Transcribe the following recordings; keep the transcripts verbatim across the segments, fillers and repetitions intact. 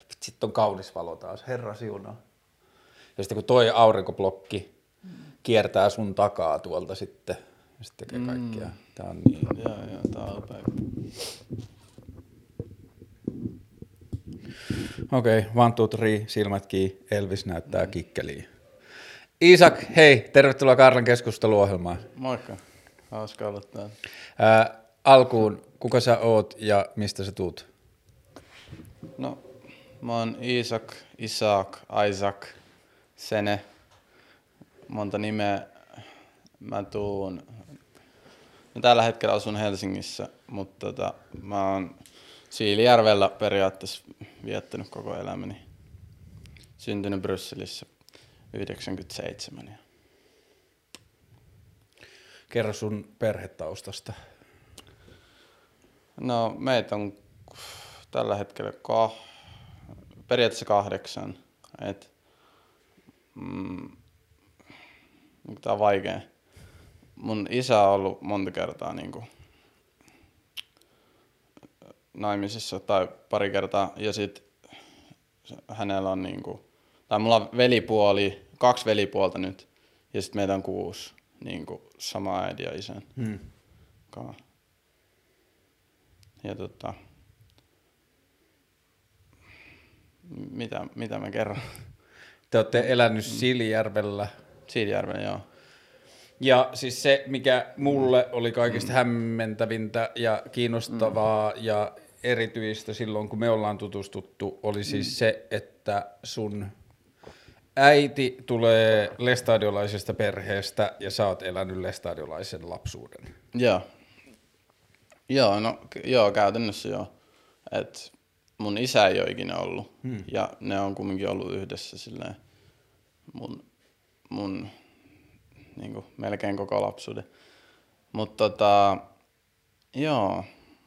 sitten on kaunis valo taas, herra siunaa. Ja sitten kun toi aurinkoblokki kiertää sun takaa tuolta sitten, ja sitten tekee kaikkia. Mm. Tää on niin. Joo, joo, tää on upea. Okei, okay, one, two, three, silmät kiinni, Elvis näyttää mm. kikkeliin. Iisak, hei, tervetuloa Karlan keskusteluohjelmaan. Moikka, hauska olla täällä. Ää, alkuun, kuka sä oot ja mistä sä tuut? No, mä oon Iisak, Isak, Isaac, Sene, monta nimeä. Mä tuun, no tällä hetkellä asun Helsingissä, mutta tota, mä oon Siilijärvellä periaatteessa viettänyt koko elämäni. Syntynyt Brysselissä yhdeksänkymmentäseitsemän. Kerro sun perhetaustasta. No meitä on tällä hetkellä kah- periaatteessa kahdeksan. Et, mm, tää on vaikea. Mun isä on ollut monta kertaa niinku naimisissa tai pari kertaa ja sit hänellä on niinku, tai mulla on velipuoli, kaksi velipuolta nyt ja sit meitä on kuusi niinku sama äidin ja isän. Hmm. Ja tota, mitä, mitä mä kerron? Te olette elänyt Siilijärvellä. Siilijärvellä, joo. Ja siis se, mikä mulle oli kaikista mm. hämmentävintä ja kiinnostavaa mm. ja erityistä silloin, kun me ollaan tutustuttu, oli siis mm. se, että sun äiti tulee lestadiolaisesta perheestä ja sä oot elänyt lestadiolaisen lapsuuden. Joo. Joo, no joo, käytännössä joo. Et mun isä ei ole ikinä ollut hmm. ja ne on kumminkin ollut yhdessä silleen mun, mun niinku melkein koko lapsuuden. Mutta tota, joo,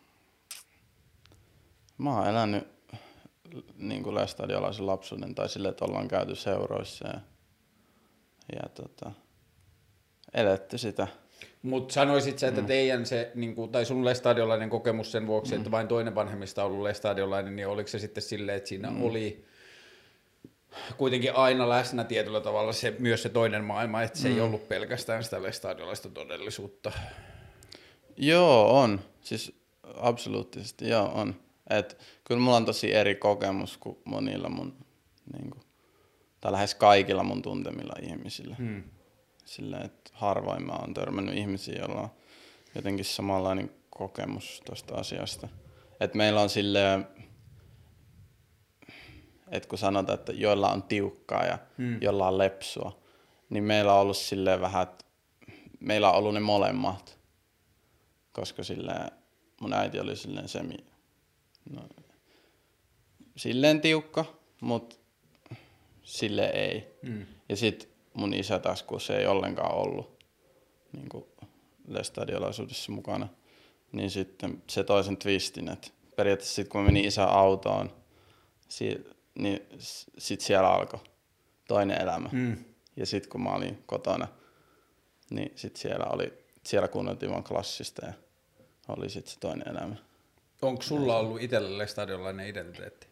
mä oon elänyt niinku lestadiolaisen lapsuuden tai silleen, että ollaan käyty seuroissa ja, ja tota, eletty sitä. Mutta sanoisit sä, että teidän se, niinku, tai sun lestadiolainen kokemus sen vuoksi, mm. että vain toinen vanhemmista on ollut lestadiolainen, niin oliko se sitten silleen, että siinä mm. oli kuitenkin aina läsnä tietyllä tavalla se, myös se toinen maailma, että se mm. ei ollut pelkästään sitä lestadiolaista todellisuutta? Joo, on. Siis absoluuttisesti, joo, on. Et kyllä mulla on tosi eri kokemus kuin monilla mun, niinku, tai lähes kaikilla mun tuntemilla ihmisillä. Mm. Silleen, että harvoin mä oon törmännyt ihmisiä, joilla on jotenkin samanlainen kokemus tosta asiasta. Että meillä on silleen, että kun sanotaan, että joilla on tiukkaa ja hmm. joilla on lepsua, niin meillä on ollut silleen vähän, että meillä on ollut ne molemmat. Koska silleen mun äiti oli silleen semi, no, silleen tiukka, mut silleen ei. Hmm. Ja sit mun isä taas, kun se ei ollenkaan ollut niin kuin lestadiolaisuudessa mukana, niin sitten se toi sen twistin, että periaatteessa sit kun mä menin isän autoon, si- niin sit siellä alkoi toinen elämä. Mm. Ja sit kun mä olin kotona, niin sit siellä oli, siellä kuunneltiin vaan klassista ja oli sit se toinen elämä. Onko sulla ollut itsellä lestadiolainen identiteetti?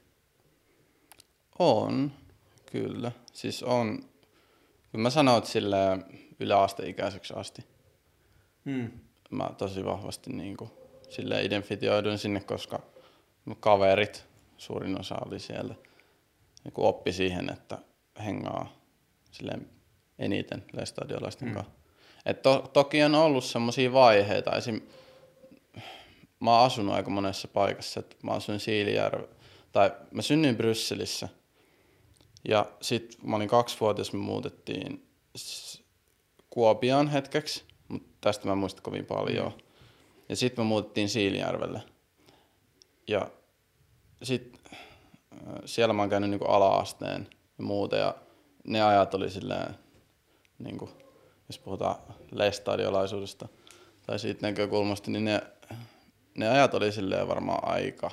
On, kyllä. Siis on. Kyllä mä sanoin, että silleen yläasteikäiseksi asti. Hmm. Mä tosi vahvasti niinku silleen identifioiduin sinne, koska kaverit, suurin osa oli siellä. Niin oppi siihen, että hengaa silleen eniten lestadiolaisten hmm. kanssa. Et to, toki on ollut semmosia vaiheita. Esim. Mä oon asunut aika monessa paikassa. Et mä asuin Siilijärvellä, tai mä synnyin Brysselissä. Ja sit kun mä olin kaksivuotias, me muutettiin Kuopioon hetkeksi, mutta tästä mä muistan kovin paljon. Mm. Ja sit me muutettiin Siilijärvelle. Ja sit siellä mä oon käynyt niinku ala-asteen ja muuta. Ja ne ajat oli silleen, niinku, jos puhutaan lestadiolaisuudesta tai siitä näkökulmasta, niin ne, ne ajat oli silleen varmaan aika.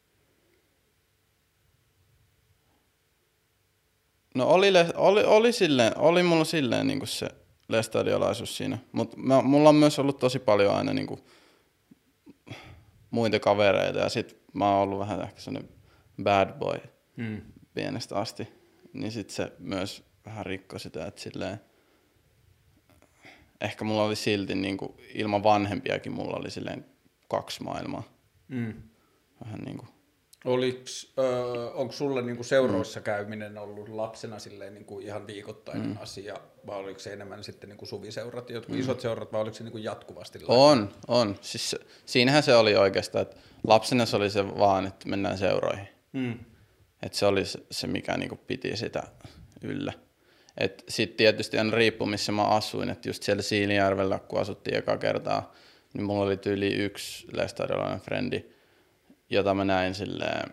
No oli, oli, oli, silleen, oli mulla silleen niinku se lestadiolaisuus siinä, mutta mulla on myös ollut tosi paljon aina niinku muita kavereita ja sit mä oon ollut vähän ehkä sellainen bad boy mm. pienestä asti. Niin sit se myös vähän rikkoi sitä, että silleen, ehkä mulla oli silti niinku, ilman vanhempiakin mulla oli silleen kaksi maailmaa. Mm. Vähän niinku. Oliks, öö, onko sulle niinku seuroissa mm. käyminen ollut lapsena silleen niinku ihan viikoittainen mm. asia, vai oliko se enemmän sitten niinku suviseurat, jotkut mm. isot seurat, vai oliko se niinku jatkuvasti? On, on. Siis siinähän se oli oikeastaan, että lapsena se oli se vaan, että mennään seuroihin. Mm. Että se oli se, mikä niinku piti sitä yllä. Et sit tietysti aina riippuu, missä mä asuin, että just siellä Siilinjärvellä, kun asuttiin ekaa kertaa, niin mulla oli tyyli yksi lestadiolainen frendi, jota mä näin silleen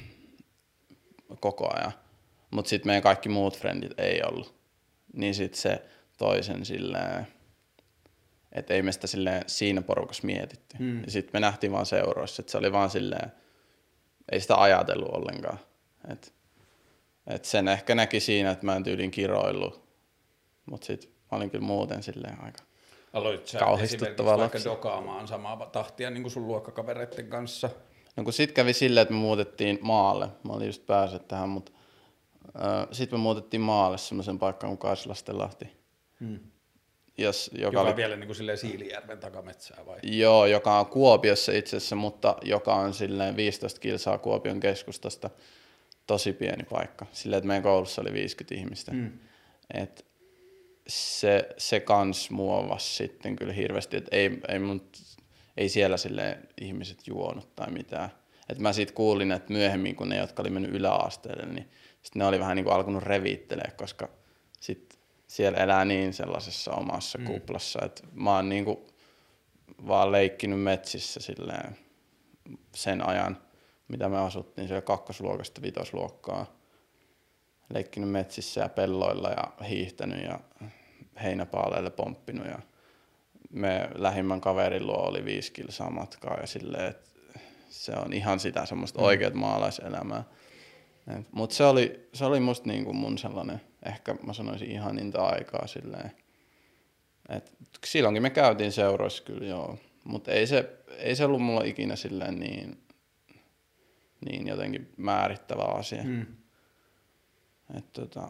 koko ajan. Mut sit meidän kaikki muut frendit ei ollut. Niin sit se toisen silleen, että ei me sitä silleen siinä porukassa mietitty. Hmm. Ja sit me nähtiin vaan seuroissa, että se oli vaan silleen, ei sitä ajatellut ollenkaan. Et, et sen ehkä näki siinä, että mä en tyylin kiroillut. Mut sit mä olin kyllä muuten silleen aika Aloit sä esimerkiksi vaikka dokaamaan samaa tahtia niin kuin sun luokkakavereiden kanssa? No kun sit kävi silleen, että me muutettiin maalle. Mä olin just päässyt tähän, mutta äh, sit me muutettiin maalle semmoisen paikkaan kuin Kaislastenlahti. Hmm. Jos, joka, joka oli on vielä niin kuin silleen Siilijärven takametsää vai? Joo, joka on Kuopiossa itse asiassa, mutta joka on silleen viisitoista kilsaa Kuopion keskustasta. Tosi pieni paikka. Silleen, että meidän koulussa oli viisikymmentä ihmistä. Hmm. Et se, se kans muovasi sitten kyllä hirveästi, että ei, ei, mun, ei siellä silleen ihmiset juonut tai mitään. Et mä siitä kuulin, että myöhemmin kun ne, jotka oli mennyt yläasteelle, niin sit ne oli vähän niin kuin alkanut revittelee, koska sit siellä elää niin sellaisessa omassa mm. kuplassa, että mä oon niin kuin vaan leikkinyt metsissä silleen sen ajan, mitä me asuttiin siellä kakkosluokasta vitosluokkaa. Leikkinyt metsissä ja pelloilla ja hiihtänyt ja heinäpaaleille pomppinut ja me lähimmän kaverin luo oli viisi kilsaa matkaa ja silleen, että se on ihan sitä semmoista mm. oikeat maalaiselämää. Mutta se oli, se oli musta niinku mun sellainen, ehkä mä sanoisin ihaninta aikaa silleen. Et silloinkin me käytiin seuroissa kyllä joo, mutta ei se, ei se ollut mulla ikinä silleen niin, niin jotenkin määrittävä asia. Mm. Et tota,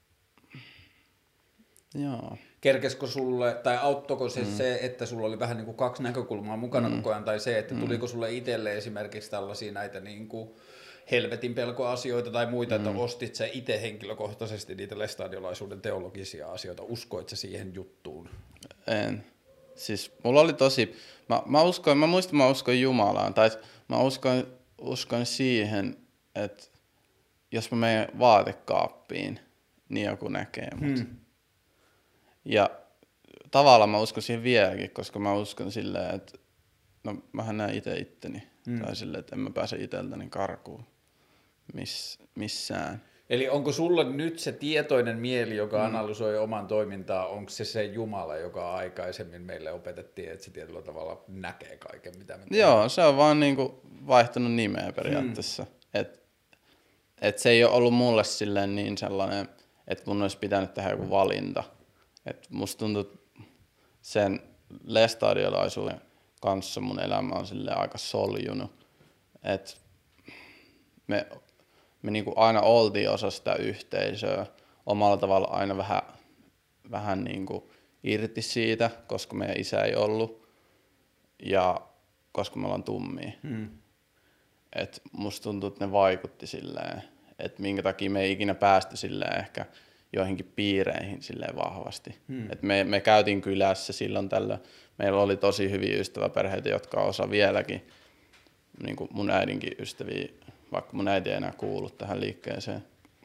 joo. Kerkesikö sulle, tai auttoiko se mm. se, että sulla oli vähän niin kuin kaksi näkökulmaa mukana mm. koko ajan, tai se, että tuliko sulle itselle esimerkiksi tällaisia näitä niin kuin helvetin pelkoasioita tai muita, mm. että ostit sä itse henkilökohtaisesti niitä lestadiolaisuuden teologisia asioita, uskoit sä siihen juttuun? En. Siis mulla oli tosi, mä, mä uskoin, mä muistan, mä uskoin Jumalaan, tai mä uskoin, uskoin siihen, että jos mä menen vaatekaappiin, niin joku näkee mut. Hmm. Ja tavallaan mä uskon siihen vieläkin, koska mä uskon silleen, että no mähän näen itse itteni. Hmm. Tai silleen, että en mä pääse iteltäni karkuun miss, missään. Eli onko sulla nyt se tietoinen mieli, joka hmm. analysoi oman toimintaa, onko se se Jumala, joka aikaisemmin meille opetettiin, että se tietyllä tavalla näkee kaiken, mitä me teemme? Joo, se on vaan niinku vaihtanut nimeä periaatteessa. Hmm. Et, et se ei ole ollut mulle silleen niin sellainen, että mun olisi pitänyt tehdä joku valinta. Et musta tuntuu, että sen lestadiolaisuuden kanssa mun elämä on silleen aika soljunut. Et me me niinku aina oltiin osa sitä yhteisöä, omalla tavalla aina vähän, vähän niinku irti siitä, koska meidän isä ei ollut ja koska me ollaan tummia. Hmm. Et musta tuntuu, että ne vaikutti silleen, että minkä takia me ei ikinä päästy silleen ehkä joihinkin piireihin silleen vahvasti. Hmm. Et me, me käytiin kylässä silloin tällä. Meillä oli tosi hyviä ystäväperheitä, jotka osa vieläkin, niin kuin mun äidinkin ystäviä, vaikka mun äiti ei enää kuulu tähän liikkeeseen.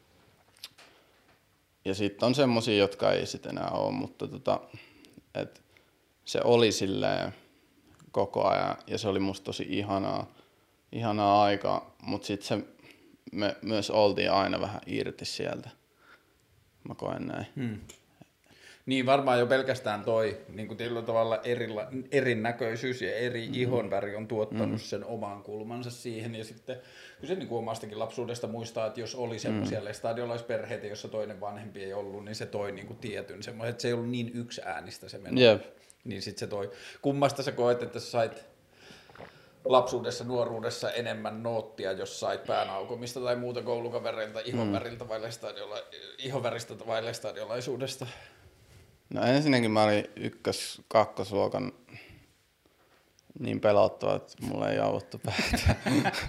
Ja sitten on semmosia, jotka ei sit enää ole, mutta tota, et se oli silleen koko ajan ja se oli musta tosi ihanaa, ihanaa aikaa, mutta sitten se me myös oltiin aina vähän irti sieltä. Mä koen näin. Hmm. Niin varmaan jo pelkästään toi niin kuin tietyllä tavalla erila, erinäköisyys ja eri mm-hmm. ihonväri on tuottanut mm-hmm. sen oman kulmansa siihen. Ja sitten kyllä se niin kuin omastakin lapsuudesta muistaa, että jos oli semmoisia mm-hmm. lestadiolaisperheitä, jossa toinen vanhempi ei ollut, niin se toi niin kuin tietyn semmoisen, että se ei ollut niin yksi äänistä se meno. Yep. Niin sitten se toi. Kummasta sä koet, että sä sait lapsuudessa, nuoruudessa enemmän noottia, jos sait päänaukomista tai muuta koulukavereilta ihonväriltä mm. vai lestadiola, ihonväristä vai lestadiolaisuudesta? No ensinnäkin mä olin ykkös kakkosluokan niin pelottava, että mulla ei jauhettu päätä.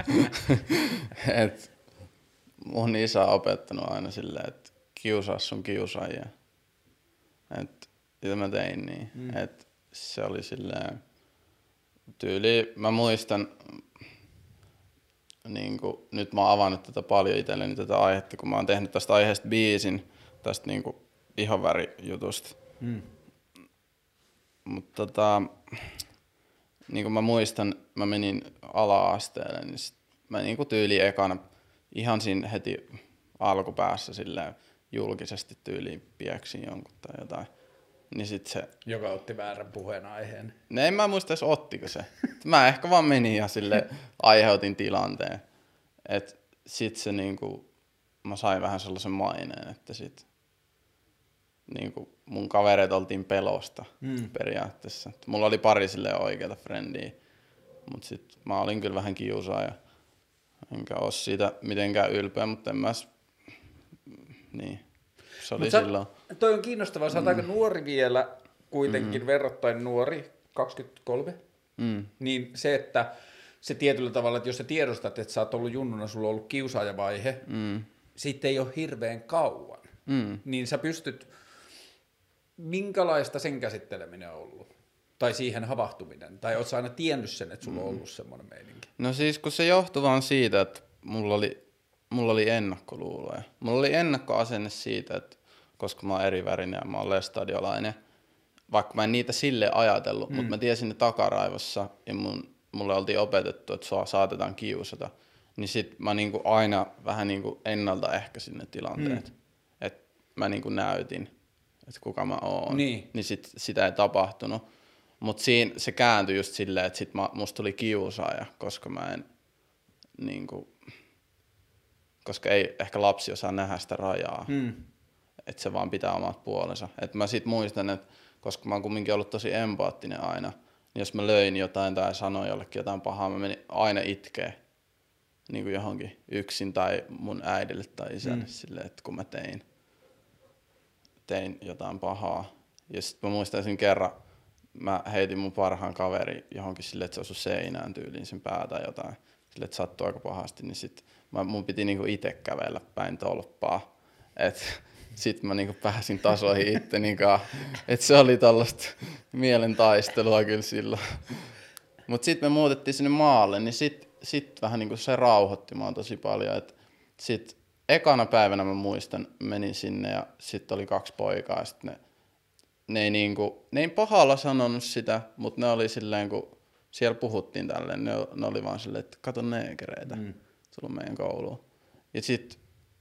Et mun isä on opettanut aina silleen, että kiusaa sun kiusaajia. Et mitä mä tein niin. Mm. Et se oli silleen tyyli, mä muistan, niin kuin, nyt mä oon avannut tätä paljon itselleni tätä aihetta, kun mä oon tehnyt tästä aiheesta biisin, tästä niin kuin ihonvärijutusta. Mm. Mutta tota, niin kuin mä muistan, mä menin ala-asteelle, niin sit mä niin kuin tyyli ekana ihan siinä heti alkupäässä silleen julkisesti tyyliin pieksin jonkun tai jotain. Niin sit se... Joka otti väärän puheenaiheen. No en mä muista edes ottiko se. Mä ehkä vaan menin ja sille aiheutin tilanteen. Et sit se niinku... Mä sain vähän sellaisen maineen, että sit... Niinku mun kavereet oltiin pelosta mm. periaatteessa. Et mulla oli pari silleen oikeata frendiä. Mut sit mä olin kyllä vähän kiusaaja. Enkä oo siitä mitenkään ylpeä, mutta en mä... Niin... Se oli sä, silloin. Toi on kiinnostavaa, sä oot mm. aika nuori vielä, kuitenkin mm. verrattain nuori, kaksikymmentäkolme. Mm. Niin se, että se tietyllä tavalla, että jos sä tiedostat, että sä oot ollut junnuna, sulla on ollut kiusaajavaihe, mm. siitä ei ole hirveän kauan. Mm. Niin sä pystyt, minkälaista sen käsitteleminen on ollut? Tai siihen havahtuminen? Tai oot sä aina tiennyt sen, että sulla on ollut semmoinen meininki? No siis kun se johtui vaan siitä, että mulla oli... Mulla oli ennakkoluuloja. Mulla oli ennakkoasenne siitä, että koska mä oon erivärinen ja mä oon lestadiolainen, vaikka mä en niitä sille ajatellut, mm. mutta mä tiesin ne takaraivossa ja mun, mulle oltiin opetettu, että sua saatetaan kiusata, niin sit mä niinku aina vähän niinku ennaltaehkäisin ne tilanteet. Mm. Että mä niinku näytin, että kuka mä oon. Niin, niin sit, sitä ei tapahtunut. Mut siinä se kääntyi just silleen, että sit mä, musta tuli kiusaaja, koska mä en niinku... koska ei ehkä lapsi osaa nähdä sitä rajaa, hmm. että se vaan pitää omat puolensa. Et mä sit muistan, että koska mä oon kumminkin ollut tosi empaattinen aina, niin jos mä löin jotain tai sanoin jollekin jotain pahaa, mä menin aina itkee niin kuin johonkin yksin tai mun äidille tai isälle hmm. silleen, että kun mä tein, tein jotain pahaa. Ja sit mä muistan kerran, mä heitin mun parhaan kaveri johonkin silleen, että se osui seinään tyyliin sen päätä tai jotain. Silleen, että sattui aika pahasti, niin sit mä, mun piti niinku ite kävellä päin tolppaa. Et sit mä niinku pääsin tasoihin ittenikaan. Et se oli tollaista mielen taistelua kyllä silloin. Mut sit me muutettiin sinne maalle, niin sit, sit vähän niinku se rauhoitti mua tosi paljon. Et sit ekana päivänä mä muistan, menin sinne ja sit oli kaksi poikaa. Sit ne, ne, ei niinku, ne ei pahalla sanonut sitä, mut ne oli silleen, kun siellä puhuttiin tälleen, ne, ne oli vaan silleen, että kato neekereitä. Mm. Sulla on meidän kouluun. Ja sit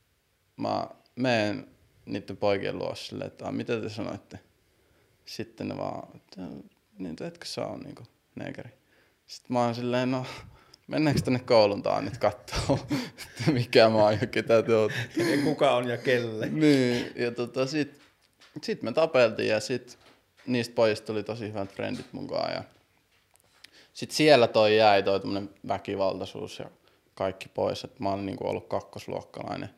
mä menen niiden poikien luo silleen, että mitä te sanoitte? Sitten ne vaan, että niin, etkö sä ole niinku neekeri? Sitten mä oon silleen, no mennäänkö tänne koulun taan nyt kattoo, että mikä mä oon ja ketä te ootte. Ja kuka on ja kelle. Niin, ja tota sit, sit me tapeltiin ja sit niistä pojista tuli tosi hyvät frendit mukaan. Ja sit siellä toi jäi toi tämmönen väkivaltaisuus ja kaikki pois, että mä olin niinku ollut kakkosluokkalainen.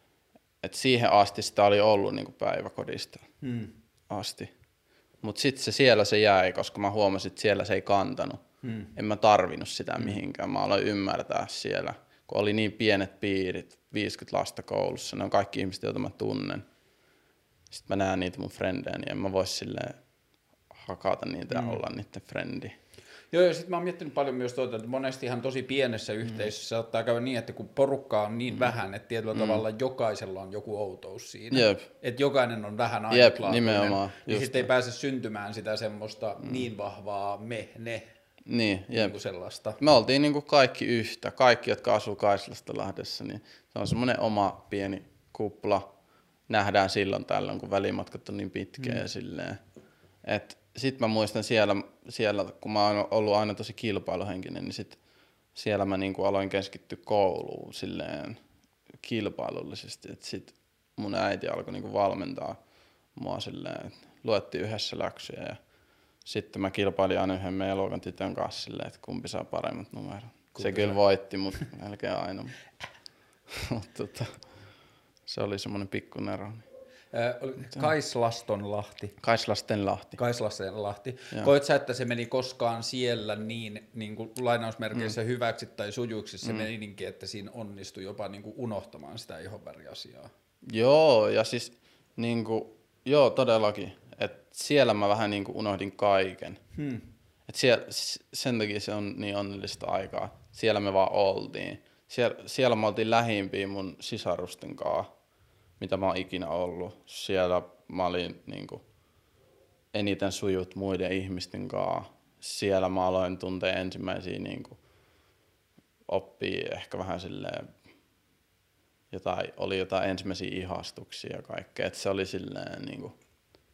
Et siihen asti sitä oli ollut niinku päiväkodista hmm. asti. Mut sit se siellä se jäi, koska mä huomasin, että siellä se ei kantanut. Hmm. En mä tarvinnut sitä hmm. mihinkään. Mä aloin ymmärtää siellä, kun oli niin pienet piirit, viisikymmentä lasta koulussa. Ne on kaikki ihmiset, joita mä tunnen. Sitten mä näen niitä mun frendejä, niin en mä vois silleen hakata niitä hmm. ja olla niiden frendi. Joo, ja sitten mä oon miettinyt paljon myös tuota, että monesti ihan tosi pienessä yhteisössä mm. saattaa käydä niin, että kun porukkaa on niin mm. vähän, että tietyllä mm. tavalla jokaisella on joku outous siinä. Jep. Että jokainen on vähän ainutlaatuinen, niin sitten ei pääse syntymään sitä semmoista mm. niin vahvaa me, ne, niin, niin sellaista. Me oltiin niin kuin kaikki yhtä, kaikki, jotka asuu Kaislastölahdessa, niin se on semmoinen oma pieni kupla. Nähdään silloin tällöin, kun välimatkat on niin pitkiä mm. ja silleen, että sitten mä muistan siellä, siellä, kun mä oon ollut aina tosi kilpailuhenkinen, niin sit siellä mä niinku aloin keskittyä kouluun silleen kilpailullisesti. Et sit mun äiti alkoi niinku valmentaa mua silleen, että luettiin yhdessä läksyjä ja sitten mä kilpailin aina yhden meidän luokan tytön kanssa silleen, että kumpi saa paremmat numerot. Kumpi se kyllä saa? voitti, mutta melkein aina. Mutta tota, se oli semmoinen pikkunero. Kaislastonlahti. Kaislastenlahti. Kaislastenlahti. Joo. Koet sä, että se meni koskaan siellä niin, niin kuin lainausmerkeissä mm. hyväksi tai sujuiksi se mm. meininki, että siinä onnistui jopa niin kuin unohtamaan sitä ihonväriasiaa? Joo, ja siis niin kuin, joo todellakin. Et siellä mä vähän niin kuin unohdin kaiken. Hmm. Et siellä, sen takia se on niin onnellista aikaa. Siellä me vaan oltiin. Siellä, siellä me oltiin lähimpiä mun sisarusten kanssa, mitä mä oon ikinä ollut. Siellä mä olin niin kuin, eniten sujut muiden ihmisten kanssa. Siellä mä aloin tuntea ensimmäisiä niin kuin, oppia ehkä vähän silleen, jotain, oli jotain ensimmäisiä ihastuksia ja kaikkea. Et se oli silleen niin kuin,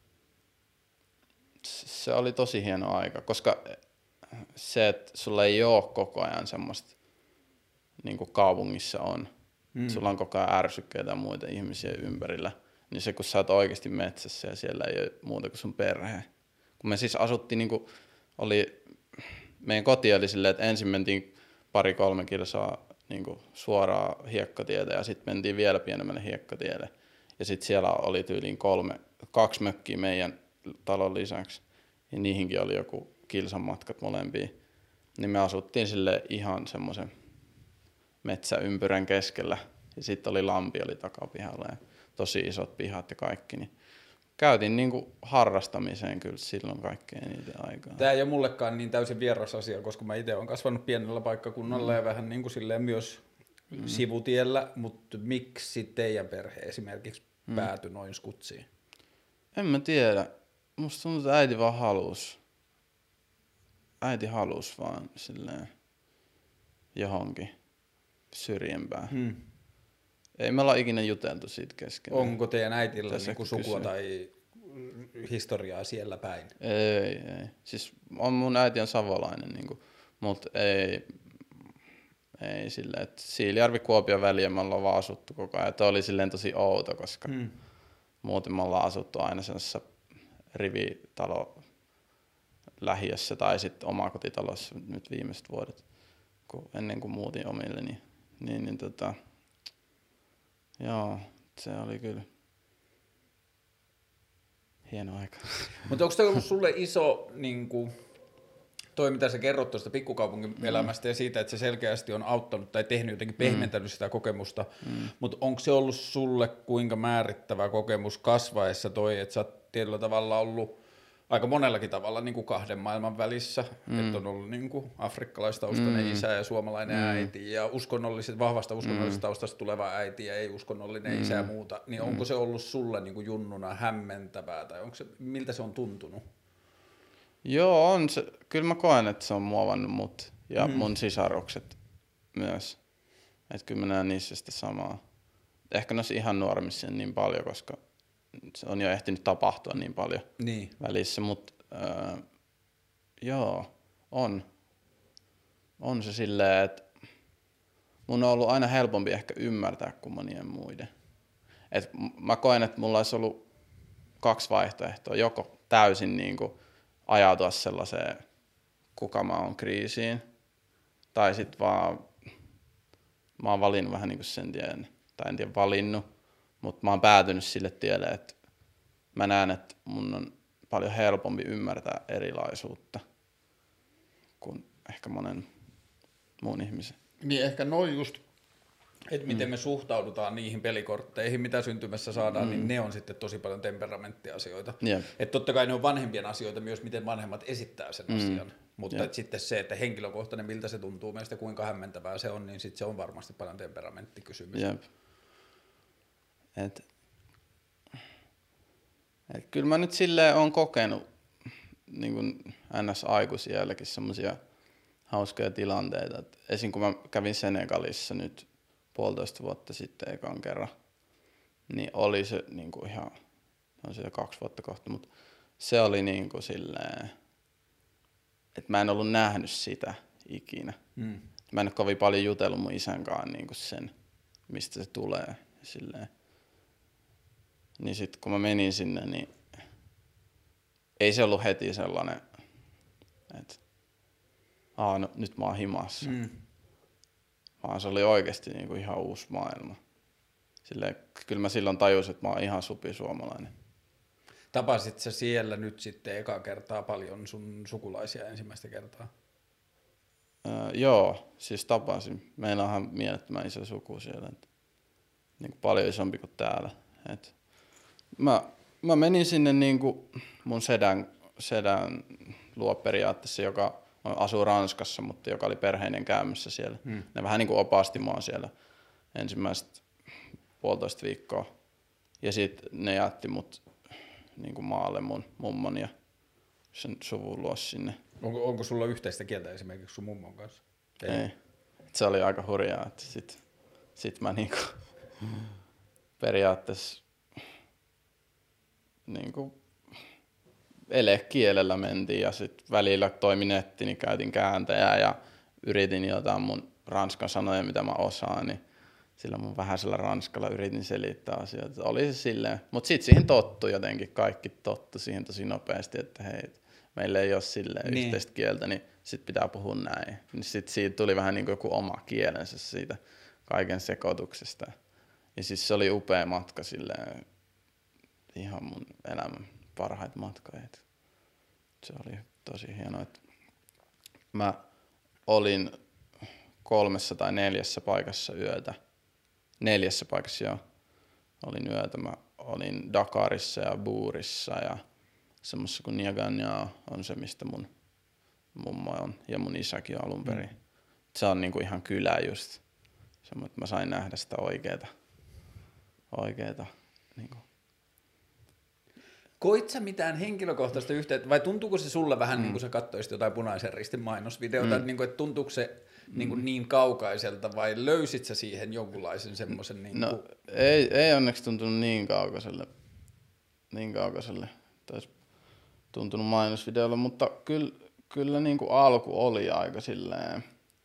se oli tosi hieno aika, koska se, että sulla ei ole koko ajan semmoista, niin kuin kaupungissa on. Mm. Sulla on koko ajan ärsykkeitä ja muita ihmisiä ympärillä. Niin se, kun sä oot oikeasti metsässä ja siellä ei ole muuta kuin sun perhe. Kun me siis asuttiin, niin kuin oli, meidän koti oli silleen, että ensin mentiin pari-kolme kilsaa niin kuin suoraa hiekkatietä ja sitten mentiin vielä pienemmälle hiekkatielle. Ja sitten siellä oli tyyliin kolme, kaksi mökkiä meidän talon lisäksi. Ja niihinkin oli joku kilsan matkat molempiin. Niin me asuttiin sille ihan semmoisen metsäympyrän keskellä. Ja sitten oli lampi oli takapihalla ja tosi isot pihat ja kaikki. Niin käytiin niinku harrastamiseen kyllä silloin kaikkein eniten aikaa. Tämä ei ole mullekaan niin täysin vieras asia, koska mä itse olen kasvanut pienellä paikkakunnalla mm. ja vähän niin kuin silleen myös mm. sivutiellä, mutta miksi teidän perhe esimerkiksi mm. päätyi noin skutsiin? En mä tiedä. Musta tuntuu, että äiti vaan halus. Äiti halus vaan silleen johonkin syrjempään. Hmm. Ei me olla ikinä juteltu siitä kesken. Onko teidän äitillä niinku sukua tai historiaa siellä päin? Ei, ei. Siis on, mun äiti on savolainen, niinku, mutta ei, ei silleen, että Siilijärvi-Kuopion väliä me ollaan vaan asuttu koko ajan. Tämä oli silleen tosi outo, koska hmm. muuten me ollaan asuttu aina sellaisessa rivitalo lähiössä tai sitten omakotitalossa nyt viimeiset vuodet, kun ennen kuin muutin omille, niin, niin, niin tota, joo, se oli kyllä hieno aika. Mutta onko tämä ollut sulle iso, niin kuin, toi mitä sä kerrot tuosta pikkukaupungin mm. elämästä ja siitä, että se selkeästi on auttanut tai tehnyt jotenkin pehmentänyt mm. sitä kokemusta, mm. mutta onko se ollut sulle kuinka määrittävä kokemus kasvaessa toi, että sä oot tietyllä tavalla ollut aika monellakin tavalla niin kuin kahden maailman välissä, mm. että on ollut niin kuin afrikkalaistaustainen mm. isä ja suomalainen mm. äiti ja uskonnolliset, vahvasta uskonnollisesta mm. taustasta tuleva äiti ja ei-uskonnollinen mm. isä ja muuta, niin onko mm. se ollut sulle niin kuin junnuna hämmentävää tai onko se, miltä se on tuntunut? Joo, on se. Kyllä mä koen, että se on muovannut mut ja mm. mun sisarukset myös. Että kyllä mä näen niissä sitä samaa. Ehkä noissa ihan nuoremmissa niin paljon, koska se on jo ehtinyt tapahtua niin paljon niin. välissä, mutta äh, joo, on. On se silleen, että mun on ollut aina helpompi ehkä ymmärtää kuin monien muiden. Et mä koen, että mulla olisi ollut kaksi vaihtoehtoa. Joko täysin niin kuin ajautua sellaiseen, kuka mä oon kriisiin, tai sit vaan mä oon valinnut vähän niin kuin sen tien, tai en tiedä valinnut, mutta mä oon päätynyt sille tielle, että mä näen, että mun on paljon helpompi ymmärtää erilaisuutta kuin ehkä monen muun ihmisen. Niin ehkä noin just, että miten mm. me suhtaudutaan niihin pelikortteihin, mitä syntymässä saadaan, mm. niin ne on sitten tosi paljon temperamenttiasioita. Yeah. Että totta kai ne on vanhempien asioita myös, miten vanhemmat esittää sen mm. asian. Mutta yeah. sitten se, että henkilökohtainen, miltä se tuntuu meistä, kuinka hämmentävää se on, niin sitten se on varmasti paljon temperamenttikysymys. Yep. Et, et kyllä mä nyt silleen oon kokenut niin kuin N S-aikuisielläkin semmosia hauskoja tilanteita. Et esim. Kun mä kävin Senegalissa nyt puolitoista vuotta sitten ekan kerran, niin oli se niin kuin ihan, on siitä kaksi vuotta kohta, mutta se oli niin kuin silleen, että mä en ollut nähnyt sitä ikinä. Mm. Mä en ole kovin paljon jutellut mun isän kanssa niin kuin sen, mistä se tulee. Silleen. Niin sit kun mä menin sinne, niin ei se ollut heti sellainen että aa, no, nyt mä oon himassa. Mm. Vaan se oli oikeasti niinku ihan uusi maailma. Silleen, kyllä mä silloin tajusin, että mä oon ihan supisuomalainen. Tapasit sä siellä nyt sitten eka kertaa paljon sun sukulaisia ensimmäistä kertaa? Öö, joo, siis tapasin. Meillä onhan mielettömän iso suku siellä. Et, niin kuin paljon isompi kuin täällä. Et, mä, mä menin sinne niin kuin mun sedän, sedän luo periaatteessa, joka asuu Ranskassa, mutta joka oli perheinen käymässä siellä. Hmm. Ne vähän niin kuin opasti mua siellä ensimmäiset puolitoista viikkoa. Ja sitten ne jätti mut niin kuin maalle mun mummon ja sen suvun luo sinne. Onko, onko sulla yhteistä kieltä esimerkiksi sun mummon kanssa? Ei. Ei. Se oli aika hurjaa, että sit, sit mä niinku periaatteessa niinku elekielellä mentiin ja sit välillä toimi netti, niin käytin kääntäjää ja yritin jotain mun ranskan sanoja, mitä mä osaan, niin sillä mun vähäisellä ranskalla yritin selittää asioita. Oli se silleen, mut sit siihen tottui jotenkin, kaikki tottu siihen tosi nopeasti, että hei, meillä ei ole silleen niin. Yhteistä kieltä, niin sit pitää puhua näin. Niin sit siitä tuli vähän niin kuin joku oma kielensä siitä kaiken sekoituksesta. Ja siis se oli upea matka silleen, ihan mun elämän parhaita matkoja. Se oli tosi hienoa. Mä olin kolmessa tai neljässä paikassa yötä. Neljässä paikassa joo. Olin yötä. Mä olin Dakarissa ja Buurissa ja semmossa kuin Niagara on se, mistä mun mummo on ja mun isäkin on alun perin. Mm. Se on niinku ihan kylä just. Semmoinen, että mä sain nähdä sitä oikeeta. oikeeta niinku. Koit sä mitään henkilökohtaista yhteyttä, vai tuntuuko se sulle vähän mm. niin kuin sä katsoisit jotain Punaisen Ristin mainosvideota, mm. että, niin kuin, että tuntuuko se niin, kuin niin kaukaiselta, vai löysit sä siihen jonkunlaisen semmoisen? Niin no ei, ei onneksi tuntunut niin kaukaiselle, niin kaukaiselle, taisi tuntunut mainosvideolla, mutta kyllä, kyllä niin kuin alku oli aika silleen,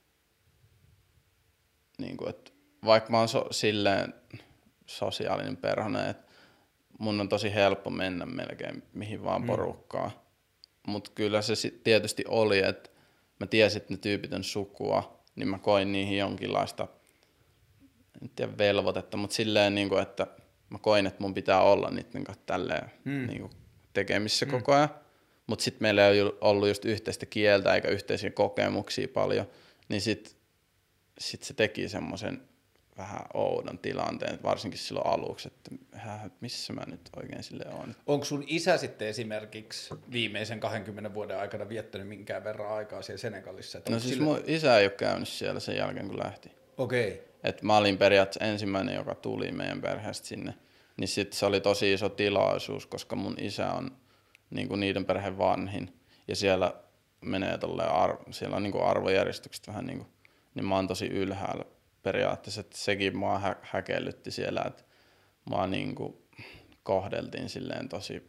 niin kuin, että vaikka mä oon so, silleen sosiaalinen perhonen, että mun on tosi helppo mennä melkein mihin vaan porukkaan. Mm. Mutta kyllä se sit tietysti oli, että mä tiesin, että ne tyypit on sukua, niin mä koin niihin jonkinlaista, en tiedä velvoitetta, mutta silleen, niin kuin, että mä koin, että mun pitää olla niiden kanssa tälleen mm. niin kuin tekemissä mm. koko ajan. Mutta sitten meillä ei ollut just yhteistä kieltä eikä yhteisiä kokemuksia paljon, niin sitten sit se teki semmoisen vähän oudon tilanteen, varsinkin silloin aluksi, että missä mä nyt oikein sille oon. Onko sun isä sitten esimerkiksi viimeisen kahdenkymmenen vuoden aikana viettänyt minkään verran aikaa siellä Senegalissa? No siis sille... mun isä ei ole käynyt siellä sen jälkeen, kun lähti. Okei. Okay. Et mä olin periaatteessa ensimmäinen, joka tuli meidän perheestä sinne. Niin sit se oli tosi iso tilaisuus, koska mun isä on niinku niiden perheen vanhin. Ja siellä menee tolleen arvo, siellä on niinku arvojärjestykset vähän niinku, niin mä oon tosi ylhäällä. Periaatteessa, että sekin mua hä- häkellytti siellä, että mua niinku kohdeltiin silleen tosi,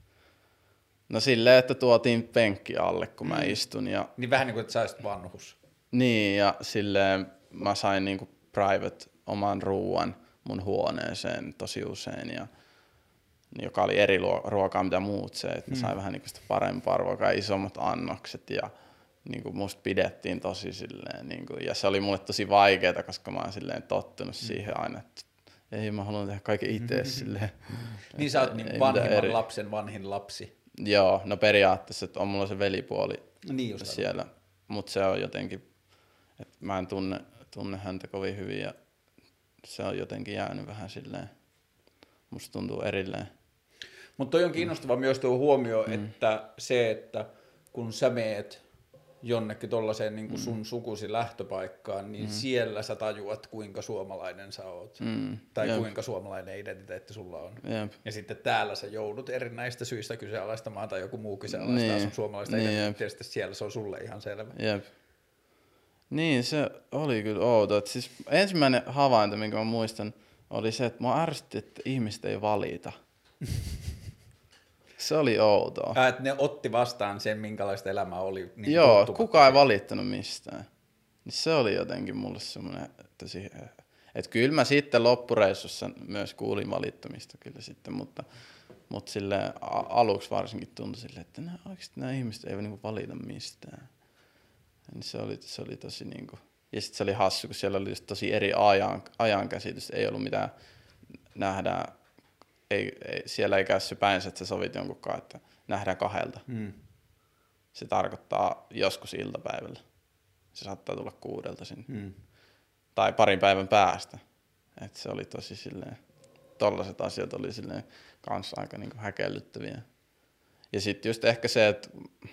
no silleen, että tuotiin penkki alle, kun mä istun. Ja... Niin vähän niin kuin, että sä olisit vanhus. Niin, ja silleen mä sain niinku private oman ruuan mun huoneeseen tosi usein, ja joka oli eri ruokaa mitä muut se, että mä sain mm. vähän niinku sitä parempaa ruokaa, isommat annokset, ja niinku musta pidettiin tosi silleen, niinku, ja se oli mulle tosi vaikeeta, koska mä oon silleen tottunut mm. siihen aina, että ei mä haluan tehdä kaiken itse mm-hmm. silleen. Niin sä oot niin vanhimman lapsen vanhin lapsi. Joo, no periaatteessa, että on mulla se velipuoli niin siellä, mutta se on jotenkin, että mä en tunne, tunne häntä kovin hyvin ja se on jotenkin jäänyt vähän silleen, musta tuntuu erilleen. Mutta toi on kiinnostava mm. myös tuo huomio, mm. että se, että kun sä meet jonnekin tollaiseen niin kuin sun mm. sukusi lähtöpaikkaan, niin mm. siellä sä tajuat, kuinka suomalainen sä oot. Mm. Tai Jep. kuinka suomalainen identiteetti sulla on. Jep. Ja sitten täällä sä joudut erinäistä syistä kyseenalaistamaan tai joku muu kyseenalaistaa niin. sun suomalaista niin, identiteetistä. Siellä se on sulle ihan selvä. Jep. Niin, se oli kyllä outo. Et siis ensimmäinen havainto, minkä mä muistan, oli se, että mua ärsytti, että ihmiset ei valita. Se oli outoa. Ää, että ne otti vastaan sen, minkälaista elämää oli. Niin joo, kukaan ei valittanut mistään. Niin se oli jotenkin mulle semmoinen tosi Et kyllä mä sitten loppureissussa myös kuulin valittamista kyllä sitten, mutta, mutta sille aluksi varsinkin tuntui silleen, että nämä, oikeasti nämä ihmiset eivät niinku valita mistään. Niin se, oli, se oli tosi niinku, ja sitten se oli hassu, kun siellä oli just tosi eri ajan, ajankäsitys, ei ollut mitään nähdään, ei, ei, siellä ei käy se päinsä, että sä sovit jonkunkaan, että nähdään kahdelta. Mm. Se tarkoittaa joskus iltapäivällä. Se saattaa tulla kuudelta sinne. Mm. Tai parin päivän päästä. Et se oli tosi silleen, tollaiset asiat oli silleen kanssa aika niinku häkellyttäviä. Ja sitten just ehkä se, että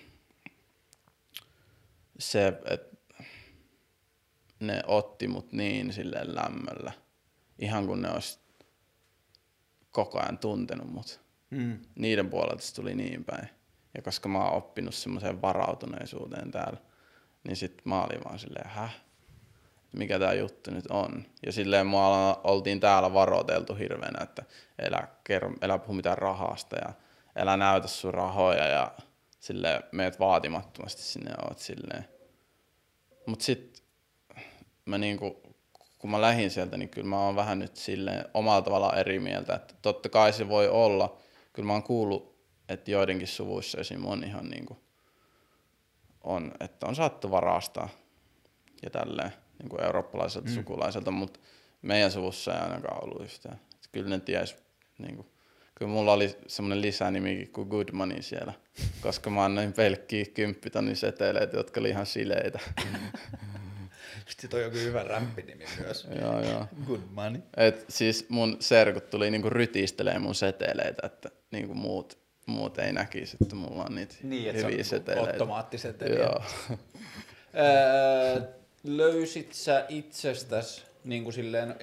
se, et ne otti mut niin silleen lämmöllä. Ihan kun ne olisi koko ajan tuntenut mut. Mm. Niiden puolelta se tuli niin päin. Ja koska mä oon oppinut semmoiseen varautuneisuuteen täällä, niin sit mä olin vaan silleen, häh? Mikä tää juttu nyt on? Ja silleen mua oltiin täällä varoiteltu hirveänä, että elä, kerro, elä puhu mitään rahasta ja elä näytä sun rahoja ja silleen meet vaatimattomasti sinne oot silleen. Mut sit mä niinku, kun mä lähdin sieltä, niin kyllä mä oon vähän nyt silleen omalla tavallaan eri mieltä, että totta kai se voi olla, kyllä mä oon kuullut, että joidenkin suvuissa esim. On ihan niinku, on, että on saattu varastaa ja tälleen niinku eurooppalaiselta mm. sukulaiselta, mutta meidän suvussa ei ainakaan ollut yhtään. Et kyllä ne ties, niinku, kyllä mulla oli semmoinen lisänimikin kuin Good Money siellä, koska mä annoin pelkkiä kymppitonnin seteleitä, jotka oli ihan sileitä. Sitten toi on kyllä hyvä rämpinimi myös. Joo, joo. Good Money. Et siis mun serkut tuli niinku rytistelemään mun seteleitä, että niinku muut, muut ei näkisi, että mulla on niitä niin, hyviä seteleitä. Niin, automaattiseteleitä. Joo. öö, löysit sä itsestäs niin kuin silleen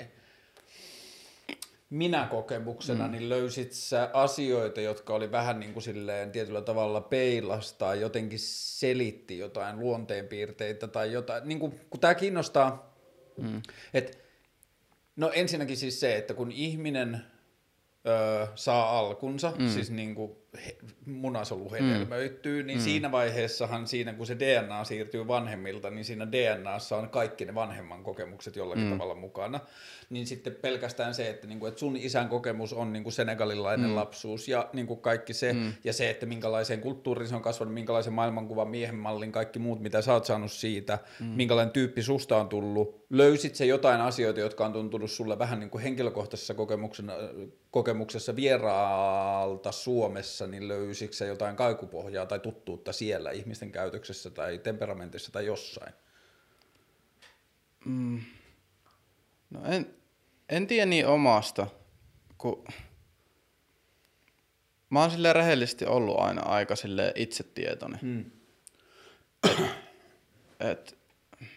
minä-kokemuksena, mm. niin löysit sä asioita, jotka oli vähän niin kuin silleen tietyllä tavalla peilasta tai jotenkin selitti jotain luonteenpiirteitä tai jotain, niin kuin, kun tää kiinnostaa, mm. että no ensinnäkin siis se, että kun ihminen öö, saa alkunsa, mm. siis niin kuin he, munasolu hedelmöittyy, mm. niin mm. siinä vaiheessahan siinä, kun se D N A siirtyy vanhemmilta, niin siinä D N A:ssa on kaikki ne vanhemman kokemukset jollakin mm. tavalla mukana. Niin sitten pelkästään se, että, niinku, että sun isän kokemus on niinku senegalilainen mm. lapsuus ja niinku kaikki se, mm. ja se, että minkälaiseen kulttuuriin se on kasvanut, minkälaisen maailmankuvan, miehen mallin, kaikki muut, mitä sä oot saanut siitä, mm. minkälainen tyyppi susta on tullut. Löysit se jotain asioita, jotka on tuntunut sulle vähän niinku henkilökohtaisessa kokemuksessa vieraalta Suomessa, niin löysitkö sä jotain kaikupohjaa tai tuttuutta siellä ihmisten käytöksessä tai temperamentissa tai jossain? Mm. No en, en tiedä niin omasta, kun mä oon silleen rehellisesti ollut aina aika silleen itsetietoinen. Mm. Et, et,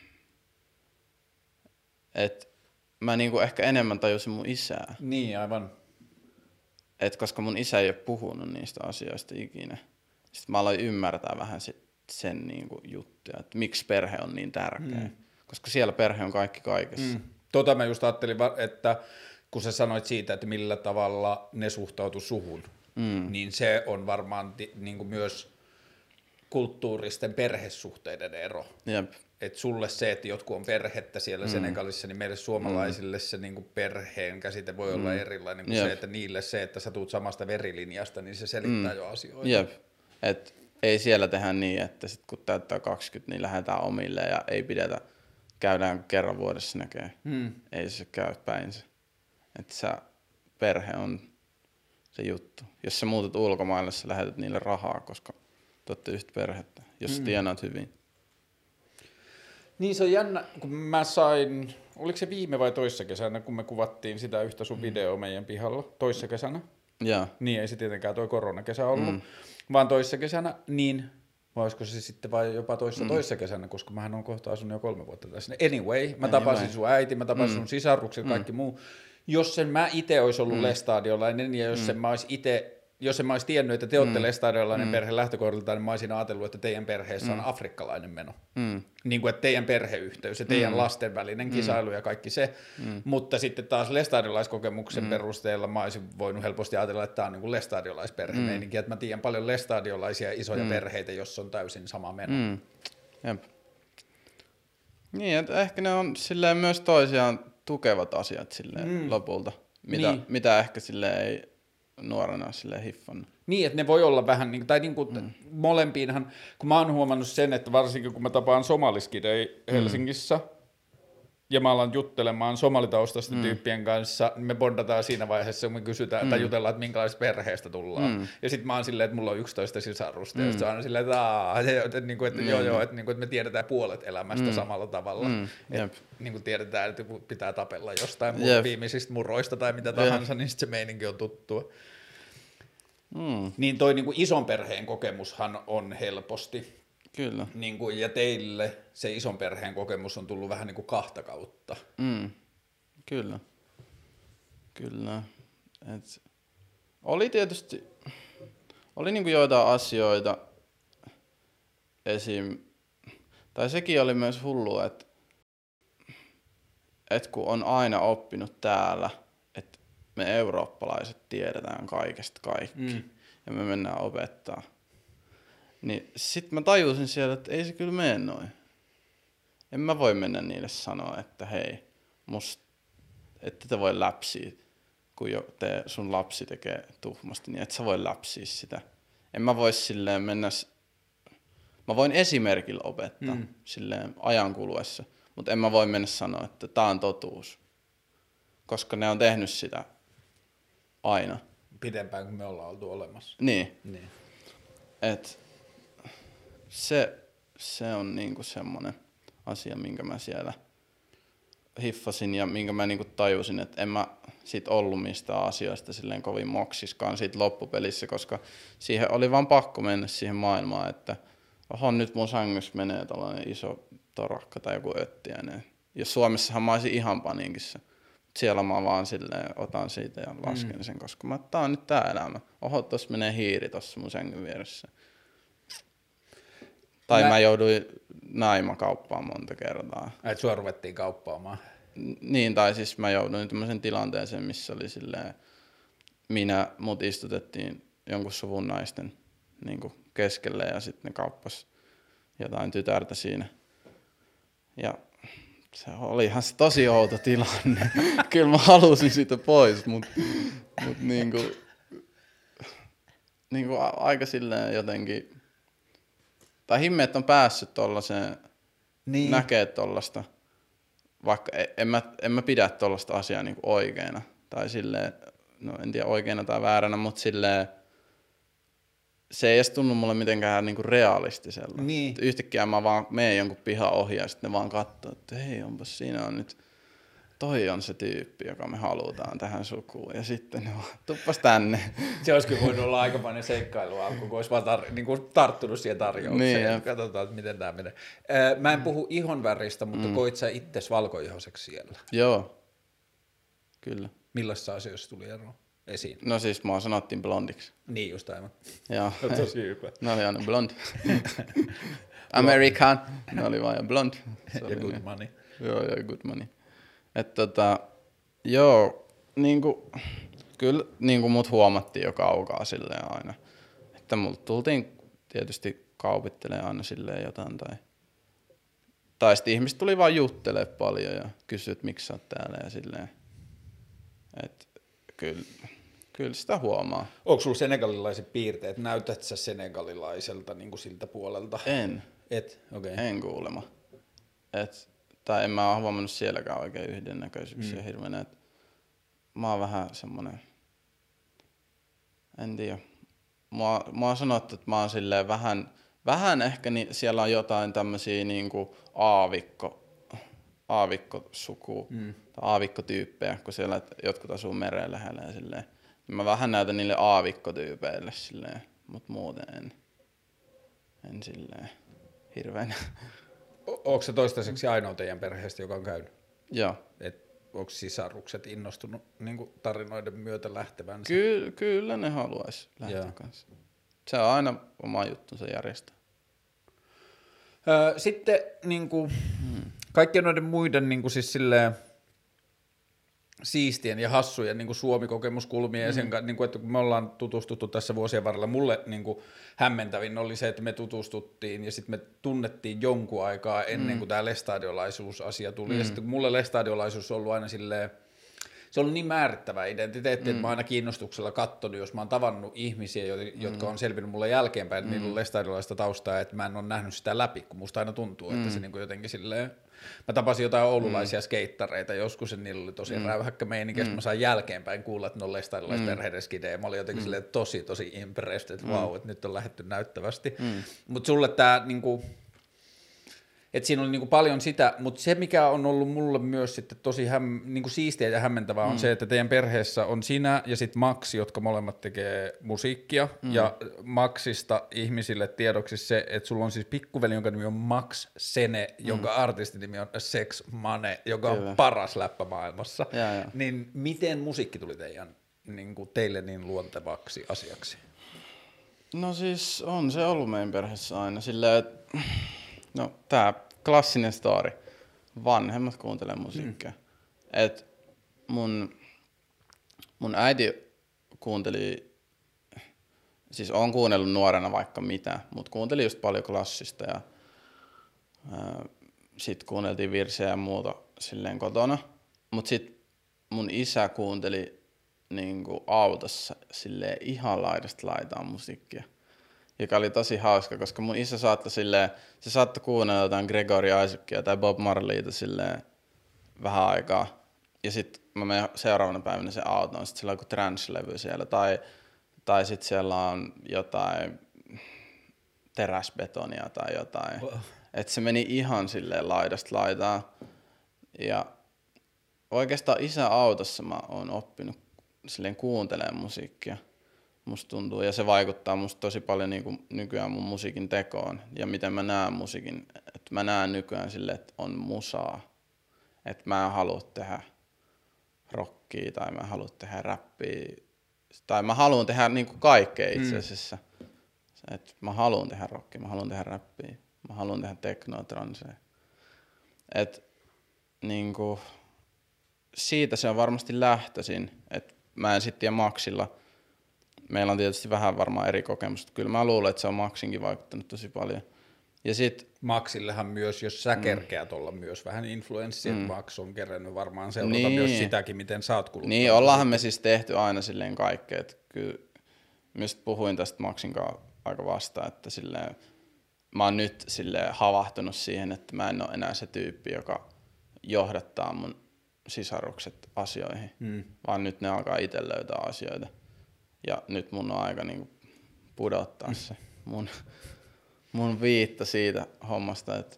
et mä niinku ehkä enemmän tajusin mun isää. Niin, aivan. Et koska mun isä ei ole puhunut niistä asioista ikinä. Sitten mä aloin ymmärtää vähän sit sen niinku juttuja, että miksi perhe on niin tärkeä. Mm. Koska siellä perhe on kaikki kaikessa. Mm. Tota mä just ajattelin, että kun sä sanoit siitä, että millä tavalla ne suhtautu suhun, mm. niin se on varmaan niin kuin myös kulttuuristen perhesuhteiden ero. Jep. Et sulle se, että jotkut on perhettä siellä mm. Senegalissa, niin meille suomalaisille mm. se niin kuin perheen käsite voi olla mm. erilainen kuin Jep. se, että niille se, että sä tuut samasta verilinjasta, niin se selittää mm. jo asioita. Jep. Et ei siellä tehdä niin, että sit kun täyttää kaksikymmentä, niin lähdetään omille ja ei pidetä, käydään kerran vuodessa näkee. Mm. Ei se käy päinsä. Että sä, perhe on se juttu. Jos sä muutat ulkomaille, sä lähetät niille rahaa, koska te ootte yhtä perhettä, jos mm. tienaat hyvin. Niin se on jännä, kun mä sain, oliko se viime vai toissa kesänä, kun me kuvattiin sitä yhtä sun videoa meidän pihalla, toissa kesänä? Joo. Niin ei se tietenkään toi koronakesä ollut, mm. vaan toissa kesänä, niin vai olisiko se sitten vai jopa toissa mm. toissa kesänä, koska mähän on kohta asunut jo kolme vuotta tässä. Anyway, mä tapasin anyway. sun äiti, mä tapasin mm. sun sisarrukset, kaikki mm. muu. Jos sen mä ite olisi ollut mm. lestadiolainen ja jos mm. sen mä olisi ite, jos en mä olisi tiennyt, että te olette mm. lestadiolainen mm. perhe lähtökohdiltaan, niin mä olisin ajatellut, että teidän perheessä mm. on afrikkalainen meno. Mm. Niin kuin, että teidän perheyhteys ja teidän mm. lasten välinen kisailu mm. ja kaikki se. Mm. Mutta sitten taas lestadiolaiskokemuksen mm. perusteella mä olisin voinut helposti ajatella, että tämä on niin kuin lestadiolaisperhemeininki, mm. että mä tiedän paljon lestadiolaisia isoja mm. perheitä, jossa on täysin sama meno. Mm. Jep. Niin, että ehkä ne on silleen myös toisiaan tukevat asiat silleen mm. lopulta, mitä, niin. mitä ehkä silleen ei nuorena silleen hiffannut. Niin, että ne voi olla vähän, niin, tai niin kuin mm. molempiinhan, kun mä oon huomannut sen, että varsinkin kun mä tapaan somaliskidei Helsingissä, mm. ja mä alan juttelemaan somalitaustaisten mm. tyyppien kanssa, niin me bondataan siinä vaiheessa, kun me kysytään mm. tai jutellaan, että minkälaisesta perheestä tullaan. Mm. Ja sitten mä oon silleen, että mulla on yksitoista sisarusta, mm. ja sitten aina silleen, että, aah, että, että, että, että mm. joo, joo, että, että me tiedetään puolet elämästä mm. samalla tavalla. Mm. Että niin kuin tiedetään, että kun pitää tapella jostain yep. viimeisistä muroista tai mitä tahansa, yep. niin sitten se meininki on tuttua. Mm. Niin toi niin kuin ison perheen kokemushan on helposti. Kyllä. Niin kuin, ja teille se ison perheen kokemus on tullut vähän niin kuin kahta kautta. Mm. Kyllä. Kyllä. Et oli tietysti, oli niin kuin joitain asioita esim. Tai sekin oli myös hullua, että et kun on aina oppinut täällä, että me eurooppalaiset tiedetään kaikesta kaikki mm. ja me mennään opettaa. Niin sit mä tajusin siellä, että ei se kyllä mene noin. En mä voi mennä niille sanoa, että hei, musta, ette te voi läpsiä, kun jo te, sun lapsi tekee tuhmasti, niin et sä voi läpsiä sitä. En mä voi silleen mennä, mä voin esimerkillä opettaa mm. silleen ajan kuluessa, mutta en mä voi mennä sanoa, että tää on totuus. Koska ne on tehnyt sitä aina. Pidempään kuin me ollaan oltu olemassa. Niin. niin. Et se, se on niinku semmonen asia, minkä mä siellä hiffasin ja minkä mä niinku tajusin, että en mä sit ollut mistään asioista silleen kovin moksiskaan siitä loppupelissä, koska siihen oli vaan pakko mennä siihen maailmaan, että oho, nyt mun sängyssä menee tällainen iso torakka tai joku öttiäinen. Ja Suomessahan mä olisin ihan paniikissa. Siellä mä vaan silleen otan siitä ja lasken mm. sen, koska mä, tää on nyt tää elämä. Oho, tossa menee hiiri tossa mun sängyn vieressä. Tai mä, mä jouduin naimakauppaan monta kertaa. Et sua ruvettiin kauppaamaan? N- niin, tai siis mä jouduin tämmöisen tilanteeseen, missä oli silleen, minä, mut istutettiin jonkun suvun naisten niin kuin keskelle ja sitten ne kauppas jotain tytärtä siinä. Ja se oli ihan se tosi outo tilanne. Kyllä mä halusin siitä pois, mutta mut niinku, niinku aika silleen jotenkin, tai himmeet on päässyt tollaseen, niin. näkee tollasta, vaikka en mä, en mä pidä tollasta asiaa niinku oikeena. Tai silleen, no en tiedä oikeena tai vääränä, mutta silleen, se ei edes tunnu mulle mitenkään niinku realistiselta. Niin. Yhtäkkiä mä vaan menen jonkun pihan ohi ja sitten ne vaan katsoo, että hei, onpas siinä on nyt, toi on se tyyppi, joka me halutaan tähän sukuun. Ja sitten ne vaan, tuppas tänne. Se olisi kyllä voinut olla aikamoinen seikkailu alku, kun olisi vaan tar- niin kuin tarttunut siihen tarjoukseen. Niin, katsotaan, että miten tämä menee. Öö, mä en puhu ihonväristä, mutta mm. koit sä itses valkoihoiseksi siellä? Joo, kyllä. Millaisissa asioissa tuli ero esiin? No siis mua sanottiin blondiksi. Niin just aivan. Joo. Tosi hyvä. Ne oli aina blond. American. Ne oli vaan jo blond. Ja good money. Joo, ja good money. Että tota, joo, niinku, kyllä niinku mut huomattiin jo kaukaa silleen aina. Että multa tultiin tietysti kaupittelemaan aina silleen jotain tai... Tai sitten ihmiset tuli vaan juttelemaan paljon ja kysyä, että miksi sä oot täällä ja silleen. Että kyllä, kyllä sitä huomaa. Onko sulla senegalilaiset piirteet? Näytät sä senegalilaiselta niin kuin siltä puolelta? En. Et? Okei. Okay. En kuulema. Et, tai en mä oo huomannut sielläkään oikein yhdennäköisyyksiä mm. hirveänä. Et mä oon vähän semmonen, en tiedä. Mua, mua on sanottu, että mä oon silleen vähän, vähän ehkä ni, siellä on jotain tämmösiä niinku aavikko, aavikkosukua mm. tai aavikkotyyppejä, kun siellä et, jotkut asuu mereen lähellä ja silleen. Mä vähän näytän niille aavikkotyypeille silleen, mut muuten en, en silleen hirveän. Onko se toistaiseksi ainoa teidän perheestä, joka on käynyt? Joo. Et onko sisarukset innostunut niin tarinoiden myötä lähtevänsä? Ky- kyllä ne haluaisi lähteä kanssa. Se on aina oma juttunsa järjestää. Öö, sitten niin kuin, hmm. kaikkien noiden muiden niin kuin siis silleen, siistien ja hassujen niin kuin Suomi-kokemuskulmia, mm. ja sen, niin kuin, että kun me ollaan tutustuttu tässä vuosien varrella, mulle niin kuin hämmentävin oli se, että me tutustuttiin ja sitten me tunnettiin jonkun aikaa ennen kuin mm. tämä lestadiolaisuus-asia tuli, mm. ja sitten kun mulle lestadiolaisuus on ollut aina silleen, se on niin määrittävä identiteetti, mm. että mä oon aina kiinnostuksella katsonut, jos mä oon tavannut ihmisiä, jotka on selvinnyt mulle jälkeenpäin, että mm. niillä on lestadiolaista taustaa, että mä en ole nähnyt sitä läpi, kun musta aina tuntuu, mm. että se niin kuin jotenkin silleen. Mä tapasin jotain oululaisia mm. skeittareita joskus, ja niillä oli tosi mm. räyhäkkä meininki, mm. mä sain jälkeenpäin kuulla, että ne on lestadiolaiset mm. perheiden skidejä. Mä olin jotenkin mm. silleen tosi, tosi impressed, että mm. vau, että nyt on lähdetty näyttävästi. Mm. Mutta sulle tää niinku, että siinä oli niinku paljon sitä, mutta se mikä on ollut mulle myös sitten tosi häm, niinku siistiä ja hämmentävää on mm. se, että teidän perheessä on sinä ja sitten Max, jotka molemmat tekee musiikkia, mm. ja Maxista ihmisille tiedoksi se, että sulla on siis pikkuveli, jonka nimi on Max Sene, mm. jonka artistinimi on Sex Mane, joka Kyllä. on paras läppä maailmassa. Ja, ja. Niin miten musiikki tuli teidän, niinku teille niin luontevaksi asiaksi? No siis on se ollut meidän perheessä aina silleen, että no tää klassinen story. Vanhemmat kuuntelee musiikkia. Mm. Et mun, mun äiti kuunteli, siis on kuunnellut nuorena vaikka mitä, mutta kuunteli just paljon klassista ja ää, sit kuunneltiin virsiä ja muuta silleen kotona. Mut sit mun isä kuunteli niinku autossa silleen ihan laidasta laitaan musiikkia. Joka oli tosi hauska, koska mun isä saattoi silleen, se saattoi kuunnella jotain Gregory Isaacia tai Bob Marleyta silleen vähän aikaa. Ja sit mä menen seuraavana päivänä se autoon, sit siellä on joku trance-levy siellä, tai, tai sit siellä on jotain teräsbetonia tai jotain. Wow. Et se meni ihan silleen laidasta laitaan. Ja oikeastaan isä autossa mä oon oppinut silleen kuuntelemaan musiikkia. Musta tuntuu, ja se vaikuttaa musta tosi paljon niin kuin nykyään mun musiikin tekoon ja miten mä näen musiikin. Et mä näen nykyään silleen, että on musaa. Että mä en halua tehdä rockia tai mä en halua tehdä räppiä. Tai mä haluan tehdä niin kuin kaikkea itse asiassa. Mm. Et mä haluan tehdä rockia, mä haluan tehdä räppiä, mä haluan tehdä teknoa, transea. Et niin kuin, siitä se on varmasti lähtöisin. Et mä en sit tiedä Maxilla. Meillä on tietysti vähän varmaan eri kokemusta. Kyllä mä luulen, että se on Maxinkin vaikuttanut tosi paljon. Ja sit Maxillehan myös, jos sä mm. kerkeät olla myös vähän influenssia, mm. että Max on kerännyt varmaan seurata niin. myös sitäkin, miten sä oot kuluttanut. Niin, ollaanhan me siis tehty aina silleen kaikkea. Että kyllä, mistä puhuin tästä Maxin kanssa aika vasta, että silleen, mä oon nyt silleen havahtunut siihen, että mä en ole enää se tyyppi, joka johdattaa mun sisarukset asioihin, mm. vaan nyt ne alkaa itse löytää asioita. Ja nyt mun on aika niinku pudottaa se mun, mun viitta siitä hommasta, että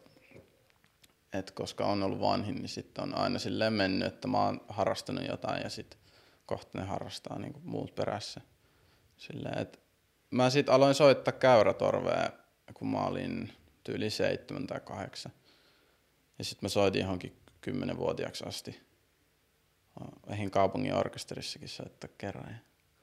et koska on ollut vanhin, niin sitten on aina silleen mennyt, että mä oon harrastanut jotain ja sitten kohta ne harrastaa niinku muut perässä. Silleen, et mä sit aloin soittaa käyrätorvea, kun mä olin tyyli seitsemän tai kahdeksan. Ja sitten mä soitin johonkin kymmenvuotiaaksi asti. Ehin kaupungin orkesterissakin soittaa kerran.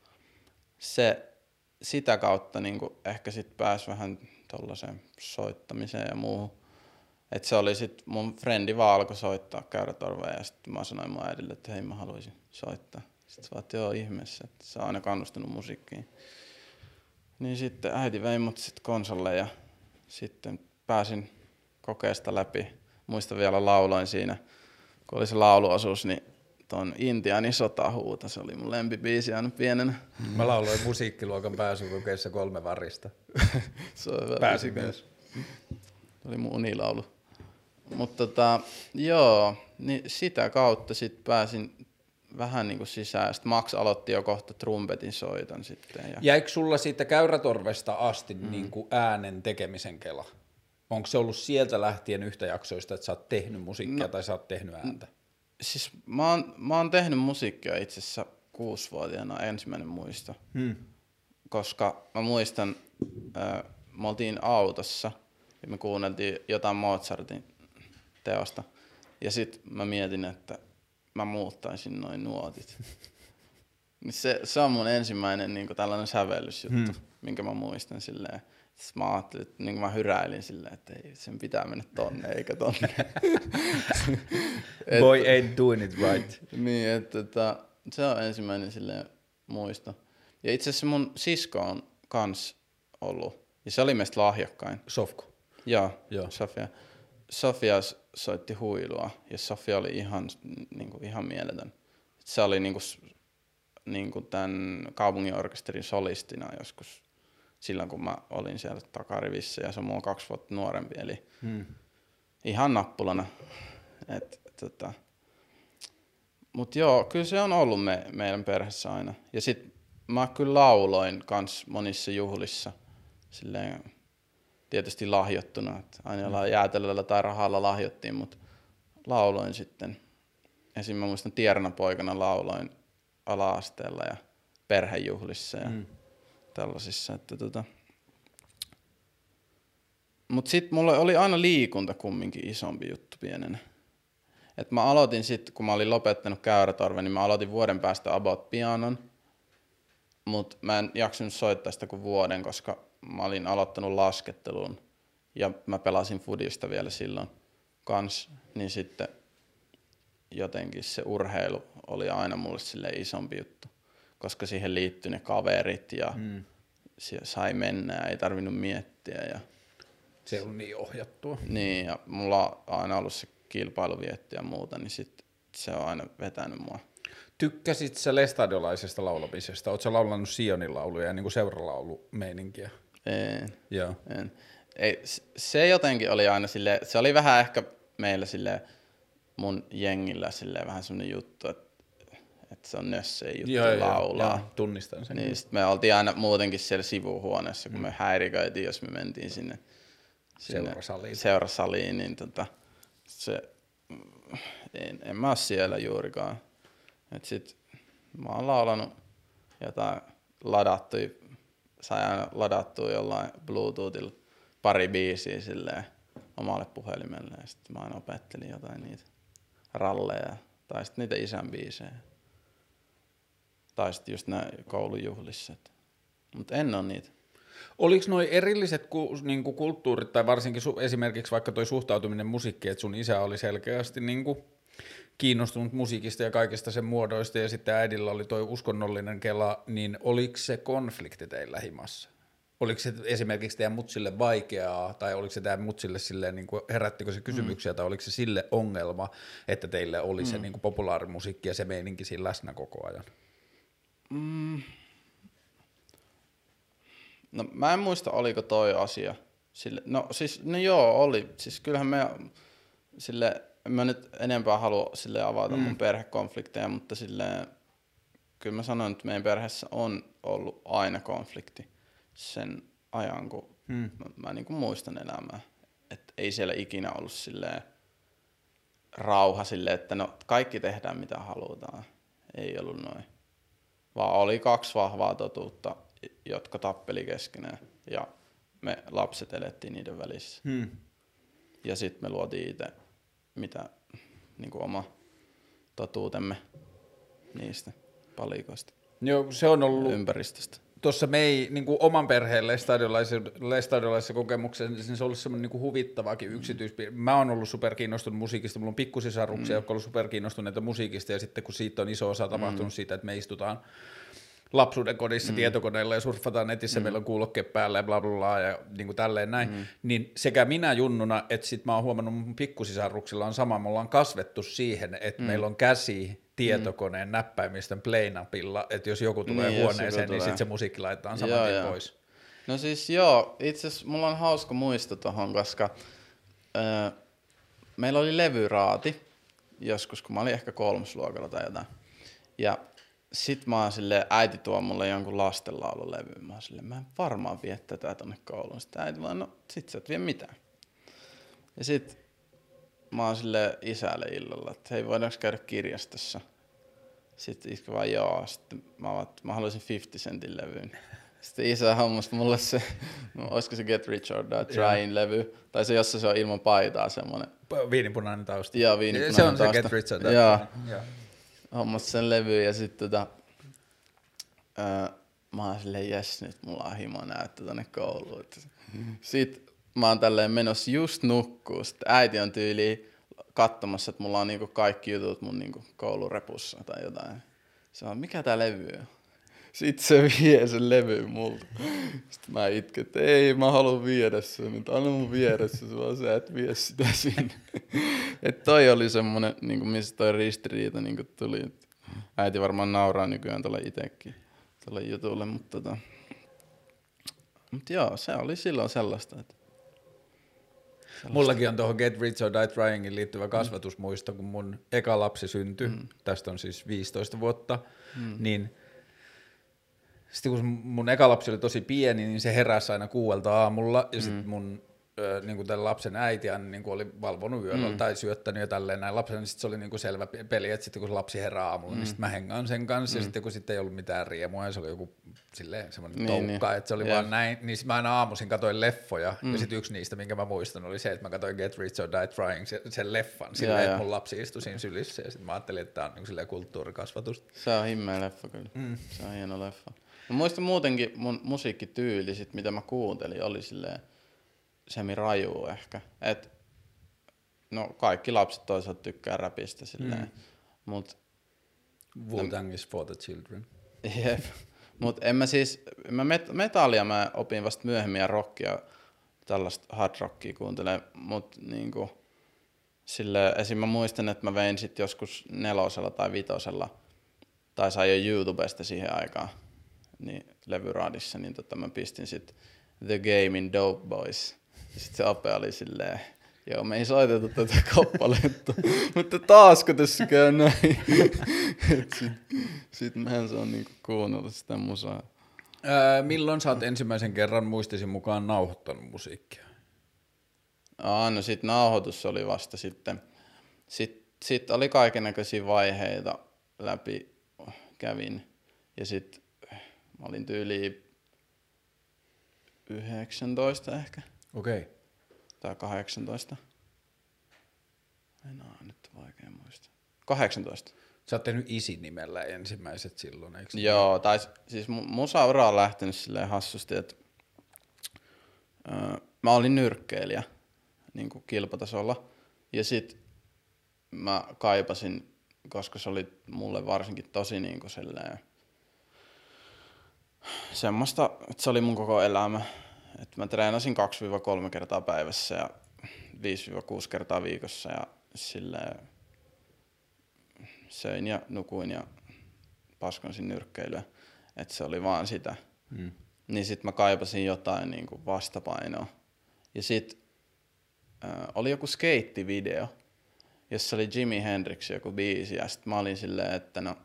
Se, sitä kautta niin kuin ehkä sit pääsi vähän tollaiseen soittamiseen ja muuhun. Et se oli sit, mun frendi vaan alkoi soittaa käyrätorvea ja sitten mä sanoin mun äidille, että hei mä haluaisin soittaa. Sitten se vaan, että joo ihmeessä, että se on aina kannustanut musiikkiin. Niin sitten äiti vei mut sit konsolle ja sitten pääsin kokeesta läpi. Muistan vielä lauloin siinä, kun oli se lauluosuus, niin ton Intianin sotahuuta, se oli mun lempibiisi aina pienenä. Mä lauloin musiikkiluokan pääsykokeissa kolme varista. Se on Pääsin myös. Se oli mun unilaulu. Mutta tota, joo, niin sitä kautta sit pääsin vähän niinku sisään. Sitten Max aloitti jo kohta trumpetin soiton sitten. Ja jäikö sulla siitä käyrätorvesta asti mm. niin kuin äänen tekemisen kela? Onko se ollut sieltä lähtien yhtäjaksoista, että sä oot tehnyt musiikkia no, tai sä oot tehnyt ääntä? Siis mä oon, mä oon tehnyt musiikkia itse asiassa kuusivuotiaana ensimmäinen muisto. Hmm. Koska mä muistan, äh, me oltiin autossa ja me kuunneltiin jotain Mozartin teosta. Ja sit mä mietin, että mä muuttaisin noin nuotit. se, se on mun ensimmäinen niin kuin tällainen sävellysjuttu, hmm. minkä mä muistan silleen. Sitten mä ajattelin, että niin mä hyräilin silleen, että ei, sen pitää mennä tonne eikä tonne. Boy ain't doing it right. Niin, että, että se on ensimmäinen silleen muisto. Ja itse asiassa mun sisko on kans ollut, ja se oli meistä lahjakkain. Sofku. Joo, Joo. Sofia. Sofia soitti huilua, ja Sofia oli ihan, niin kuin, ihan mieletön. Se oli niin kuin, niin kuin tämän kaupunginorkesterin solistina joskus silloin, kun mä olin siellä takarivissä, ja se on mua kaksi vuotta nuorempi, eli hmm. ihan nappulana. Et, tota. Mut joo, kyllä se on ollut me, meidän perheessä aina. Ja sit mä kyllä lauloin kans monissa juhlissa, silleen tietysti lahjottuna, että aina jollain jäätelöllä tai rahalla lahjottiin, mutta lauloin sitten. Esim. Mä muistan Tierna poikana lauloin ala-asteella ja perhejuhlissa ja mm. tällaisissa. Että tota. Mut sit mulla oli aina liikunta kumminkin isompi juttu pienenä. Et mä aloitin sit, kun mä olin lopettanut Käyrätorven, niin mä aloitin vuoden päästä about pianon. Mut mä en jaksanut soittaa sitä kuin vuoden, koska mä olin aloittanut lasketteluun ja mä pelasin fudista vielä silloin kans, niin sitten jotenkin se urheilu oli aina mulle silleen isompi juttu, koska siihen liittyi ne kaverit ja mm. sai mennä ja ei tarvinnut miettiä. Ja se on niin ohjattua. Niin, ja mulla on aina ollut se kilpailuvietti ja muuta, niin sit se on aina vetänyt mua. Tykkäsit sä lestadiolaisesta laulamisesta? Ootko sä laulannut Sionin lauluja ja niin seuralaulumeininkiä? En. Joo. En. Ei, se jotenkin oli aina silleen, se oli vähän ehkä meillä silleen, mun jengillä silleen vähän semmonen juttu, että, että se on nösseen juttu joo, laulaa. Joo, tunnistan sen. Niin sit me oltiin aina muutenkin siellä sivuhuoneessa, kun mm. me häiriköitiin, jos me mentiin sinne, sinne seurasaliin. seurasaliin, niin tota, se, en, en mä oo siellä juurikaan. Et sit mä oon laulanut jotain ladattua, sai aina ladattua jollain Bluetoothilla pari biisiä silleen omalle puhelimelle ja sit mä aina opettelin jotain niitä ralleja tai sit niitä isän biisejä. Tai sit just nää koulujuhlissa. Mut en oo niitä. Oliko noi erilliset ku, niinku kulttuurit tai varsinkin su, esimerkiksi vaikka toi suhtautuminen musiikkiin, että sun isä oli selkeästi niinku kiinnostunut musiikista ja kaikista sen muodoista ja sitten äidillä oli toi uskonnollinen kela, niin oliko se konflikti teillä himassa? Oliko se esimerkiksi teidän mutsille vaikeaa tai oliko se teidän mutsille silleen, niin kuin, herättikö se kysymyksiä mm. tai oliko se sille ongelma, että teille oli mm. se niin kuin populaarimusiikki ja se meininki siinä läsnä koko ajan? Mm. No mä en muista, oliko toi asia. Sille, no siis, no joo, oli. Siis kyllähän me sille, en mä nyt enempää halua sille avata mm. mun perhekonflikteja, mutta silleen, kyllä mä sanoin, että meidän perheessä on ollut aina konflikti sen ajan, kun mm. mä, mä niin kuin muistan elämää. Että ei siellä ikinä ollut silleen rauha silleen, että no kaikki tehdään mitä halutaan. Ei ollut noin. Vaan oli kaksi vahvaa totuutta, jotka tappeli keskenään ja me lapset elettiin niiden välissä. Hmm. Ja sitten me luotiin itse mitä niin kuin oma totuutemme niistä palikoista. Joo, se on ollut ympäristöstä. Tuossa me ei niin kuin oman perheen lestadiolaisessa kokemuksessa, niin se on ollut semmoinen niin kuin huvittavaakin yksityispiirre. Mä oon ollut superkiinnostunut musiikista, mulla on pikkusisaruksia, mm. jotka on ollut superkiinnostuneita musiikista, ja sitten kun siitä on iso osa tapahtunut mm. siitä, että me istutaan lapsuuden kodissa mm. tietokoneella ja surffataan netissä, mm. meillä on kuulokkeet päällä ja bla bla bla ja niin kuin tälleen näin, mm. niin sekä minä junnuna, että sit mä oon huomannut mun pikkusisaruksilla on sama, me ollaan kasvettu siihen, että mm. meillä on käsi tietokoneen mm. näppäimistön play-napilla, että jos joku tulee niin, huoneeseen, niin sitten se musiikki laitetaan saman joo, tien joo. pois. No siis joo, itse asiassa mulla on hauska muisto tohon, koska öö, meillä oli levyraati joskus, kun mä olin ehkä kolmosluokalla tai jotain. Ja sit mä oon silleen, äiti tuo mulle jonkun lastenlaululevy. Mä oon silleen, mä en varmaan vie tätä tonne kouluun. Sitten äiti vaan, no sit sä et vie mitään. Ja sit mä oon silleen isälle illalla, että hei, voidaanko käydä kirjastossa? Sitten iskä vaan joo. Sitten mä, vaan, mä haluaisin fifty Centin levyyn. Sitten isä hommasi mulle se, no, olisiko se Get Rich or Die Trying-levy. Tai se, jossa se on ilman paitaa semmonen. Viininpunainen tausta. Joo, viininpunainen se on tausta. Se Get Rich or Die. Joo. Hommasi sen levyyn ja sitten tota, ää, mä oon silleen, jes, nyt mulla on himo näyttö tonne kouluun. Sitten mä oon tälleen menossa just nukkuu. Sitten äiti on tyyliin katsomassa, että mulla on niinku kaikki jutut mun niinku koulurepussa tai jotain. Se on, mikä tää levy on? Sitten se vie sen levy multa. Sitten mä itken, että ei, mä haluan viedä sen, mutta anna mun viedä se, vaan sä et vie sitä sinne. Että toi oli semmonen, niinku, missä toi ristiriita niinku tuli. Äiti varmaan nauraa nykyään tuolle itekin, tuolle jutulle, mutta tota. Mut joo, se oli silloin sellaista, että sellaista. Mullakin on tuohon Get Rich or Die Tryingin liittyvä kasvatusmuisto, kun mun eka lapsi syntyi, mm. tästä on siis viisitoista vuotta, mm. niin sitten kun mun eka lapsi oli tosi pieni, niin se heräsi aina kuuelta aamulla, ja sitten mm. mun ö, niin tämän lapsen äiti niin oli valvonut yöllä mm. tai syöttänyt ja tälleen näin lapsen, niin sitten se oli niin selvä peli, että sitten kun se lapsi herää aamulla, mm. niin sitten mä hengaan sen kanssa, mm. ja sitten kun sitten ei ollut mitään riemua, ja se oli joku silleen semmoinen niin, toukka, niin. Että se oli yeah. vaan näin, niin mä aina aamuisin katsoin leffoja, mm. ja sitten yksi niistä, minkä mä muistan, oli se, että mä katsoin Get Rich or Die Trying, sen, sen leffan, silleen, yeah, että mun lapsi istui siinä sylissä, ja sitten mä ajattelin, että tää on niin silleen kulttuurikasvatus. Se on himmeä leffa kyllä, mm. se on hieno leffa. Mä muistan muutenkin mun musiikkityyli, sit, mitä mä kuuntelin, oli silleen semi-rajuu ehkä. Et, no kaikki lapset toisaalta tykkää räpistä silleen, mm. mut Wu-Tang is for the children. Jep. Mut en mä siis, mä met- metallia mä opin vasta myöhemmin ja rockia, tällaista hard rockia kuuntelen, mut niinku silleen, esim. Mä muistan, että mä vein sit joskus nelosella tai vitosella, tai sain jo YouTubesta siihen aikaan, niin levyraadissa, niin tota mä pistin sit The Game in Dope Boys. Ja sit se Ape oli silleen, joo me ei soitettu tätä kappaletta, mutta taasko tässä käy näin. sit, sit mehän se on niinku kuunnellut sitä musaa. Öö, milloin sä oot ensimmäisen kerran muistisi mukaan nauhoittanut musiikkia? Aa, no sit nauhoitus oli vasta sitten. Sit, sit oli kaikennäköisiä vaiheita läpi kävin. Ja sit mä olin tyyliin yhdeksäntoista ehkä. Okei. Okay. Tai kahdeksantoista. Enää nyt vaikea muistaa. kahdeksantoista. Sä oot tehnyt Isi-nimellä ensimmäiset silloin, eikö? Joo, tai siis musaura on lähtenyt silleen hassusti, että öö, mä olin nyrkkeilijä niin kuin kilpatasolla. Ja sit mä kaipasin, koska se oli mulle varsinkin tosi niin kuin silleen semmoista, että se oli mun koko elämä. Että mä treenasin kaksi kolme kertaa päivässä ja viisi kuusi kertaa viikossa ja silleen söin ja nukuin ja paskonsin nyrkkeilyä. Että se oli vaan sitä. Mm. Niin sit mä kaipasin jotain niin kuin vastapainoa. Ja sit äh, oli joku skeittivideo, jossa oli Jimi Hendrix joku biisi ja sit mä olin silleen, että no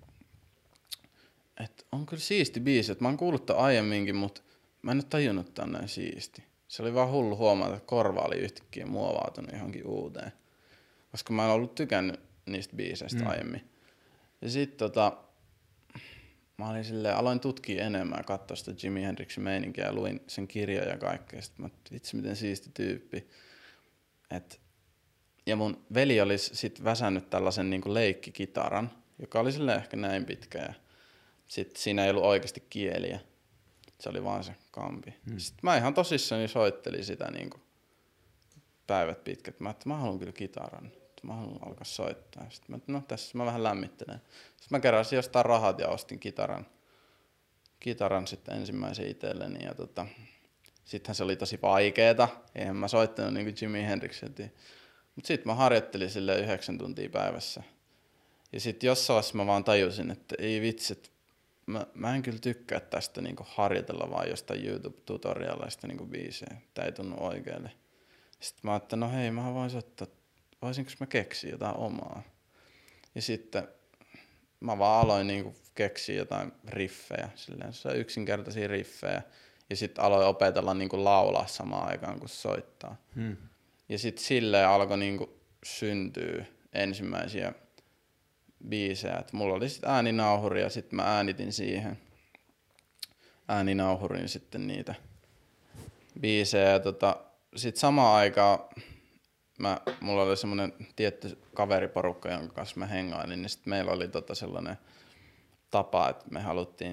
että on kyllä siisti biisi, että mä oon kuullut tämän aiemminkin, mutta mä en nyt tajunnut, että on näin siisti. Se oli vaan hullu huomata, että korva oli yhtäkkiä muovautunut johonkin uuteen. Koska mä en ollut tykännyt niistä biiseistä mm. aiemmin. Ja sit tota, mä olin silleen, aloin tutkia enemmän ja katsoa sitä Jimi Hendrixin meininkiä ja luin sen kirjan ja kaikkea. Sitten mä, vitsi miten siisti tyyppi. Et, ja mun veli oli sit väsännyt tällaisen niinku leikkikitaran, joka oli silleen ehkä näin pitkä ja sit siinä ei ollut oikeasti kieliä. Se oli vaan se kampi. Hmm. Sitten mä ihan tosissani soittelin sitä niinku päivät pitkät. Mä että mä haluan kyllä kitaran. Mä haluan alkaa soittaa. Sitten mä no tässä mä vähän lämmittelen. Sitten mä keräsin jostain rahat ja ostin kitaran. Kitaran sitten ensimmäisen itselleni. Ja tota, sittenhän se oli tosi vaikeeta. Eihän mä soittanut niinku Jimi Hendrixiltä. Mut sit mä harjoittelin silleen yhdeksän tuntia päivässä. Ja sit jossain vaiheessa mä vaan tajusin, että ei vitsi, että Mä, mä en kyllä tykkää tästä niinku harjoitella vaan jostain YouTube-tutorialaista niinku biisejä. Tää ei tunnu oikealle. Sitten mä ajattelin, no hei, mä voin soittaa, voisinko mä keksiä jotain omaa. Ja sitten mä vaan aloin niinku keksiä jotain riffejä, silleen yksinkertaisia riffejä. Ja sitten aloin opetella niinku laulaa samaan aikaan kuin soittaa. Hmm. Ja sitten silleen alkoi niinku syntyä ensimmäisiä biisejä. Et mulla oli sit ääninauhuri ja sit mä äänitin siihen ääninauhurin sitten niitä biisejä. Ja tota, sit samaan aikaan mä, mulla oli semmonen tietty kaveriporukka, jonka kanssa mä hengailin, niin sit meillä oli tota sellainen tapa, että me haluttiin niinku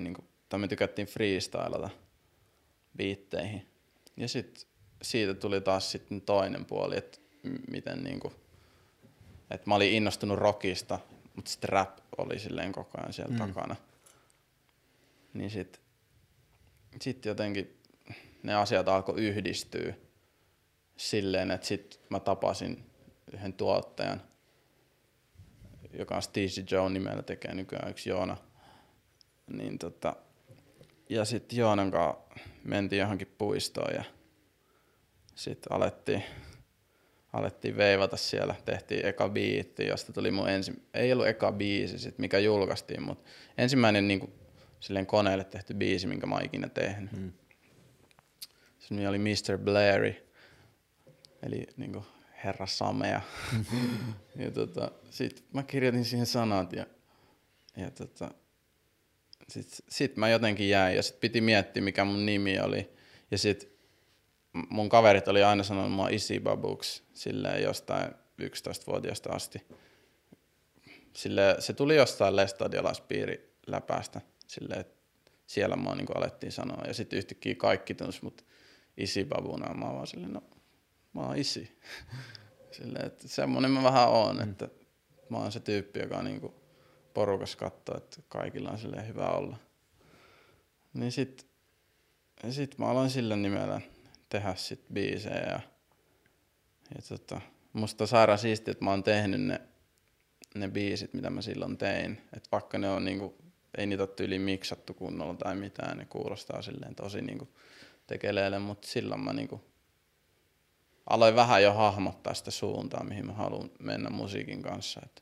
tai me tykättiin freestylata biitteihin. Ja sit siitä tuli taas sitten toinen puoli, että miten niinku, että mä olin innostunut rockista, mutta sitten rap oli silleen koko ajan siellä mm. takana. Niin sit, sit jotenkin ne asiat alkoi yhdistyä silleen, että sit mä tapasin yhden tuottajan, joka on Steezy Joe nimellä, tekee nykyään yksi Joona. Niin tota, ja sit Joonan kanssa mentiin johonkin puistoon ja sit alettiin, alettiin veivata siellä. Tehtiin eka biitti, josta tuli mun ensi... Ei ollut eka biisi, sit, mikä julkaistiin, mutta ensimmäinen niinku, silleen koneelle tehty biisi, minkä mä oon ikinä tehnyt. Hmm. Se nimi oli mister Blairy, eli niinku herra Samea. ja tota, sit mä kirjoitin siihen sanat ja, ja tota, sit, sit mä jotenkin jäin ja sit piti miettiä mikä mun nimi oli. Ja sit mun kaverit oli aina sanonut mua Isi Babuks silleen jostain yksitoistavuotiaasta asti. Silleen, se tuli jostain lestadiolaispiiriläpäästä silleen, että siellä mua niinku alettiin sanoa. Ja sit yhtäkkiä kaikki tunsi mut Isi Babuna. Mä vaan silleen, no mä oon Isi. Silleen, että semmonen mä vähän oon, mm. että mä oon se tyyppi, joka niinku porukas katsoo, että kaikilla on silleen hyvä olla. Niin sit, sit mä aloin sillä nimellä tehdä sit biisejä ja, ja tota, musta on sairaan siistiä, että mä oon tehnyt ne, ne biisit, mitä mä silloin tein. Et vaikka ne on niinku, ei niitä ole tyyliin miksattu kunnolla tai mitään, ne kuulostaa silleen tosi niinku tekeleille, mutta silloin mä niinku aloin vähän jo hahmottaa sitä suuntaa, mihin mä haluan mennä musiikin kanssa. Et,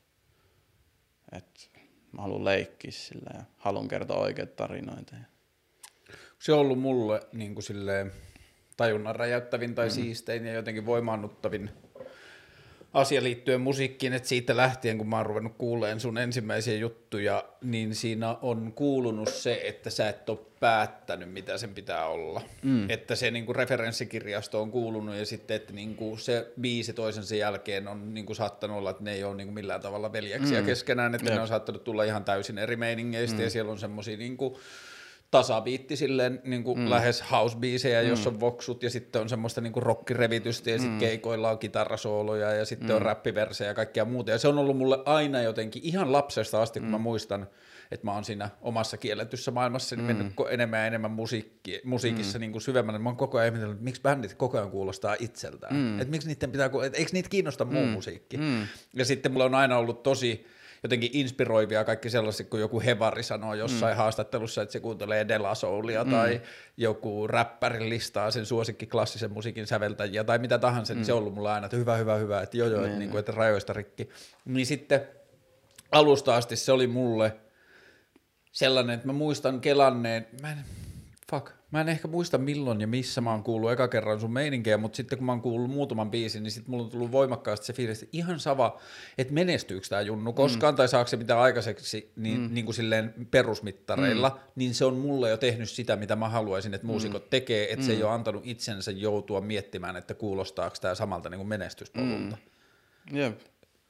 et mä haluan leikkiä sillä ja haluan kertoa oikeita tarinoita. Se on ollut mulle niin kuin silleen tajunnan räjäyttävin tai mm. siistein ja jotenkin voimaannuttavin asia liittyen musiikkiin, että siitä lähtien, kun mä oon ruvennut kuuleen sun ensimmäisiä juttuja, niin siinä on kuulunut se, että sä et ole päättänyt, mitä sen pitää olla. Mm. Että se niin kuin referenssikirjasto on kuulunut ja sitten, että niin kuin se biisi toisensa jälkeen on niin kuin saattanut olla, että ne ei ole niin kuin millään tavalla veljeksiä mm. keskenään, että Jep. ne on saattanut tulla ihan täysin eri meiningeistä mm. ja siellä on semmosia niin kuin tasabiitti silleen niin kuin mm. lähes house-biisejä, mm. jossa on voksut ja sitten on semmoista niin kuin rockirevitystä ja sitten mm. keikoilla on kitarasooloja ja sitten mm. on räppiversejä ja kaikkea muuta. Ja se on ollut mulle aina jotenkin ihan lapsesta asti, kun mm. mä muistan, että mä oon siinä omassa kielletyssä maailmassa mm. mennyt enemmän ja enemmän musiikki, musiikissa mm. niin kuin syvemmälle. Mä oon koko ajan ihmetellyt, että miksi bändit koko ajan kuulostaa itseltään. Mm. Että miksi niiden pitää, että eikö niitä kiinnosta muu mm. musiikki. Mm. Ja sitten mulla on aina ollut tosi jotenkin inspiroivia kaikki sellaiset, kun joku hevari sanoo jossain mm. haastattelussa, että se kuuntelee De La Soulia mm. tai joku räppäri listaa sen suosikki klassisen musiikin säveltäjiä tai mitä tahansa, mm. niin se on ollut mulla aina, että hyvä, hyvä, hyvä, että joo, joo, että, niin kuin, että rajoista rikki. Niin sitten alusta asti se oli mulle sellainen, että mä muistan kelanneen, mä en, fuck, mä en ehkä muista milloin ja missä mä oon kuullut eka kerran sun meininkejä, mutta sitten kun mä oon kuullut muutaman biisin, niin sitten mulla on tullut voimakkaasti se fiilis, että ihan sama, että menestyykö tää Junnu koskaan mm. tai saako se mitään aikaiseksi niin, mm. niin kuin silleen perusmittareilla, mm. niin se on mulle jo tehnyt sitä, mitä mä haluaisin, että muusikot mm. tekee, että mm. se ei ole antanut itsensä joutua miettimään, että kuulostaako tää samalta niin kuin menestyspolulta. Mm. Jep.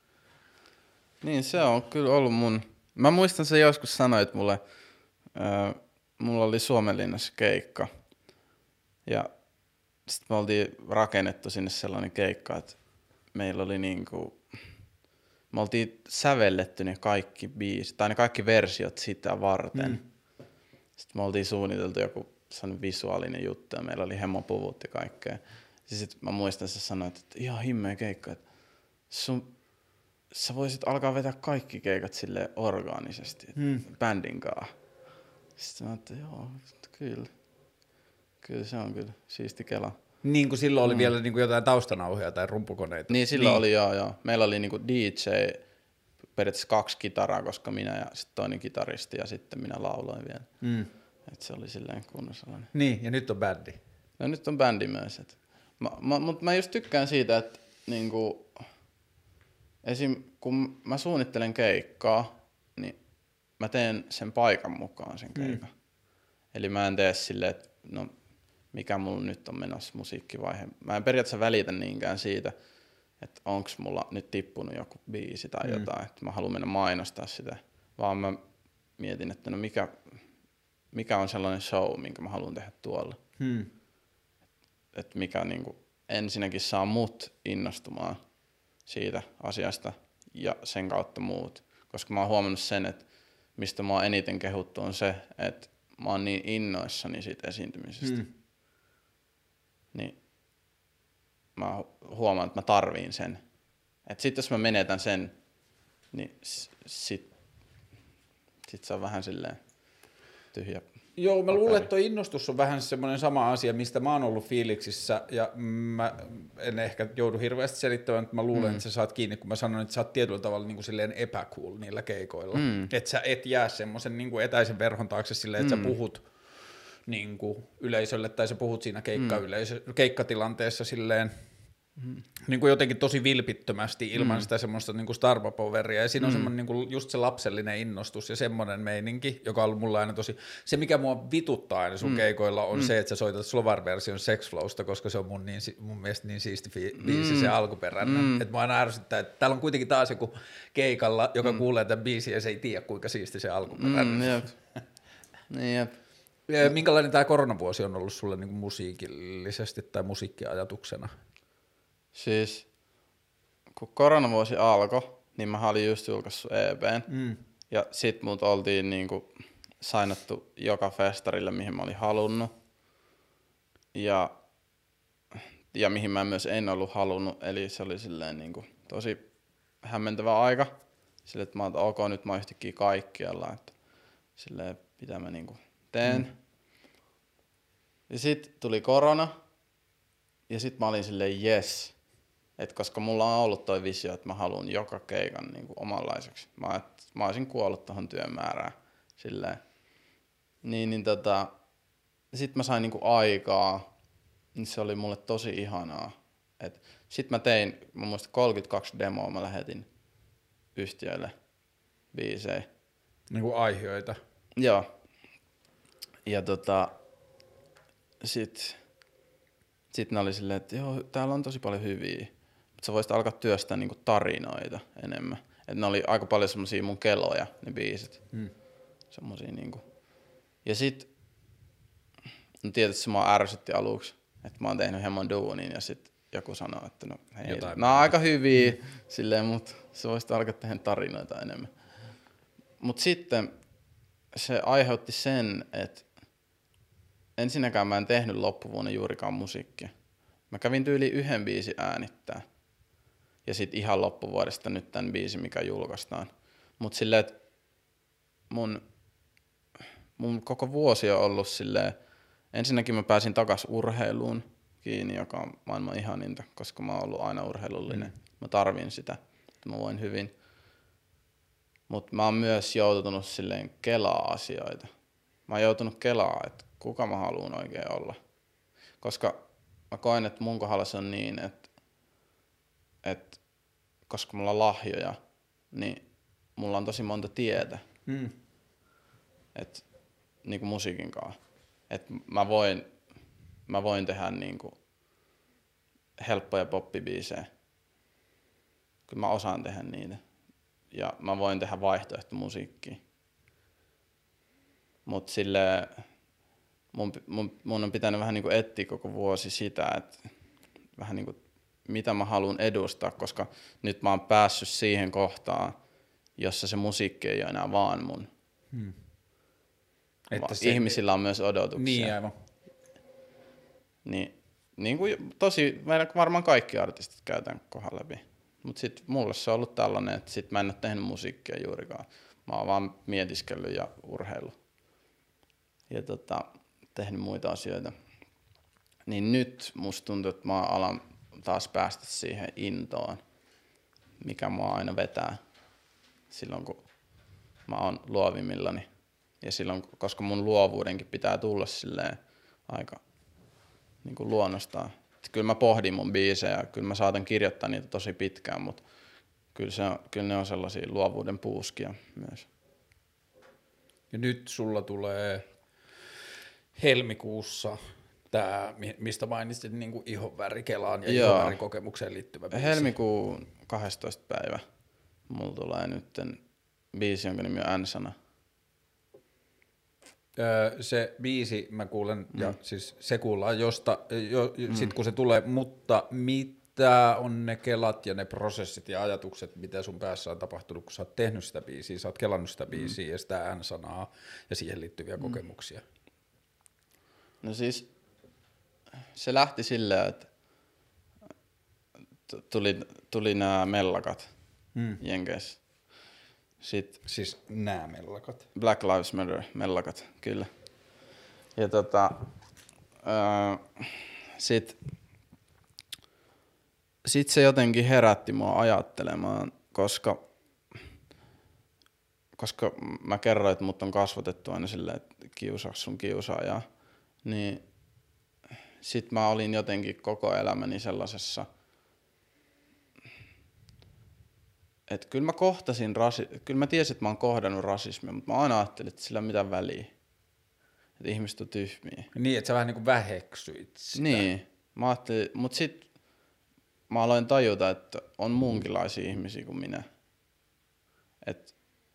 Niin se on kyllä ollut mun, mä muistan se joskus sanoit mulle, äh, mulla oli Suomenlinnassa keikka ja sitten me oltiin rakennettu sinne sellainen keikka, että meillä oli niinku, me oltiin sävelletty ne kaikki biisit, tai ne kaikki versiot sitä varten. Mm. Sitten me oltiin suunniteltu joku sellainen visuaalinen juttu ja meillä oli hemopuvut ja kaikkea. Sitten mä muistan, että sä sanoit, että ihan himmeä keikka, että sun, sä voisit alkaa vetää kaikki keikat silleen orgaanisesti, mm. bändin kanssa. Sitten mä ajattelin, joo, kyllä. Kyllä se on kyllä siisti kela. Niin kuin silloin oli mm. vielä niin kuin jotain taustanauhoja tai rumpukoneita. Niin silloin niin. oli joo joo. Meillä oli niin kuin D J, periaatteessa kaksi kitaraa, koska minä ja sitten toinen kitaristi ja sitten minä lauloin vielä. Mm. Että se oli silleen kunnossa. Niin, ja nyt on bändi. No nyt on bändi myös. Mä, mä, mutta mä just tykkään siitä, että niin kuin, esim. Kun mä suunnittelen keikkaa, niin mä teen sen paikan mukaan sen keikan. Mm. Eli mä en tee silleen, että no mikä mulla nyt on menossa musiikkivaihe. Mä en periaatteessa välitä niinkään siitä, että onko mulla nyt tippunut joku biisi tai mm. jotain, että mä haluan mennä mainostaa sitä. Vaan mä mietin, että no mikä, mikä on sellainen show, minkä mä haluan tehdä tuolla. Hmm. Että mikä niinku ensinnäkin saa mut innostumaan siitä asiasta ja sen kautta muut. Koska mä oon huomannut sen, että mistä mä oon eniten kehuttu on se, että mä oon niin innoissani siitä esiintymisestä. Hmm. Niin mä huomaan, että mä tarviin sen. Että sit jos mä menetän sen, niin sit, sit se on vähän silleen tyhjä. Joo, mä luulen, että toi innostus on vähän semmoinen sama asia, mistä mä oon ollut fiiliksissä, ja mä en ehkä joudu hirveästi selittämään, että mä luulen, mm. että sä saat kiinni, kun mä sanoin, että sä oot tietyllä tavalla niin kuin silleen epäcool niillä keikoilla. Mm. Että sä et jää semmoisen niin kuin etäisen verhon taakse silleen, että mm. sä puhut niin kuin yleisölle, tai sä puhut siinä keikka-yleisö, keikkatilanteessa silleen, Mm. niin kuin jotenkin tosi vilpittömästi ilman mm. sitä semmoista niin kuin starvapoveria, ja siinä mm. on semmoinen niin kuin just se lapsellinen innostus ja semmoinen meininki, joka on ollut mulla aina tosi, se mikä mua vituttaa aina sun mm. keikoilla on mm. se, että sä soitat Slovar-version Sex Flowsta, koska se on mun, niin, mun mielestä niin siisti biisi mm. se alkuperäinen, mm. että mua aina ärsyttää, että täällä on kuitenkin taas joku keikalla, joka mm. kuulee tämän biisin ja se ei tiedä kuinka siisti se alkuperäinen. Mm, jep. niin jep. Minkälainen tämä koronavuosi on ollut sulle niin kuin musiikillisesti tai musiikkiajatuksena? Siis, kun koronavuosi alkoi, niin mä olin just julkaissut E P:n. Mm. Ja sit mut oltiin niinku sainattu joka festarille, mihin mä olin halunnut. Ja, ja mihin mä myös en ollut halunnut. Eli se oli silleen niinku tosi hämmentävä aika. Silleen, että mä oon, ok, nyt mä oon yhtäkkiä kaikkialla. Että silleen, mitä mä niinku teen. Mm. Ja sit tuli korona. Ja sit mä olin silleen, yes. Et koska mulla on ollut toi visio, että mä haluan joka keikan niinku omanlaiseksi. Mä, et, mä olisin kuollut tohon työmäärään. Silleen. Niin, niin tota, sit mä sain niinku aikaa. Niin se oli mulle tosi ihanaa. Et sit mä tein, mä muistan kolmekymmentäkaksi demoa mä lähetin yhtiöille biisejä. Niinku aiheita. Joo. Ja tota, sit, sit ne oli silleen, että joo, täällä on tosi paljon hyviä. Mutta sä voisit alkaa työstää niinku tarinoita enemmän. Et ne oli aika paljon semmosia mun keloja, ne biisit. Mm. Semmosia niinku. Ja sit, no tietysti se mua ärsytti aluksi, että mä oon tehnyt hieman duunin ja sit joku sanoo, että no hei, nää on aika hyviä, mm. silleen, mut sä voisit alkaa tehdä tarinoita enemmän. Mut sitten se aiheutti sen, että ensinnäkään mä en tehnyt loppuvuonna juurikaan musiikkia. Mä kävin tyyli yhden biisin äänittää. Ja sit ihan loppuvuodesta nyt tän biisin, mikä julkaistaan. Mut silleen, että mun, mun koko vuosi on ollut silleen, ensinnäkin mä pääsin takas urheiluun kiinni, joka on maailman ihaninta, koska mä oon ollut aina urheilullinen. Mm. Mä tarvin sitä, että mä voin hyvin. Mut mä oon myös joutunut silleen kelaa asioita. Mä oon joutunut kelaa, että kuka mä haluun oikein olla. Koska mä koen, että mun kohdalla se on niin, että, että koska mulla on lahjoja, niin mulla on tosi monta tietä. Mm. Et, niin kuin musiikin kanssa. Että mä voin, mä voin tehdä niin kuin helppoja poppibiisejä. Kyllä mä osaan tehdä niitä. Ja mä voin tehdä vaihtoehtomusiikkia. Mut silleen mun, mun, mun on pitänyt vähän niinku etsiä koko vuosi sitä, että vähän niinku mitä mä haluan edustaa, koska nyt mä oon päässyt siihen kohtaan, jossa se musiikki ei ole enää vaan mun. Hmm. Että se, ihmisillä on myös odotuksia. Niin aivan. Niin, niin kuin tosi, varmaan kaikki artistit käytän kohan läpi. Mut sit mulle se on ollut tällainen, että sit mä en ole tehnyt musiikkia juurikaan. Mä oon vaan mietiskellyt ja urheillut. Ja tota, tehnyt muita asioita. Niin nyt musta tuntuu, että mä alan taas päästä siihen intoon, mikä mua aina vetää silloin, kun mä oon luovimmillani. Ja silloin, koska mun luovuudenkin pitää tulla silleen aika niin kuin luonnostaan. Et kyllä mä pohdin mun biisejä, kyllä mä saatan kirjoittaa niitä tosi pitkään, mutta kyllä, se on, kyllä ne on sellaisia luovuuden puuskia myös. Ja nyt sulla tulee helmikuussa tämä, mistä mainitsit, niin kuin ihonvärikelaan ja Joo. ihonvärikokemukseen liittyvä biisi. Helmikuun kahdestoista päivä mulla tulee nyt biisi, jonka nimi on N-sana. öö, se biisi mä kuulen, mm. ja siis se kuullaan josta, jo, Mm. sit kun se tulee, mutta mitä on ne kelat ja ne prosessit ja ajatukset, mitä sun päässä on tapahtunut, kun sä oot tehnyt sitä biisiä, sä oot kelannut sitä biisiä mm. ja sitä äänisanaa ja siihen liittyviä mm. kokemuksia? No siis se lähti silleen, että tuli, tuli nämä mellakat mm. Jenkeissä. Sitten siis nämä mellakat? Black Lives Matter mellakat, kyllä. Ja tota, öö, sit, sit se jotenkin herätti mua ajattelemaan, koska, koska mä kerroin, että mut on kasvatettu aina silleen, että kiusaa sun kiusaajaa. Niin sit mä olin jotenkin koko elämäni sellaisessa, että kyllä mä kohtasin rasi... kyllä mä tiesin, että mä oon kohdannut rasismia, mutta mä aina ajattelin, että sillä ei ole mitään väliä. Että ihmiset on tyhmiä. Niin, että sä vähän niin kuin väheksyit sitä. Niin, mä ajattelin, mutta sit mä aloin tajuta, että on muunkinlaisia ihmisiä kuin minä. Et,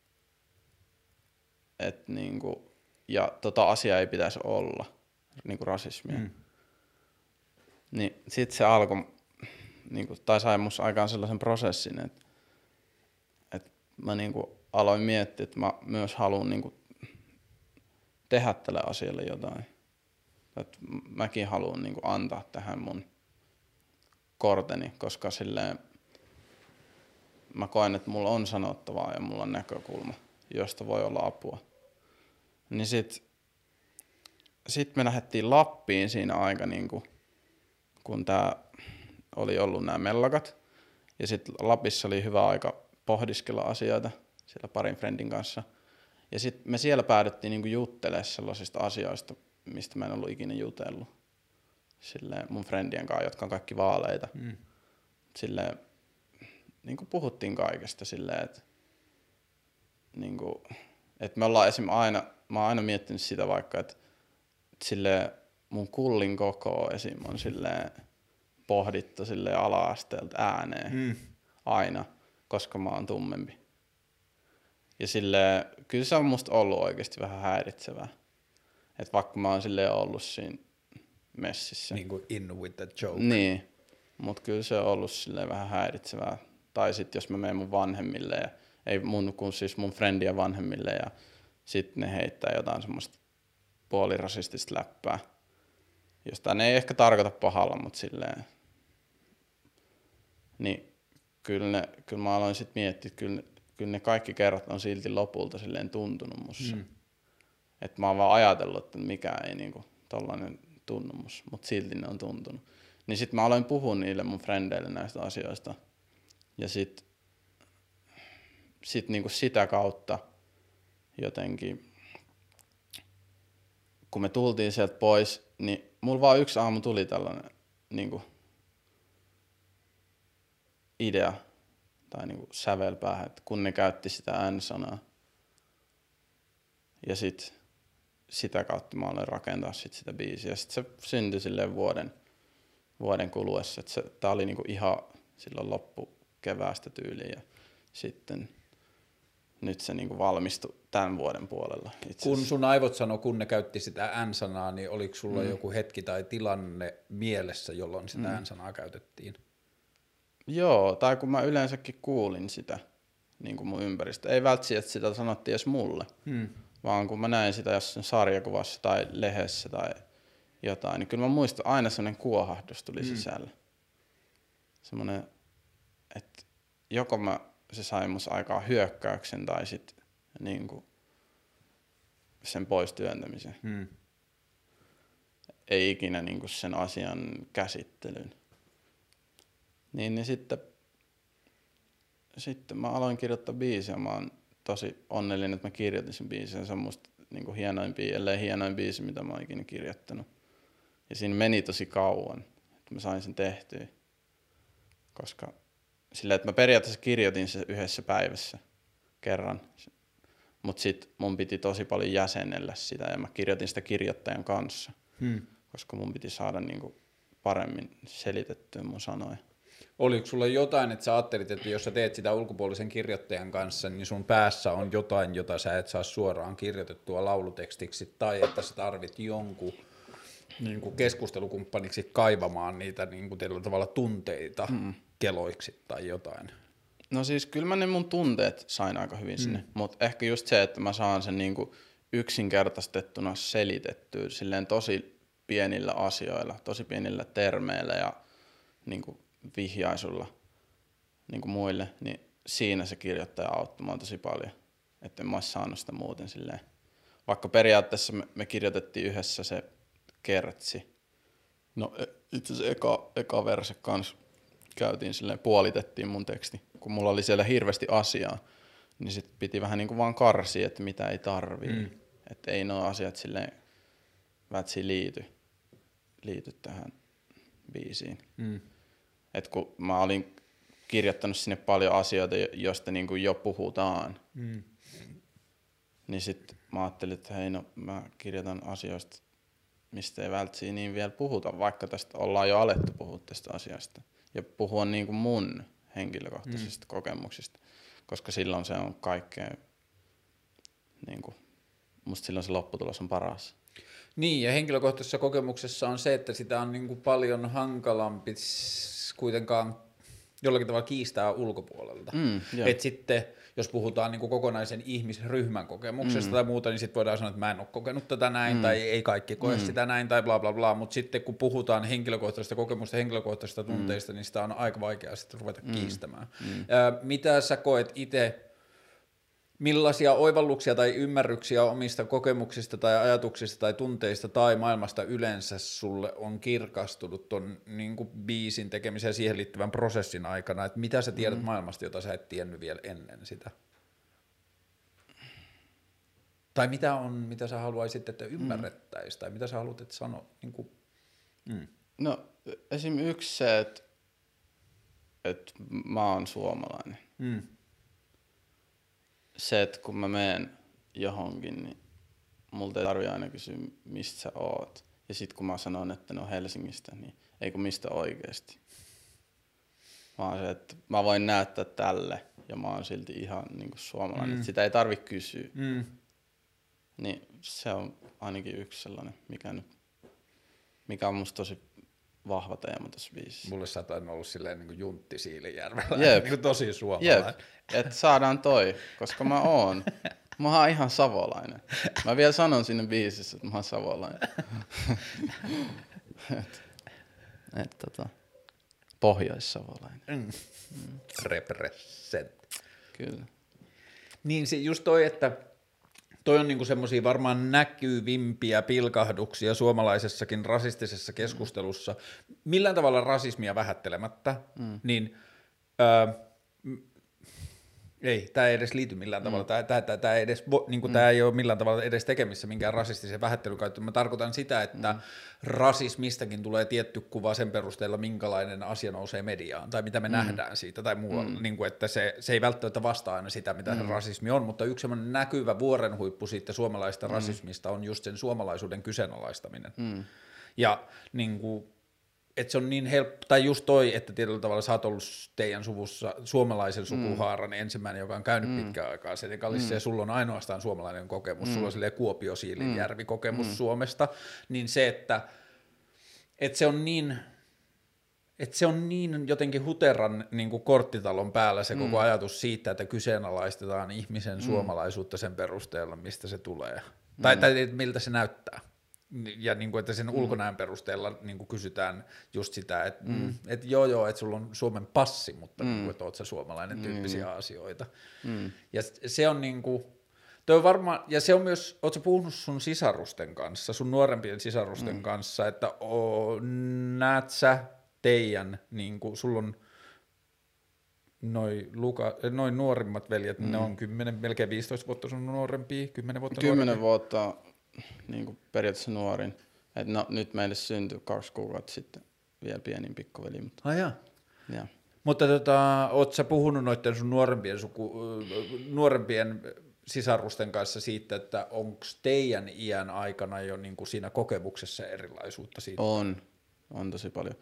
et niinku, ja tota asiaa ei pitäisi olla, niinku rasismia. Mm. Niin sit se alkoi, niinku, tai sai musta aikaan sellaisen prosessin, että mä niinku aloin miettiä, että mä myös haluan niinku tehdä tälle asialle jotain. Että mäkin haluan niinku antaa tähän mun korteni, koska silleen mä koen, että mulla on sanottavaa ja mulla on näkökulma, josta voi olla apua. Niin sit, sit me lähdettiin Lappiin siinä aika, niinku, kun tää oli ollut nämä mellakat. Ja sit Lapissa oli hyvä aika pohdiskella asioita siellä parin friendin kanssa. Ja sitten me siellä päädyttiin niinku juttelemaan sellaisista asioista, mistä mä en ollut ikinä jutellut. Silleen mun friendien kanssa, jotka on kaikki vaaleita. Mm. Silleen, niinku puhuttiin kaikesta silleen, että niinku, et me ollaan esim. aina, mä oon aina miettinyt sitä vaikka, että silleen mun kullin koko esim. On silleen pohdittu silleen ala-asteelta ääneen mm. aina, koska mä oon tummempi. Ja silleen, kyllä se on musta ollut oikeesti vähän häiritsevää. Että vaikka mä oon silleen ollut siinä messissä. Niin kuin in with the joke. Niin, mut kyllä se on ollut silleen vähän häiritsevää. Tai sit jos mä menen mun vanhemmille, ja, ei mun, kun siis mun friendien vanhemmille, ja sit ne heittää jotain semmoista puolirasistista läppää. Josta ne ei ehkä tarkoita pahalla, mut silleen. Niin, kyllä, ne, kyllä mä aloin sit miettiä, että kyllä, kyllä ne kaikki kerrat on silti lopulta silleen tuntunut mussa. Mm. Että mä oon vaan ajatellut, että mikään ei niinku tollanen tunnu mussa, mut silti ne on tuntunut. Niin sit mä aloin puhua niille mun frendeille näistä asioista. Ja sit, sit niinku sitä kautta jotenkin, kun me tultiin sieltä pois, niin mulla vaan yksi aamu tuli tällainen niinku idea tai niinku sävel päähän, että kun ne käytti sitä N-sanaa. Ja sit sitä kautta mä aloin rakentaa sit sitä biisiä. Ja sit se syntyi silleen vuoden, vuoden kuluessa. Et se, tää oli niinku ihan silloin loppukeväästä tyyliin. Ja sitten nyt se niinku valmistui tämän vuoden puolella. Kun sun aivot sanoi, kun ne käytti sitä N-sanaa, niin oliko sulla mm. joku hetki tai tilanne mielessä, jolloin sitä mm. N-sanaa käytettiin? Joo, tai kun mä yleensäkin kuulin sitä niin kuin mun ympäristö. Ei välttämättä sitä sanottiin edes mulle, hmm. vaan kun mä näin sitä jossain sarjakuvassa tai lehdessä tai jotain, niin kyllä mä muistan, aina semmoinen kuohahdus tuli hmm. sisällä. Semmoinen, että joko mä, se sai musta aikaa hyökkäyksen tai sit niin kuin sen pois työntämisen. Hmm. Ei ikinä niin kuin sen asian käsittelyn. Niin, niin sitten, sitten mä aloin kirjoittaa biisiä. Mä oon tosi onnellinen, että mä kirjoitin sen biisin. Se on musta niin kuin hienoin biisi, ellei hienoin biisi, mitä mä oon ikinä kirjoittanut. Ja siinä meni tosi kauan, että mä sain sen tehtyä. Koska sillä, että mä periaatteessa kirjoitin se yhdessä päivässä kerran. Mut sit mun piti tosi paljon jäsennellä sitä ja mä kirjoitin sitä kirjoittajan kanssa. Hmm. Koska mun piti saada niin kuin paremmin selitettyä mun sanoja. Oliko sulla jotain, että sä ajattelit, että jos sä teet sitä ulkopuolisen kirjoittajan kanssa, niin sun päässä on jotain, jota sä et saa suoraan kirjoitettua laulutekstiksi, tai että sä tarvit jonkun niin kuin keskustelukumppaniksi kaivamaan niitä niin kuin tietyllä tavalla tunteita mm. keloiksi tai jotain? No siis kyllä mä ne mun tunteet sain aika hyvin mm. sinne, mutta ehkä just se, että mä saan sen niin kuin yksinkertaistettuna selitettyä silleen tosi pienillä asioilla, tosi pienillä termeillä ja niin kuin vihjaisulla niin kuin muille, niin siinä se kirjoittaja auttoi mua tosi paljon, että en mä olisi saanut sitä muuten silleen. Vaikka periaatteessa me, me kirjoitettiin yhdessä se kertsi. No itse asiassa eka, eka verse kanssa käytiin silleen, puolitettiin mun teksti. Kun mulla oli siellä hirveästi asiaa, niin sit piti vähän niin kuin vaan karsia, että mitä ei tarvii. Mm. Että ei nuo asiat silleen vätsi liity, liity tähän biisiin. Mm. Et kun mä olin kirjoittanut sinne paljon asioita, joista niin kuin jo puhutaan, mm. niin sit mä ajattelin, että hei no mä kirjoitan asioista, mistä ei välttämättä niin vielä puhuta, vaikka tästä ollaan jo alettu puhua tästä asiasta. Ja puhua niin kuin mun henkilökohtaisista mm. kokemuksista, koska silloin se on kaikkein, niin kuin, musta silloin se lopputulos on paras. Niin, ja henkilökohtaisessa kokemuksessa on se, että sitä on niin kuin paljon hankalampi kuitenkaan jollakin tavalla kiistää ulkopuolelta. Mm, että sitten, jos puhutaan niin kuin kokonaisen ihmisryhmän kokemuksesta mm. tai muuta, niin sitten voidaan sanoa, että mä en ole kokenut tätä näin, mm. tai ei kaikki koe mm. sitä näin, tai bla bla bla, mutta sitten kun puhutaan henkilökohtaisesta kokemusta, henkilökohtaisista tunteista, mm. niin sitä on aika vaikeaa sitten ruveta mm. kiistämään. Mm. Ää, mitä sä koet itse, millaisia oivalluksia tai ymmärryksiä omista kokemuksista tai ajatuksista tai tunteista tai maailmasta yleensä sulle on kirkastunut ton niin kuin biisin tekemisen ja siihen liittyvän prosessin aikana, että mitä sä tiedät mm. maailmasta, jota sä et tiennyt vielä ennen sitä? Tai mitä on, mitä sä haluaisit, että ymmärrettäisiin, mm. tai mitä sä haluat, että sanoa? Niin kuin, mm. No esim. Yksi se, että, että mä oon suomalainen. Mm. Se, että kun mä menen johonkin, niin multa ei tarvitse aina kysyä, mistä sä oot. Ja sit kun mä sanon, että ne on Helsingistä, niin ei kun mistä oikeesti. Vaan se, että mä voin näyttää tälle ja mä oon silti ihan niin kuin suomalainen. Mm. Sitä ei tarvitse kysyä. Mm. Niin se on ainakin yksi sellainen, mikä, nyt, mikä on musta tosi vahva teema tässä biisissä. Mulle sä oot aina ollut silleen niin kuin Juntti Siilijärvellä, niin kuin tosi suomalainen. Jep. Että saadaan toi, koska mä oon. Mä oon ihan savolainen. Mä vielä sanon sinne biisissä, että mä oon savolainen. et, et, tota, pohjois-savolainen. Mm. Mm. Represent. Kyllä. Niin se just toi, että toi on niinku semmosia varmaan näkyvimpiä pilkahduksia suomalaisessakin rasistisessa keskustelussa. Millään tavalla rasismia vähättelemättä, mm. niin öö, ei, tämä ei edes liity millään tavalla, tämä, tämä, tämä, tämä, ei, edes, niin kuin, mm. tämä ei ole millään tavalla edes tekemissä minkään rasistisen vähättelykäyttöön. Mä tarkoitan sitä, että mm. rasismistakin tulee tietty kuva sen perusteella, minkälainen asia nousee mediaan, tai mitä me mm. nähdään siitä, tai muualla, mm. niin kuin, että se, se ei välttämättä vastaa aina sitä, mitä mm. se rasismi on, mutta yksi semmoinen näkyvä vuorenhuippu siitä suomalaista mm. rasismista on just sen suomalaisuuden kyseenalaistaminen. Mm. Ja niin kuin, että se on niin helppo, tai just toi, että tietyllä tavalla sä oot ollut teidän suvussa suomalaisen sukuhaaran mm. ensimmäinen, joka on käynyt mm. pitkään aikaa Senegalissa, mm. ja sulla on ainoastaan suomalainen kokemus, mm. sulla on silleen Kuopio-Siilinjärvi-kokemus mm. Suomesta, niin se, että, että se on niin, että se on niin jotenkin huteran niin kuin korttitalon päällä se mm. koko ajatus siitä, että kyseenalaistetaan ihmisen mm. suomalaisuutta sen perusteella, mistä se tulee, mm. tai, tai miltä se näyttää. Ja niin kuin, että sen mm. ulkonäön perusteella niin kuin kysytään just sitä, että mm. et joo joo, että sulla on Suomen passi, mutta mm. niin kuin, että oot sä suomalainen mm. tyyppisiä asioita. Mm. Ja se on niin kuin, toi on varmaan, ja se on myös, oot sä puhunut sun sisarusten kanssa, sun nuorempien sisarusten mm. kanssa, että o, näet sä teidän, niin kuin, sulla on noin Luka, noin nuorimmat veljet, mm. ne on kymmenen, melkein viisitoista vuotta sun nuorempia, kymmenen vuotta kymmenen nuorempia. vuotta. Niin kuin periaatteessa nuorin. Et no, nyt meille syntyi kaksi kuukautta sitten vielä pienin pikkuveli. Mutta, ah, ja. Ja. mutta tota, oot sä puhunut noiden sun nuorempien, suku, nuorempien sisarusten kanssa siitä, että onko teidän iän aikana jo niin kuin siinä kokemuksessa erilaisuutta siitä? On, on tosi paljon.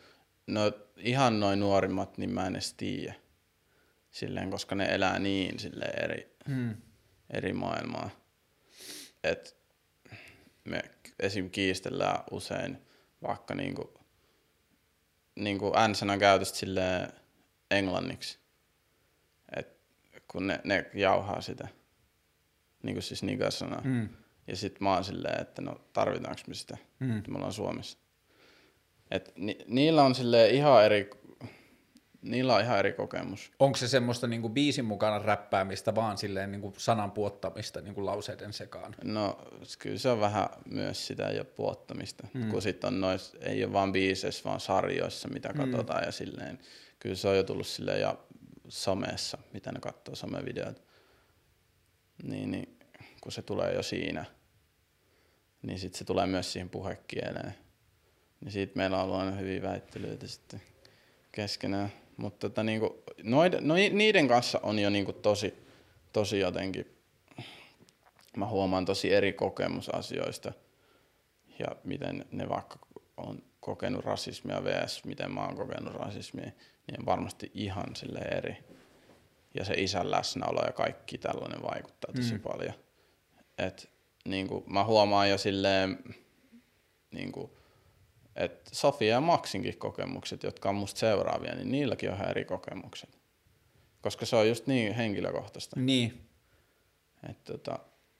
no ihan noin nuorimmat, niin mä en edes tiedä. Silleen, koska ne elää niin silleen eri, hmm. eri maailmaa. Et me esim. Kiistellään usein vaikka niinku, niinku N-sanan käytöstä silleen englanniksi. Et kun ne, ne jauhaa sitä. Niinku siis nigger-sanaa. Hmm. Ja sit mä oon silleen, että no tarvitaanko me sitä, hmm. että me ollaan Suomessa. Et ni, niillä on silleen ihan eri, niillä on ihan eri kokemus. Onko se semmoista niinku biisin mukana räppäämistä, vaan silleen niinku sanan puottamista niinku lauseiden sekaan? No kyllä se on vähän myös sitä ja puottamista, hmm. kun sit on nois, ei ole vaan biiseissä, vaan sarjoissa, mitä katsotaan hmm. ja silleen. Kyllä se on jo tullut silleen ja somessa, mitä ne katsoo somevideoita. Niin, niin kun se tulee jo siinä, niin sit se tulee myös siihen puhekieleen. Niin siitä meillä on ollut aina hyviä väittelyitä sitten keskenään. Mutta tota, niinku, noiden, no, niiden kanssa on jo niinku tosi, tosi jotenkin, mä huomaan tosi eri kokemus asioista. Ja miten ne vaikka on kokenut rasismia vs. miten mä oon kokenut rasismia, niin on varmasti ihan silleen eri. Ja se isän läsnäolo ja kaikki tällainen vaikuttaa tosi mm. paljon. Et niinku, mä huomaan jo silleen, niinku, että Sofia ja Maxinkin kokemukset, jotka on musta seuraavia, niin niilläkin on ihan eri kokemukset. Koska se on just niin henkilökohtaista. Niin. Että tota,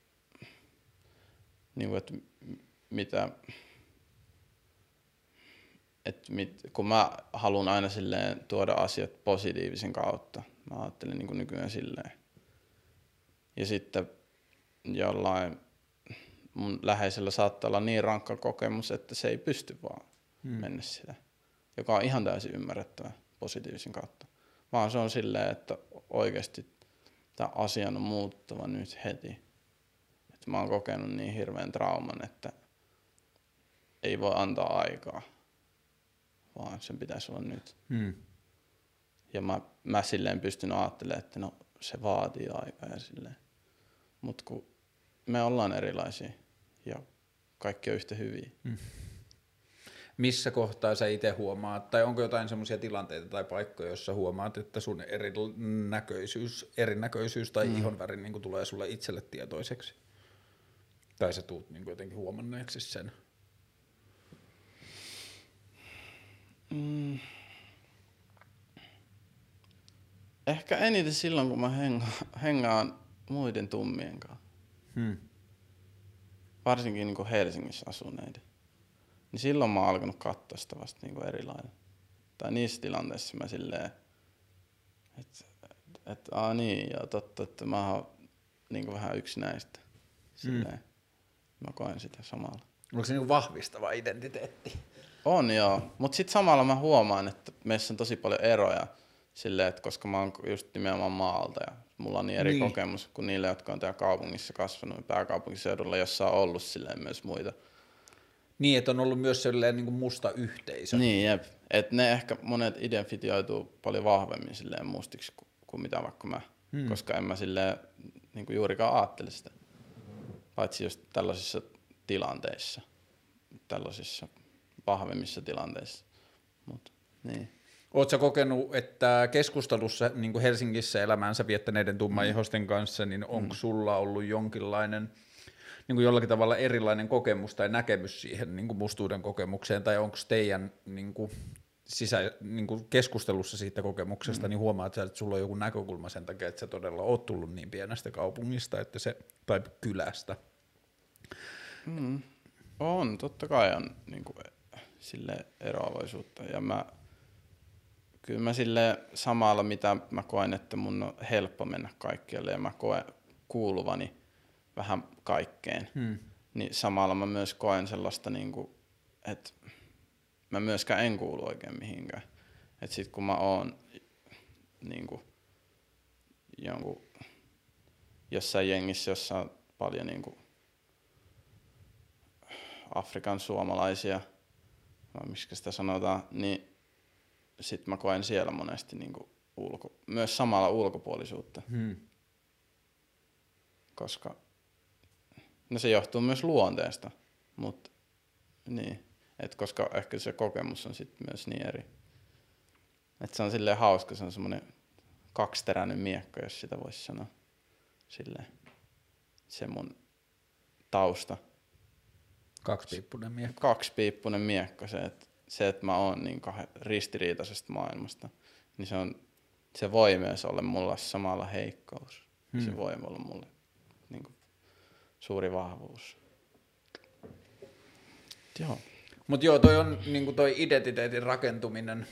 niinku, et mitä, et mit, kun mä haluan aina silleen tuoda asiat positiivisen kautta, mä ajattelen niinku nykyään silleen. Ja sitten jollain mun läheisellä saattaa olla niin rankka kokemus, että se ei pysty vaan hmm. mennä sitä. Joka on ihan täysin ymmärrettävä positiivisen kautta. Vaan se on silleen, että oikeasti tämä asia on muuttava nyt heti. Että mä oon kokenut niin hirveän trauman, että ei voi antaa aikaa, vaan sen pitäisi olla nyt. Hmm. Ja mä, mä silleen pystyn ajattelemaan, että no se vaatii aikaa ja silleen. Mut kun me ollaan erilaisia ja kaikki on yhtä hyviä. Hmm. Missä kohtaa sä itse huomaat, tai onko jotain semmoisia tilanteita tai paikkoja, joissa huomaat, että sun erinäköisyys, erinäköisyys tai hmm. ihonväri niin kuin tulee sulle itselle tietoiseksi? Tai sä tuut niin kuin jotenkin huomanneeksi sen? Mm. Ehkä eniten silloin, kun mä hengaan, hengaan muiden tummien kanssa. Hmm. Varsinkin niin kuin Helsingissä asuneiden. Niin silloin mä oon alkanut katsoa sitä vasta niin kuin eri lailla. Tai niissä tilanteissa mä silleen, että et, aah niin, ja totta, että mä oon niin kuin vähän yksi näistä. Silleen. Hmm. Mä koen sitä samalla. Onko se niin kuin vahvistava identiteetti? On joo, mutta sitten samalla mä huomaan, että meissä on tosi paljon eroja silleen, että koska mä oon just nimenomaan maalta ja mulla on niin eri niin. kokemus kuin niille, jotka on täällä kaupungissa kasvanut, pääkaupunkiseudulla, jossa on ollut silleen myös muita. Niin, että on ollut myös sellainen niin kuin musta yhteisö. Niin, jep. Että ne ehkä monet identifioituu paljon vahvemmin silleen mustiksi kuin, kuin mitä vaikka mä, hmm. koska en mä silleen niin kuin juurikaan ajattele sitä. Paitsi just tällaisissa tilanteissa, tällaisissa vahvemmissa tilanteissa. Mut, niin. Ootko kokenut, että keskustelussa niin kuin Helsingissä elämänsä viettäneiden tummaihoisten kanssa, niin onko mm. sulla ollut jonkinlainen, niin kuin jollakin tavalla erilainen kokemus tai näkemys siihen niin kuin mustuuden kokemukseen, tai onko teidän niin kuin sisä, niin kuin keskustelussa siitä kokemuksesta, mm. niin huomaat sä, että sulla on joku näkökulma sen takia, että sä todella oot tullut niin pienestä kaupungista että se, tai kylästä? Mm. On, totta kai on niin kuin, sille eroavaisuutta, ja mä kyllä mä sille samalla, mitä mä koen, että mun on helppo mennä kaikkialle ja mä koen kuuluvani vähän kaikkeen, hmm. niin samalla mä myös koen sellaista, niin kuin, että mä myöskään en kuulu oikein mihinkään. Että sit kun mä oon niin kuin, jonkun, jossain jengissä, jossa on paljon niin kuin, Afrikan suomalaisia, vai miksi sitä sanotaan, niin sitten mä koen siellä monesti niinku ulko, myös samalla ulkopuolisuutta. Hmm. Koska no se johtuu myös luonteesta, mutta niin, et koska ehkä se kokemus on sitten myös niin eri. Et se on silleen hauska, se on semmoinen kaksiteräinen miekka, jos sitä voisi sanoa. Silleen. Se mun tausta. Kaksipiippunen miekka. Kaksipiippunen miekka, se, että se, että mä oon niin kahden ristiriitaisesta maailmasta, niin se, on, se voi myös olla mulla samalla heikkous. Hmm. Se voi olla mulle niin kuin suuri vahvuus. Joo. Mut joo, toi on niinku toi identiteetin rakentuminen,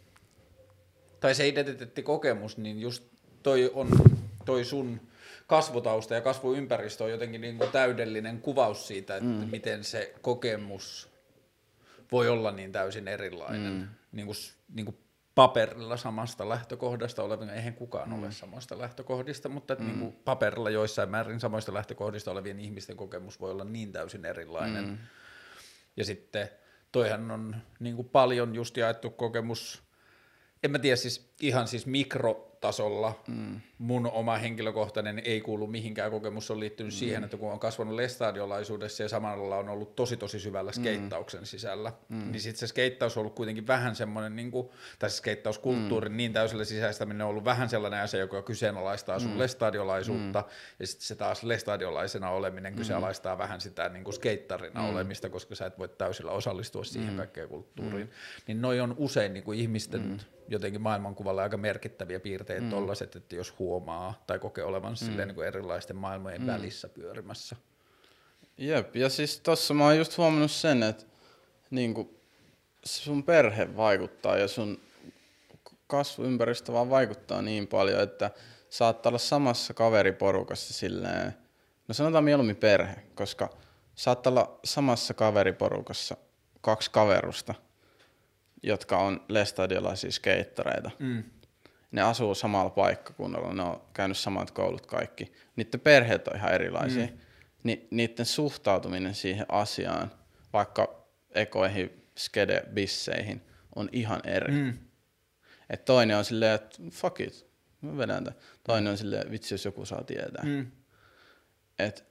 tai se identiteettikokemus, niin just toi on toi sun kasvutausta ja kasvuympäristö on jotenkin niinku täydellinen kuvaus siitä, että mm. miten se kokemus voi olla niin täysin erilainen. Mm. Niinku, niinku paperilla samasta lähtökohdasta olevien, eihän kukaan mm. ole samasta lähtökohdista, mutta mm. niinku paperilla joissain määrin samoista lähtökohdista olevien ihmisten kokemus voi olla niin täysin erilainen. Mm. Ja sitten toihan on niinku paljon just jaettu kokemus, en mä tiedä, siis ihan siis mikrotasolla mm. mun oma henkilökohtainen ei kuulu mihinkään kokemus on liittynyt mm. siihen, että kun on kasvanut lestadiolaisuudessa ja samalla on ollut tosi tosi syvällä skeittauksen sisällä, mm. niin sitten se skeittaus on ollut kuitenkin vähän semmoinen, niin kuin, tai se skeittauskulttuurin mm. niin täysillä sisäistäminen on ollut vähän sellainen asia, joka kyseenalaistaa sun mm. lestadiolaisuutta, mm. ja sitten se taas lestadiolaisena oleminen kyseenalaistaa mm. vähän sitä niin kuin skeittarina mm. olemista, koska sä et voi täysillä osallistua siihen mm. kaikkeen kulttuuriin. Mm. Niin noi on usein niin kuin ihmisten mm. jotenkin maailmankuvalla aika merkittäviä piirteitä mm. tollaiset, että jos huomaa tai kokee olevansa mm. silleen niin kuin erilaisten maailmojen mm. välissä pyörimässä. Jep, ja siis tossa mä oon just huomannut sen, että niinku sun perhe vaikuttaa ja sun kasvuympäristö vaan vaikuttaa niin paljon, että saattaa olla samassa kaveriporukassa silleen, no sanotaan mieluummin perhe, koska saattaa olla samassa kaveriporukassa kaksi kaverusta, jotka on lestadiolaisia skeittareita. Mm. Ne asuu samalla paikkakunnalla, ne on käynyt samat koulut kaikki. Niiden perheet on ihan erilaisia. Mm. Ni, niiden suhtautuminen siihen asiaan, vaikka ekoihin, skede-bisseihin, on ihan eri. Mm. Et toinen on silleen, että fuck it, mä vedän tämän. Toinen on silleen, vitsi jos joku saa tietää. Mm. Et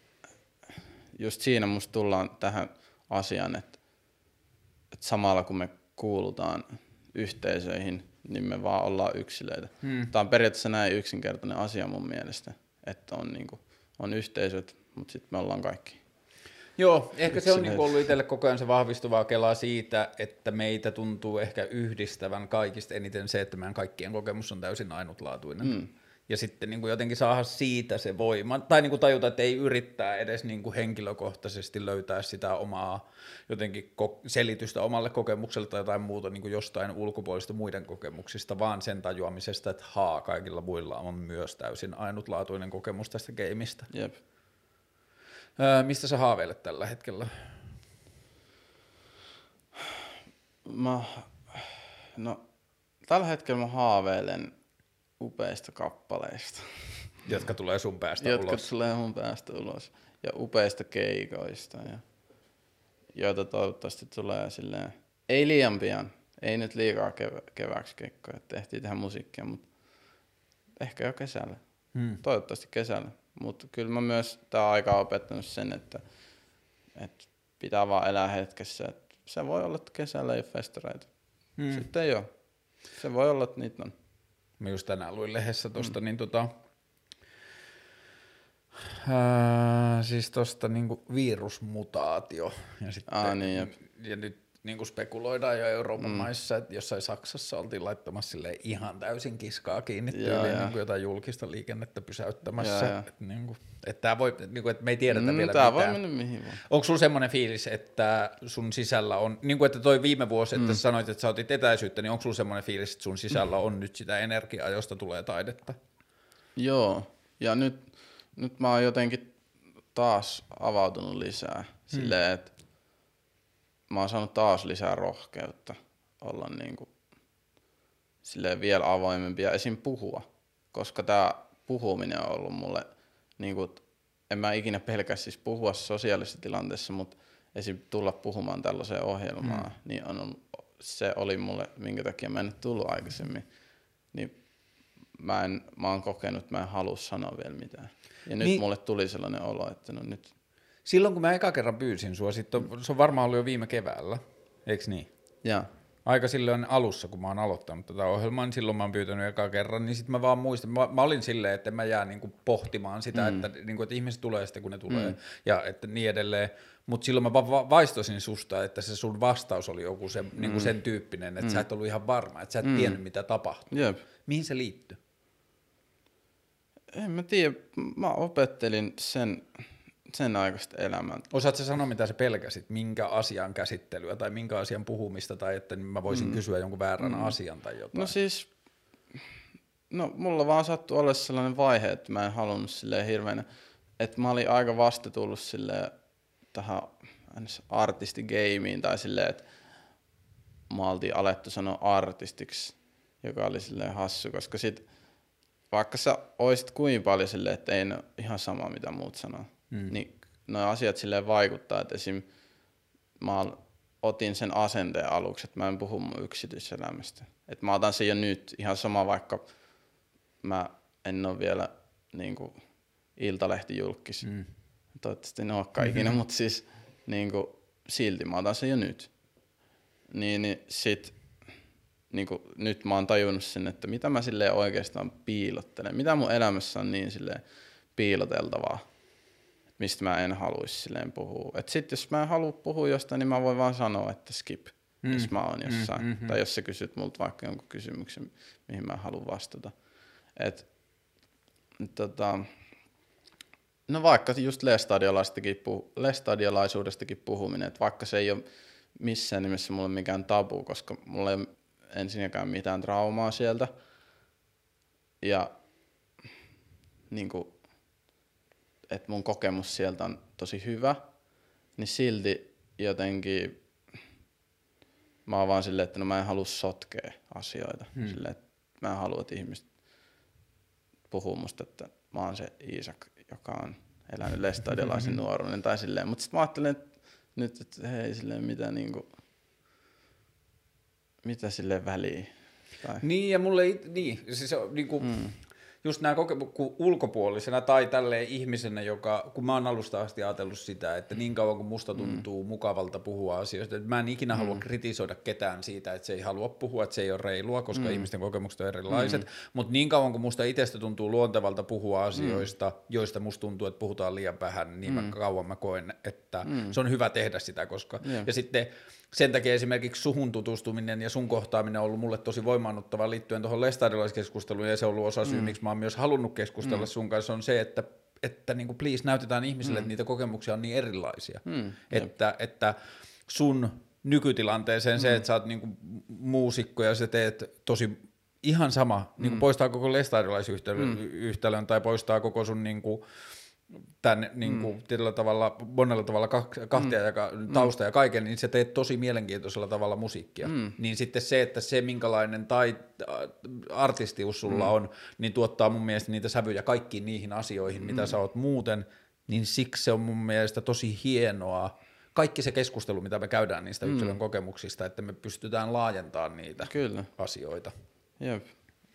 just siinä musta tullaan tähän asiaan, että et samalla kun me kuulutaan yhteisöihin, niin me vaan ollaan yksilöitä. Hmm. Tämä on periaatteessa näin yksinkertainen asia mun mielestä, että on, niinku, on yhteisöt, mutta sitten me ollaan kaikki. Joo, ehkä se on niinku ollut itselle koko ajan se vahvistuvaa kelaa siitä, että meitä tuntuu ehkä yhdistävän kaikista eniten se, että meidän kaikkien kokemus on täysin ainutlaatuinen. Hmm. Ja sitten niin kuin jotenkin saada siitä se voima, tai niin kuin tajuta, että ei yrittää edes niin kuin henkilökohtaisesti löytää sitä omaa jotenkin selitystä omalle kokemukselle tai jotain muuta niin kuin jostain ulkopuolista muiden kokemuksista, vaan sen tajuamisesta, että haa, kaikilla muilla on myös täysin ainutlaatuinen kokemus tästä gameista. Jep. Öö, mistä sä haaveilet tällä hetkellä? Mä, no, tällä hetkellä mä haaveilen upeista kappaleista. Jotka tulee sun päästä Jotka ulos. Jotka tulee mun päästä ulos. Ja upeista keikoista. Ja, joita toivottavasti tulee silleen, ei liian pian. Ei nyt liikaa kevä, kevääksi keikkoja. Tehtiin tähän musiikkia, mutta ehkä jo kesällä. Hmm. Toivottavasti kesällä. Mutta kyllä mä myös tää aika opettanut sen, että, että pitää vaan elää hetkessä. Että se voi olla, että kesällä ei ole festareita. Hmm. Sitten ei ole. Se voi olla, että niitä on. Mä just tänään luin lehdessä tosta, mm. niin tota, ää, siis tosta niinku virusmutaatio. Ja, sitten, Aa, niin, ja, ja nyt niinku spekuloidaan jo Euroopan mm. maissa, että jossain Saksassa oltiin laittamassa ihan täysin kiskaa kiinni tyyliin niinku jotain julkista liikennettä pysäyttämässä. Että niinku, et tää voi, niinku, et me ei tiedetä mm, vielä tää mitään. Voi mennä mihin vaan. Onko sulla semmoinen fiilis, että sun sisällä on, niin kuin että toi viime vuosi, että mm. sä sanoit, että sä otit etäisyyttä, niin onko sulla semmoinen fiilis, että sun sisällä on nyt sitä energiaa, josta tulee taidetta? Joo, ja nyt, nyt mä oon jotenkin taas avautunut lisää. Hmm. Silleen, että mä oon saanut taas lisää rohkeutta olla niinku silleen vielä avoimempi ja esim. Puhua. Koska tää puhuminen on ollut mulle, niinku, en mä ikinä pelkää siis puhua sosiaalisessa tilanteessa, mutta esim. Tulla puhumaan tällaiseen ohjelmaan, hmm. niin on, se oli mulle, minkä takia mä en nyt tullut aikaisemmin. Niin mä, en, mä oon kokenut, että mä en halua sanoa vielä mitään. Ja nyt niin, mulle tuli sellainen olo, että no nyt. Silloin kun mä eka kerran pyysin sua, sit on, se on varmaan ollut jo viime keväällä, eikö niin? Joo. aika silloin alussa, kun mä oon aloittanut tätä ohjelmaa, niin silloin mä oon pyytänyt ekaa kerran, niin sitten mä vaan muistan, mä, mä olin silleen, että mä jään niinku pohtimaan sitä, mm. että, niinku, että ihmiset tulee sitten, kun ne tulee, mm. ja että niin edelleen, mutta silloin mä vaan vaistosin susta, että se sun vastaus oli joku se, mm. niinku sen tyyppinen, että mm. sä et ollut ihan varma, että sä et mm. tiennyt, mitä tapahtui. Jep. Mihin se liittyy? En mä tiedä, mä opettelin sen... sen aikaista elämää. Osaatko sä sanoa, mitä sä pelkäsit, minkä asian käsittelyä tai minkä asian puhumista, tai että mä voisin mm. kysyä jonkun väärän mm. asian tai jotain? No siis, no mulla vaan sattui olla sellainen vaihe, että mä en halunnut silleen hirveänä, että mä olin aika vasta tullut silleen tähän artistigameen tai silleen, että mä oltiin alettu sanoa artistiksi, joka oli silleen hassu, koska sit vaikka sä oisit kuin paljon silleen, että ei ole ihan sama mitä muut sanoo. Mm. Niin nuo asiat silleen vaikuttaa, että esim. Mä otin sen asenteen aluksi, että mä en puhu mun yksityiselämästä. Että mä otan sen jo nyt ihan sama, vaikka mä en ole vielä niinku iltalehtijulkkis. Mm. Toivottavasti en olekaan ikinä, mm-hmm. mutta siis niinku, silti mä otan sen jo nyt. Niin, niin sit niinku, nyt mä oon tajunnut sen, että mitä mä silleen oikeastaan piilottelen. Mitä mun elämässä on niin silleen piiloteltavaa, mistä mä en haluaisi silleen puhua. Et sit jos mä en halua puhua jostain, niin mä voin vaan sanoa, että skip, mm. jos mä oon jossain. Mm-hmm. Tai jos sä kysyt multa vaikka jonkun kysymyksen, mihin mä haluan vastata. Et, tota, no vaikka just lestadiolaisuudestakin puhuminen, että vaikka se ei ole missään nimessä mulle mikään tabu, koska mulla ei ole ensinnäkään mitään traumaa sieltä. Ja niinku, että mun kokemus sieltä on tosi hyvä, niin silti jotenkin mä oon vaan silleen, että no mä en halua sotkea asioita. Hmm. Silleen, että mä en halua, että ihmiset puhuu musta, että mä oon se Iisak, joka on elänyt lestadiolaisen nuoruuden tai silleen. Mutta sit mä ajattelen että nyt, että hei silleen mitä niinku, mitä silleen väliä. Tai... Niin ja mulle, niin, siis on niinku... Mm. Just nämä kokemukset ulkopuolisena tai tälleen ihmisenä, joka, kun mä oon alusta asti ajatellut sitä, että niin kauan kun musta tuntuu mm. mukavalta puhua asioista, että mä en ikinä mm. halua kritisoida ketään siitä, että se ei halua puhua, että se ei ole reilua, koska mm. ihmisten kokemukset on erilaiset, mm. mutta niin kauan kun musta itsestä tuntuu luontevalta puhua asioista, mm. joista musta tuntuu, että puhutaan liian vähän, niin mm. mä kauan mä koen, että mm. se on hyvä tehdä sitä, koska yeah. ja sitten sen takia esimerkiksi suhun tutustuminen ja sun kohtaaminen on ollut mulle tosi voimaannuttava liittyen tuohon lestadiolaiskeskusteluun, ja se on ollut osa syy, mm. miksi mä oon myös halunnut keskustella mm. sun kanssa, on se, että, että niin kuin please näytetään ihmisille, mm. että niitä kokemuksia on niin erilaisia. Mm. Että, että sun nykytilanteeseen mm. se, että sä oot niin kuin muusikko ja sä teet tosi ihan sama, mm. niin kuin poistaa koko lestadiolaisyhtälön mm. tai poistaa koko sun niin kuin tämän niin kuin, mm. tietyllä tavalla, monella tavalla kahtia mm. ja tausta mm. ja kaiken, niin sä teet tosi mielenkiintoisella tavalla musiikkia. Mm. Niin sitten se, että se minkälainen tai artistius sulla mm. on, niin tuottaa mun mielestä niitä sävyjä kaikkiin niihin asioihin, mm. mitä sä oot muuten, niin siksi se on mun mielestä tosi hienoa. Kaikki se keskustelu, mitä me käydään niistä mm. yksilön kokemuksista, että me pystytään laajentamaan niitä Kyllä. asioita. Jep.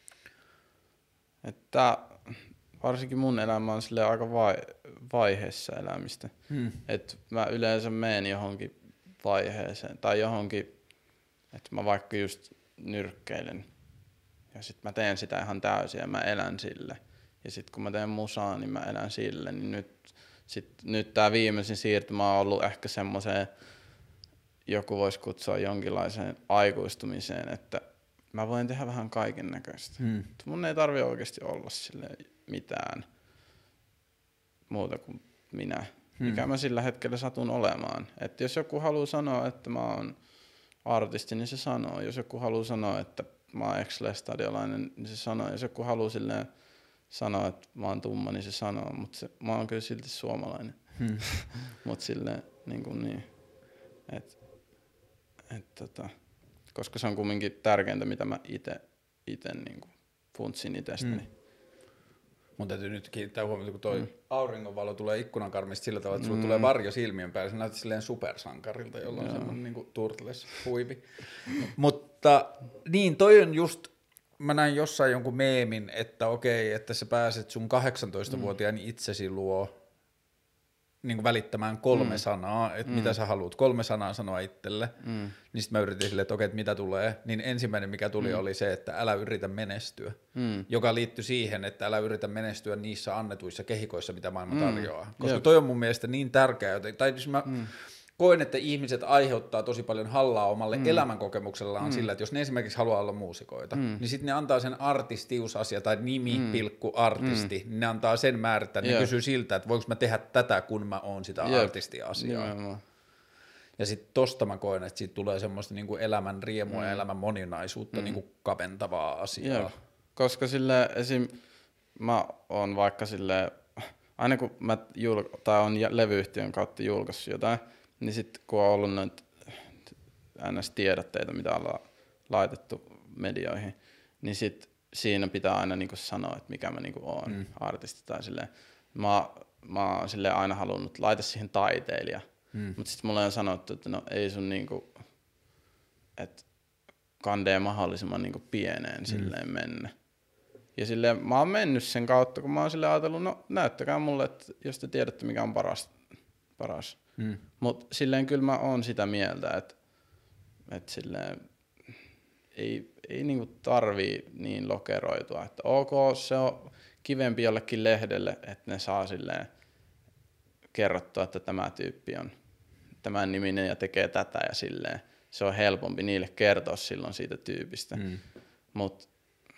Että varsinkin mun elämä on silleen aika vai, vaiheessa elämistä. Hmm. Että mä yleensä menen johonkin vaiheeseen tai johonkin, että mä vaikka just nyrkkeilen ja sit mä teen sitä ihan täysin ja mä elän sille. Ja sit kun mä teen musaa, niin mä elän sille. Niin nyt, sit, nyt tää viimeisin siirtymä on ollut ehkä semmoseen, joku voisi kutsua jonkinlaiseen aikuistumiseen, että mä voin tehdä vähän kaiken näköistä. Hmm. Mun ei tarvi oikeasti olla silleen mitään muuta kuin minä, hmm. mikä mä sillä hetkellä satun olemaan. Että jos joku haluaa sanoa, että mä oon artisti, niin se sanoo. Jos joku haluaa sanoa, että mä oon ex-lestadiolainen, niin se sanoo. Jos joku haluaa silleen sanoa, että mä oon tumma, niin se sanoo. Mutta mä oon kyllä silti suomalainen. Hmm. Mut silleen niin kuin niin. Et, et, tota, koska se on kumminkin tärkeintä, mitä mä ite, ite niin kuin funtsin itsestäni. Hmm. Mun täytyy nyt kiinnittää huomiota, kun toi mm. auringonvalo tulee ikkunankarmista sillä tavalla, että sulla mm. tulee varjo silmien päälle. Se näyttää silleen supersankarilta, jolla on semmoinen niin kuin turtles-huivi. Mutta niin, toi on just, mä näin jossain jonkun meemin, että okei, että sä pääset sun kahdeksantoistavuotiaan mm. itsesi luo niin kuin välittämään kolme mm. sanaa, että mm. mitä sä haluat, kolme sanaa sanoa itselle, mm. niin sitten mä yritin silleen, että okei, että mitä tulee, niin ensimmäinen mikä tuli mm. oli se, että älä yritä menestyä, mm. joka liittyi siihen, että älä yritä menestyä niissä annetuissa kehikoissa, mitä maailma mm. tarjoaa, koska Jep. toi on mun mielestä niin tärkeää, tai jos mä mm. koen, että ihmiset aiheuttaa tosi paljon hallaa omalle mm. elämänkokemuksellaan mm. sillä, että jos ne esimerkiksi haluaa olla muusikoita, mm. niin sitten ne antaa sen artistiusasia tai nimi, mm. pilkku, artisti, mm. niin ne antaa sen määrittää, ne Jep. kysyy siltä, että voinko mä tehdä tätä, kun mä oon sitä Jep. artistiasiaa. Nimenomaan. Ja sitten tosta mä koen, että siitä tulee semmoista niinku elämän riemua mm. ja elämän moninaisuutta mm. niinku kaventavaa asiaa. Jep. Koska sille esim. Mä oon vaikka sille aina kun mä julk- tai on levyyhtiön kautta julkaissut jotain, niin sitten kun on ollut noita ns. Tiedotteita, mitä ollaan laitettu medioihin, niin sit siinä pitää aina niinku sanoa, että mikä mä niinku oon mm. artisti tai silleen. Mä, mä oon silleen aina halunnut laita siihen taiteilija, mm. mutta sitten mulle on sanottu, että no ei sun niinku, että kandee mahdollisimman niinku pieneen mm. silleen mennä. Ja silleen mä oon mennyt sen kautta, kun mä oon silleen ajatellut, no näyttäkää mulle, että jos te tiedätte mikä on paras. paras. Mm. Mut silleen kyllä mä oon sitä mieltä, että et silleen ei, ei niinku tarvii niin lokeroitua. Että ok, se on kivempi jollekin lehdelle, että ne saa silleen kerrottua, että tämä tyyppi on tämän niminen ja tekee tätä ja silleen. Se on helpompi niille kertoa silloin siitä tyypistä. Mm. Mut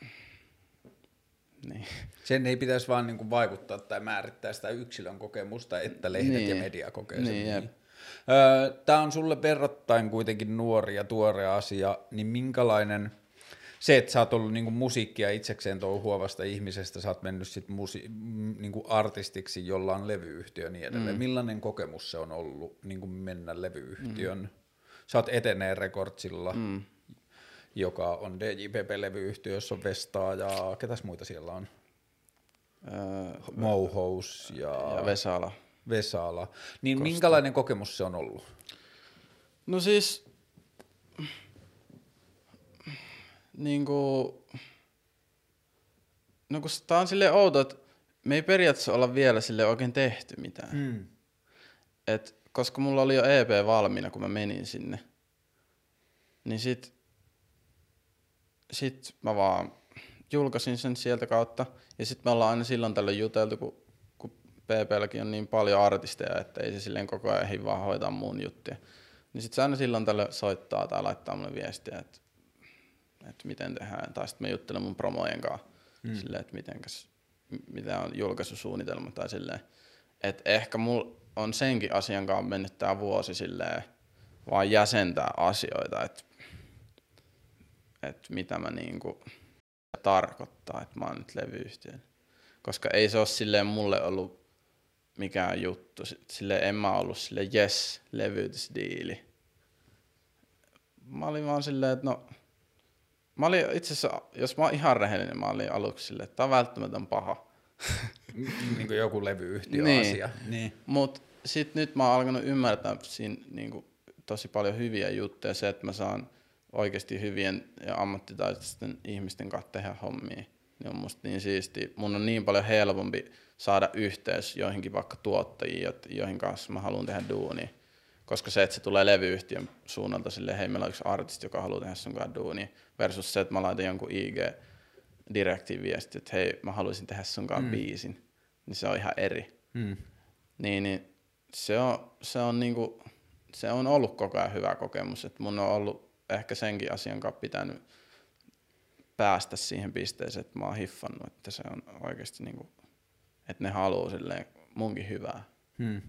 niin. Sen ei pitäisi vaan niinku vaikuttaa tai määrittää sitä yksilön kokemusta, että lehdet niin. ja media kokee sen. Niin, niin. Öö, Tämä on sulle verrattain kuitenkin nuori ja tuore asia, niin minkälainen se, että sä oot ollut niinku musiikkia itsekseen touhuavasta ihmisestä, sä oot mennyt sit musi- niinku artistiksi, jolla on levyyhtiö ja niin edelleen. Mm. Millainen kokemus se on ollut niinku mennä levyyhtiön? Mm. Sä oot Etenee Recordsilla. Mm. joka on D J P P-levyyhtiö, jossa on Vestaa ja ketäs muita siellä on? Öö, Mohous ja, ja Vesala. Vesala. Niin Kosta. Minkälainen kokemus se on ollut? No siis, niinku, no kun tää on silleen outo, että me ei periaatteessa olla vielä sille oikein tehty mitään. Mm. Et, koska mulla oli jo E P valmiina, kun mä menin sinne, niin sit Sitten mä vaan julkaisin sen sieltä kautta. Ja sitten me ollaan aina silloin tällöin juteltu, kun, kun P P:lläkin on niin paljon artisteja, että ei se silleen koko ajan ehdi vaan hoitaa mun juttuja. Niin sitten se aina silloin tällöin soittaa tai laittaa mulle viestiä, että, että miten tehdään. Tai sitten mä juttelen mun promojen kanssa mm. silleen, että mitenkäs, mitä on julkaisusuunnitelma tai silleen. Että ehkä mulla on senkin asian kanssa mennyt tää vuosi silleen vaan jäsentää asioita, että että mitä mä niinku tarkoittaa, että mä oon nyt levyyhtiön. Koska ei se ole silleen mulle ollut mikään juttu. Silleen en mä ollut silleen jes, levytysdiili. Mä olin vaan silleen, että no... Mä olin itse asiassa, jos mä oon ihan rehellinen, mä olin aluksi silleen, että tää on välttämätön paha. Niin kuin joku levyyhtiö niin. asia. Niin. Mut sit nyt mä oon alkanut ymmärtää siinä niinku tosi paljon hyviä juttuja. Se, että mä saan oikeasti hyvien ja ammattitaitoisten ihmisten kanssa tehdä hommia, niin on musta niin siistiä. Mun on niin paljon helpompi saada yhteys joihinkin vaikka tuottajiin, joihin kanssa mä haluan tehdä duunia. Koska se, että se tulee levyyhtiön suunnalta silleen, hei meillä on yksi artisti, joka haluaa tehdä sun kanssa duunia, versus se, että mä laitan jonkun I G-direktiin viesti, että hei mä haluaisin tehdä sun kanssa mm. biisin, niin se on ihan eri. Mm. Niin, niin se on, se on niinku, se on ollut koko ajan hyvä kokemus, että mun on ollut ehkä senkin asian kanssa pitänyt päästä siihen pisteeseen, että mä oon hiffannut, että se on oikeasti niinku, että ne haluaa silleen munkin hyvää. Hmm.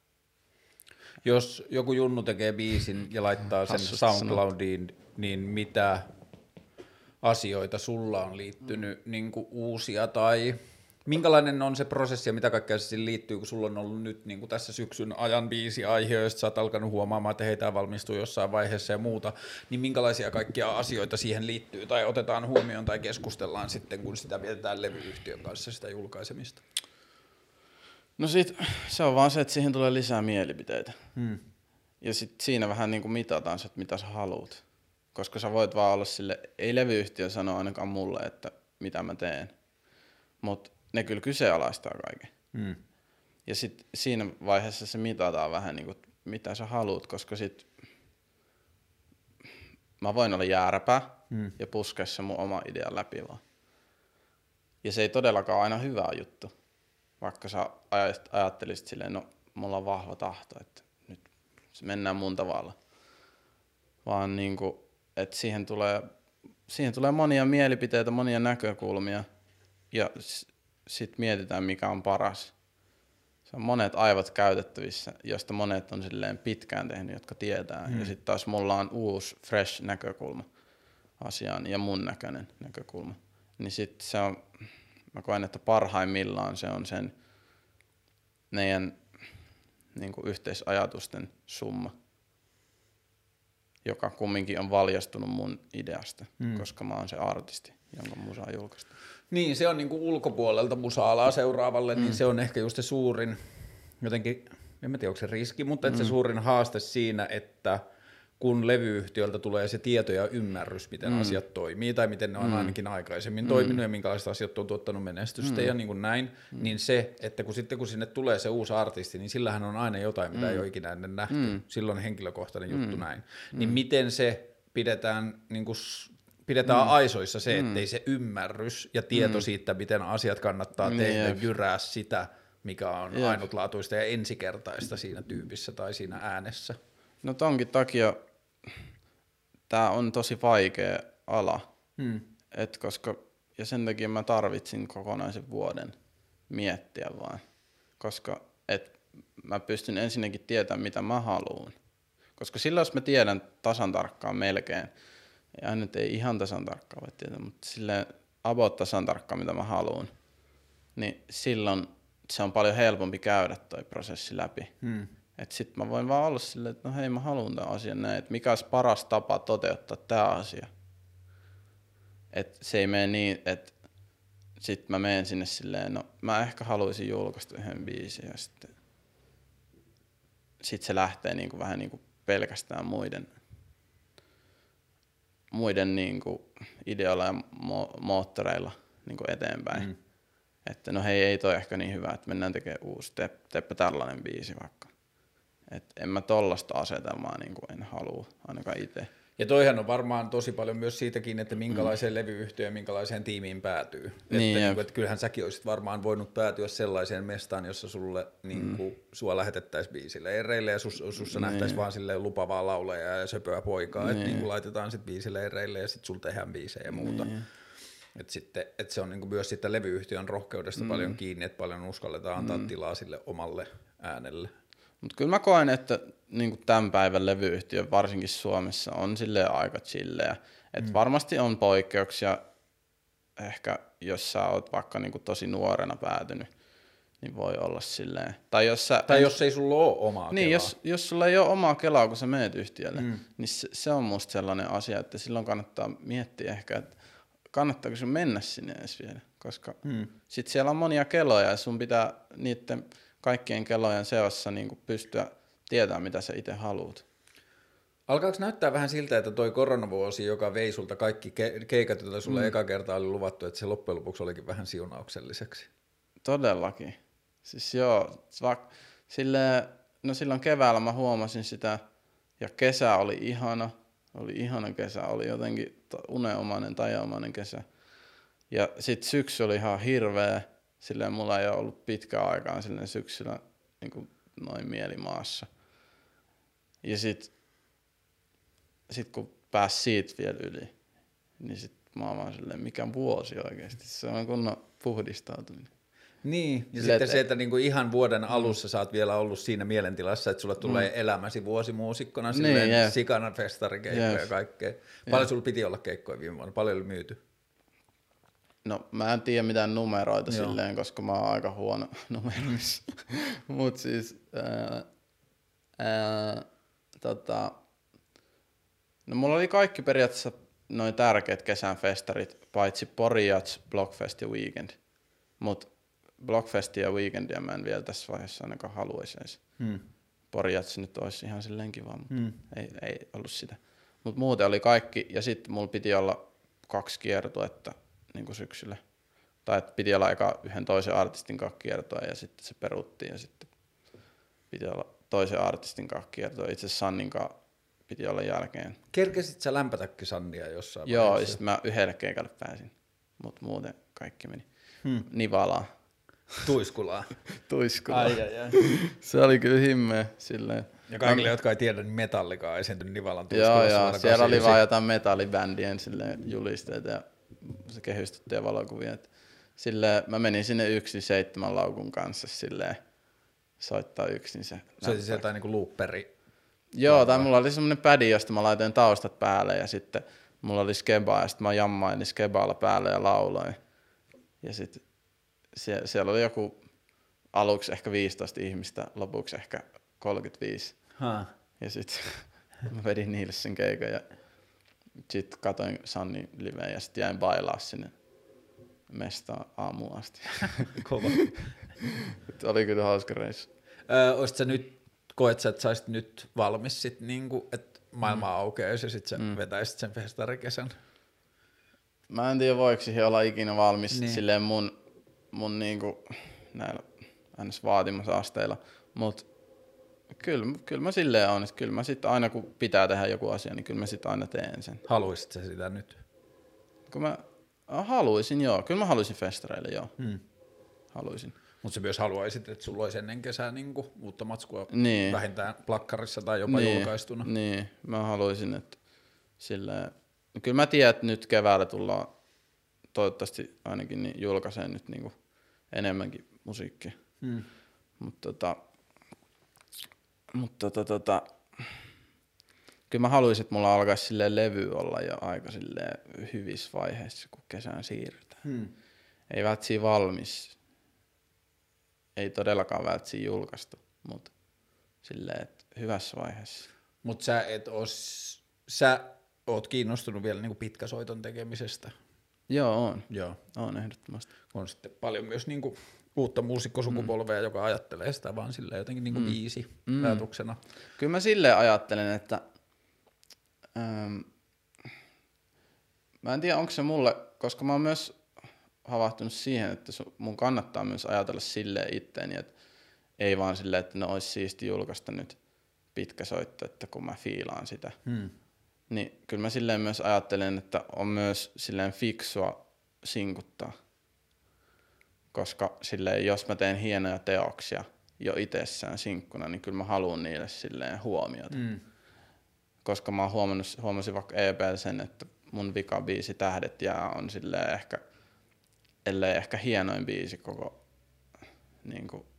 Jos joku junnu tekee biisin ja laittaa sen SoundCloudiin, niin mitä asioita sulla on liittynyt niinku uusia tai minkälainen on se prosessi ja mitä kaikkea siihen liittyy, kun sulla on ollut nyt niin kuin tässä syksyn ajan biisiaihe, joista sä oot alkanut huomaamaan, että hei, tää valmistuu jossain vaiheessa ja muuta, niin minkälaisia kaikkia asioita siihen liittyy tai otetaan huomioon tai keskustellaan sitten, kun sitä vietetään levyyhtiön kanssa sitä julkaisemista? No sit se on vaan se, että siihen tulee lisää mielipiteitä. Hmm. Ja sit siinä vähän niin kuin mitataan se, että mitä sä haluut. Koska sä voit vaan olla sille, ei levyyhtiö sano ainakaan mulle, että mitä mä teen. Mut ne kyllä kyseenalaistaa kaiken. Mm. Ja sit siinä vaiheessa se mitataan vähän niinku, mitä sä haluut, koska sit mä voin olla jääräpää hmm. ja puskea se mun oma idea läpi vaan. Ja se ei todellakaan aina hyvä juttu, vaikka sä ajattelisit silleen, no mulla on vahva tahto, että nyt se mennään mun tavalla. Vaan niinku, että siihen tulee, siihen tulee monia mielipiteitä, monia näkökulmia ja s- sit mietitään mikä on paras. Se on monet aivot käytettävissä, josta monet on silleen pitkään tehnyt, jotka tietää. Hmm. Ja sitten taas mulla on uusi, fresh näkökulma asiaan ja mun näköinen näkökulma. Niin sit se on, mä koen, että parhaimmillaan se on sen meidän niin kuin yhteisajatusten summa, joka kumminkin on valjastunut mun ideasta, hmm. koska mä oon se artisti, jonka musa on julkaistu. Niin, se on niinku ulkopuolelta musa-alaa seuraavalle, mm. niin se on ehkä just se suurin, jotenkin, en mä tiedä onko se riski, mutta mm. että se suurin haaste siinä, että kun levyyhtiöltä tulee se tieto ja ymmärrys, miten mm. asiat toimii, tai miten ne on mm. ainakin aikaisemmin mm. toiminut, ja minkälaiset asiat on tuottanut menestystä, mm. ja niin kuin näin, mm. niin se, että kun sitten kun sinne tulee se uusi artisti, niin sillähän on aina jotain, mitä mm. ei ole ikinä ennen nähty, mm. silloin henkilökohtainen mm. juttu näin, mm. niin miten se pidetään niin kuin Pidetään mm. aisoissa se, ettei mm. se ymmärrys ja tieto mm. siitä, miten asiat kannattaa mm. tehdä, yep. jyrää sitä, mikä on yep. ainutlaatuista ja ensikertaista siinä tyypissä tai siinä äänessä. No tonkin takia tää on tosi vaikea ala, mm. et koska, ja sen takia mä tarvitsin kokonaisen vuoden miettiä vaan, koska et mä pystyn ensinnäkin tietämään, mitä mä haluun. Koska silloin, jos mä tiedän tasan tarkkaan melkein, ja nyt ei ihan tasan tarkkaan voi tietää, mutta silleen about tasan tarkkaan, mitä mä haluun, niin silloin se on paljon helpompi käydä toi prosessi läpi. Hmm. Että sit mä voin vaan olla silleen, että no hei, mä haluun tämän asian näin, että mikä olisi paras tapa toteuttaa tämä asia. Että se ei mene niin, että sit mä menen sinne silleen, no mä ehkä haluaisin julkaista yhden biisin ja sitten sit se lähtee niinku vähän niinku pelkästään muiden muiden niinku ideoilla ja mo- moottoreilla niinku eteenpäin. Mm. Että no hei, ei toi ehkä niin hyvä, että mennään tekemään uusi, Te, teepä tällainen biisi vaikka. Että en mä tollasta asetelmaa niinku en halua, ainakaan itse. Ja toihan on varmaan tosi paljon myös siitäkin, että minkälaiseen mm. levyyhtiöön ja minkälaiseen tiimiin päätyy. Niin, että, niin, että kyllähän säkin olisit varmaan voinut päätyä sellaiseen mestaan, jossa sulle, niin kuin, mm. sua lähetettäisiin biisille ereille ja sus, sussa niin. nähtäisiin vaan silleen lupavaa lauleja ja söpöä poikaa. Niin. Että niin kuin laitetaan sitten biisille ereille ja sitten sulla tehdään biisejä ja muuta. Niin. Että sitten, että se on niin kuin myös sitten levyyhtiön rohkeudesta mm. paljon kiinni, että paljon uskalletaan antaa mm. tilaa sille omalle äänelle. Mutta kyllä mä koen, että niinku tämän päivän levyyhtiö, varsinkin Suomessa, on silleen aika chilleä. Että mm. varmasti on poikkeuksia, ehkä jos sä oot vaikka niinku tosi nuorena päätynyt, niin voi olla silleen. Tai jos, sä, tai jos ei sulla ole omaa niin, kelaa. Jos, jos sulla ei ole omaa kelaa, kun sä meet yhtiölle, mm. niin se, se on musta sellainen asia, että silloin kannattaa miettiä ehkä, että kannattaako sun mennä sinne edes vielä. Koska mm. sit siellä on monia keloja ja sun pitää niiden kaikkien kellojen seossa niin kuin pystyä tietämään, mitä sä itse haluut. Alkaako näyttää vähän siltä, että toi koronavuosi, joka vei sulta kaikki ke- keikat, joita sulle mm. eka kertaa oli luvattu, että se loppujen lopuksi olikin vähän siunaukselliseksi? Todellakin. Siis joo, vaikka silleen, no silloin keväällä mä huomasin sitä, ja kesä oli ihana, oli ihana kesä, oli jotenkin unenomainen, tajanomainen kesä. Ja sit syksy oli ihan hirveä. Silleen mulla ei ole ollut pitkään aikaan silleen syksyllä niin kuin noin mielimaassa. Ja sit, sit kun pääsi siitä vielä yli, niin sit mä oon vaan silleen, mikä vuosi oikeesti. Se on kunnon puhdistautuminen. Niin, ja sitten se, että niinku ihan vuoden alussa sä oot vielä ollut siinä mielentilassa, että sulle tulee mm. elämäsi vuosimuusikkona, silleen niin, sikana festarikeikkoja yes. ja kaikkea. Paljon yes. sulla piti olla keikkoja viime vuonna? Paljon oli myyty? No mä en tiedä mitään numeroita Joo. silleen, koska mä oon aika huono numeroissa. Mut siis, ää, ää, tota, no mulla oli kaikki periaatteessa noin tärkeät kesän festarit, paitsi Porijats, Blockfest ja Weekend. Mut Blockfestia ja Weekendia mä en vielä tässä vaiheessa ainakaan haluaisi edes. Hmm. Porijats nyt olisi ihan silleen kiva, mutta hmm. ei, ei ollut sitä. Mut muuten oli kaikki, ja sit mulla piti olla kaksi kiertuetta niin kuin syksyllä. Tai että piti olla aika yhden toisen artistin kanssa kiertoa ja sitten se peruttiin ja sitten piti olla toisen artistin kanssa kiertoa. Itse asiassa Sannin kanssa piti olla jälkeen. Kerkesit sä lämpätäkin Sannia jossain Joo, vaiheessa? ja sit mä yhdelle keikalle pääsin, mutta muuten kaikki meni hmm. Nivalaan. Tuiskulaan. Tuiskulaan. Ai, ai, ai. Se oli kyllä himmeä silleen. Ja kaikille, no, jotka ei tiedä, niin Metallica on esiintynyt Nivalan Tuiskulassa. Joo, joo. Siellä oli vaan jotain metallibändien julisteita ja se kehystettyjä valokuvia. Et silleen, mä menin sinne yksin seitsemän laukun kanssa silleen soittaa yksin se. Se oli siis jotain niinku looperi. Joo, tai mulla oli semmonen pädi, josta mä laitoin taustat päälle ja sitten mulla oli skeba ja sitten mä jammailin skeballa päälle ja lauloin. Ja sitten sie- siellä oli joku aluksi ehkä viisitoista ihmistä, lopuksi ehkä kolmekymmentäviisi. Ha. Ja sitten mä vedin niille sen keikan ja sitten katoin Sannin liveen ja sitten jäin bailaa sinne mestaan aamuun asti. Kova. Oli kyllä hauska reissu. Öö, oisit sä nyt, koet sä, että sä olisit nyt valmis sit niinku, että maailma mm. aukeaisi ja sit sä mm. vetäisit sen festarikesän? Mä en tiedä, voiko siihen olla ikinä valmis niin. silleen mun, mun niinku näillä ns. Vaatimusasteilla, mut kyllä, kyllä mä silleen on, että kyllä mä sit aina kun pitää tehdä joku asia, niin kyllä mä sit aina teen sen. Haluisit sä sitä nyt? Kun mä haluaisin, joo. Kyllä mä haluaisin festareille, joo. Hmm. Haluaisin. Mutta sä myös haluaisit, että sulla olisi ennen kesää niinku uutta matskua niin. vähintään plakkarissa tai jopa niin. julkaistuna. Niin, mä haluaisin, että silleen... No kyllä mä tiedän, että nyt keväällä tullaan toivottavasti ainakin niin julkaiseen nyt niinku enemmänkin musiikkia. Hmm. Mutta tota... Mutta tota... tota kyllä mä haluaisin, että mulla alkaisi silleen levy olla jo aika silleen hyvissä vaiheissa, kun kesään siirrytään. Hmm. Ei välttämättä valmis. Ei todellakaan välttämättä julkaistu, mutta silleen, että hyvässä vaiheessa. Mutta sä et os, sä oot kiinnostunut vielä niinku pitkäsoiton tekemisestä. Joo, on. Joo. On ehdottomasti. On sitten paljon myös niinku uutta muusikkosukupolvea, mm. joka ajattelee sitä vaan silleen jotenkin niinku mm. biisi mm. ajatuksena. Kyllä mä silleen ajattelen, että ähm, mä en tiedä, onko se mulle, koska mä oon myös havahtunut siihen, että mun kannattaa myös ajatella silleen itteeni, että ei vaan silleen, että no olisi siisti julkaista nyt pitkä soitto, että kun mä fiilaan sitä. Hmm. Niin kyllä mä silleen myös ajattelen, että on myös silleen fiksua sinkuttaa. Koska silleen, jos mä teen hienoja teoksia jo itsessään sinkkuna, niin kyllä mä haluan niille silleen huomiota. Hmm. Koska mä oon huomannut, huomasin vaikka E P:llä sen, että mun vika biisi Tähdet jää on silleen ehkä, ellei ehkä hienoin biisi koko niin kuin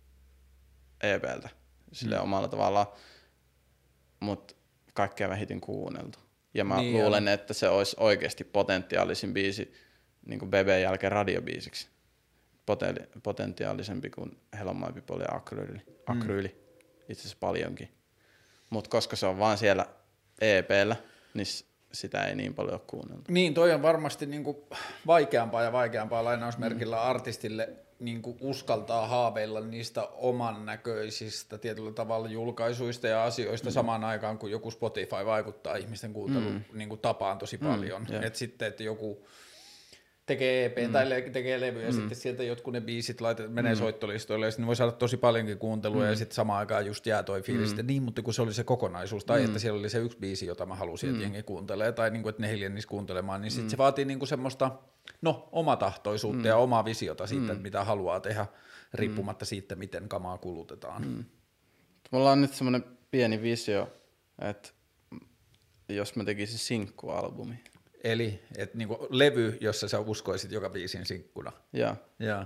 E P:ltä silleen mm. omalla tavallaan, mutta kaikkein vähiten kuunneltu. Ja mä niin luulen, on. Että se olisi oikeasti potentiaalisin biisi niin kuin Beben jälkeen radiobiisiksi. Poten- potentiaalisempi kuin Hello My People ja Akryyli. Akryyli. Mm. Itse asiassa paljonkin. Mutta koska se on vaan siellä E P:llä, niin sitä ei niin paljon ole kuunneltu. Niin, toi on varmasti niinku vaikeampaa ja vaikeampaa lainausmerkillä mm. artistille niinku uskaltaa haaveilla niistä oman näköisistä tietyllä tavalla julkaisuista ja asioista mm. samaan aikaan, kun joku Spotify vaikuttaa ihmisten kuuntelun mm. niinku tapaan tosi paljon. Mm, et sitten, että joku tekee E P mm. tai tekee levyjä ja mm. sitten sieltä jotkut ne biisit laitet, menee mm. soittolistoille ja sitten voi saada tosi paljonkin kuuntelua mm. ja sitten samaan aikaan just jää toi fiilis, mm. niin, mutta kun se oli se kokonaisuus tai mm. että siellä oli se yksi biisi, jota mä halusin, että mm. jengi kuuntelee tai niin kuin, että ne hiljennisi kuuntelemaan, niin sitten mm. se vaatii niin kuin semmoista no, omatahtoisuutta mm. ja omaa visiota siitä, mm. että mitä haluaa tehdä riippumatta mm. siitä, miten kamaa kulutetaan. Mm. Mulla on nyt semmoinen pieni visio, että jos mä tekisin sinkkualbumi. Eli että niinku levy, jossa sä uskoisit joka biisin sinkkuna. Joo. Ja,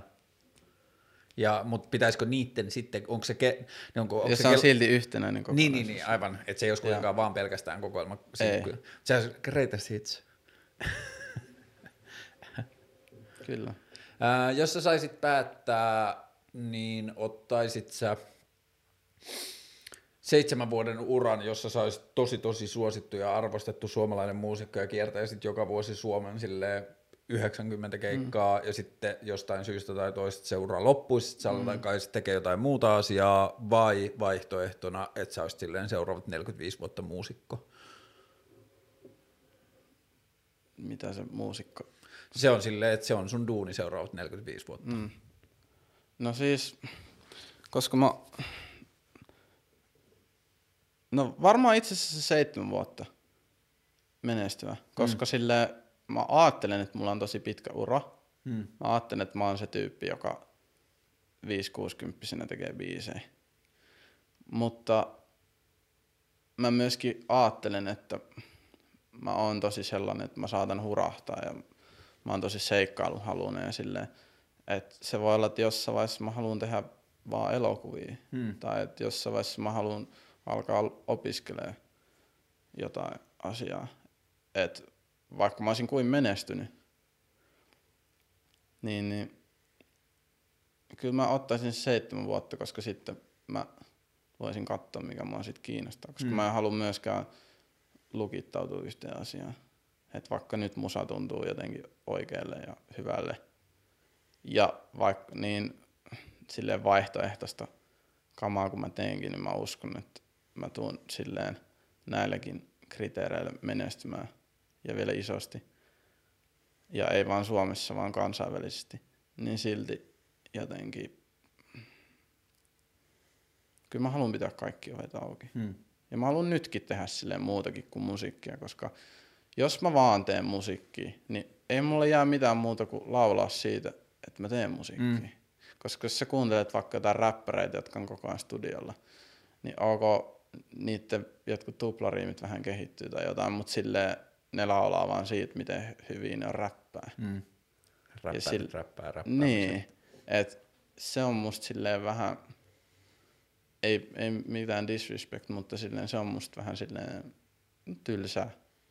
ja mutta pitäisikö niitten sitten, onko se... Ke, onko, onko Jos se, se on kel... silti yhtenäinen kokonaisuus. Niin, niin, niin, aivan. Että se ei olisi kuitenkaan vaan pelkästään kokoelma sinkkuja. Se on greatest hits. Kyllä. Äh, jos sä saisit päättää, niin ottaisit sä seitsemän vuoden uran, jossa sä olisit tosi tosi suosittu ja arvostettu suomalainen muusikko ja kiertäisit joka vuosi Suomen silleen yhdeksänkymmentä keikkaa mm. ja sitten jostain syystä tai toista se ura loppuisi, että sä mm. alkaisit tekee jotain muuta asiaa vai vaihtoehtona, että sä olisit silleen seuraavat neljäkymmentäviisi vuotta muusikko? Mitä se muusikko? Se on silleen, että se on sun duuni seuraavat neljäkymmentäviisi vuotta. Mm. No siis, koska mä... No varmaan itse asiassa seitsemän vuotta menestyvä, koska mm. silleen mä ajattelen, että mulla on tosi pitkä ura. Mm. Mä ajattelen, että mä oon se tyyppi, joka viisi-kuusikymppisenä tekee biisejä. Mutta mä myöskin ajattelen, että mä oon tosi sellainen, että mä saatan hurahtaa ja mä oon tosi seikkailuhaluinen ja silleen, että se voi olla, että jossain vaiheessa mä haluan tehdä vaan elokuvia. Hmm. Tai että jossain vaiheessa mä haluan alkaa opiskelemaan jotain asiaa. Että vaikka mä olisin kuin menestynyt, niin, niin kyllä mä ottaisin seitsemän vuotta, koska sitten mä voisin katsoa, mikä mua sit kiinnostaa. Koska hmm. mä en halua myöskään lukittautua yhteen asiaan. Että vaikka nyt musa tuntuu jotenkin oikealle ja hyvälle. Ja vaikka niin silleen vaihtoehtoista kamaa kun mä teenkin, niin mä uskon, että mä tuun silleen näilläkin kriteereillä menestymään ja vielä isosti. Ja ei vaan Suomessa, vaan kansainvälisesti. Niin silti jotenkin kyllä mä haluan pitää kaikki ovet auki. Hmm. Ja mä haluan nytkin tehdä silleen muutakin kuin musiikkia, koska jos mä vaan teen musiikkia, niin ei mulle jää mitään muuta kuin laulaa siitä, että mä teen musiikkia. Hmm. Koska jos sä kuuntelet vaikka jotain räppäreitä, jotka on koko ajan studiolla, niin ok, niiden jotkut tuplariimit vähän kehittyy tai jotain, mutta silleen ne laulaa vaan siitä, miten hyvin ne on räppää. Hmm. Räppää, sil... räppää, räppää. Niin, että se on musta silleen vähän, ei, ei mitään disrespect, mutta silleen se on musta vähän silleen tylsää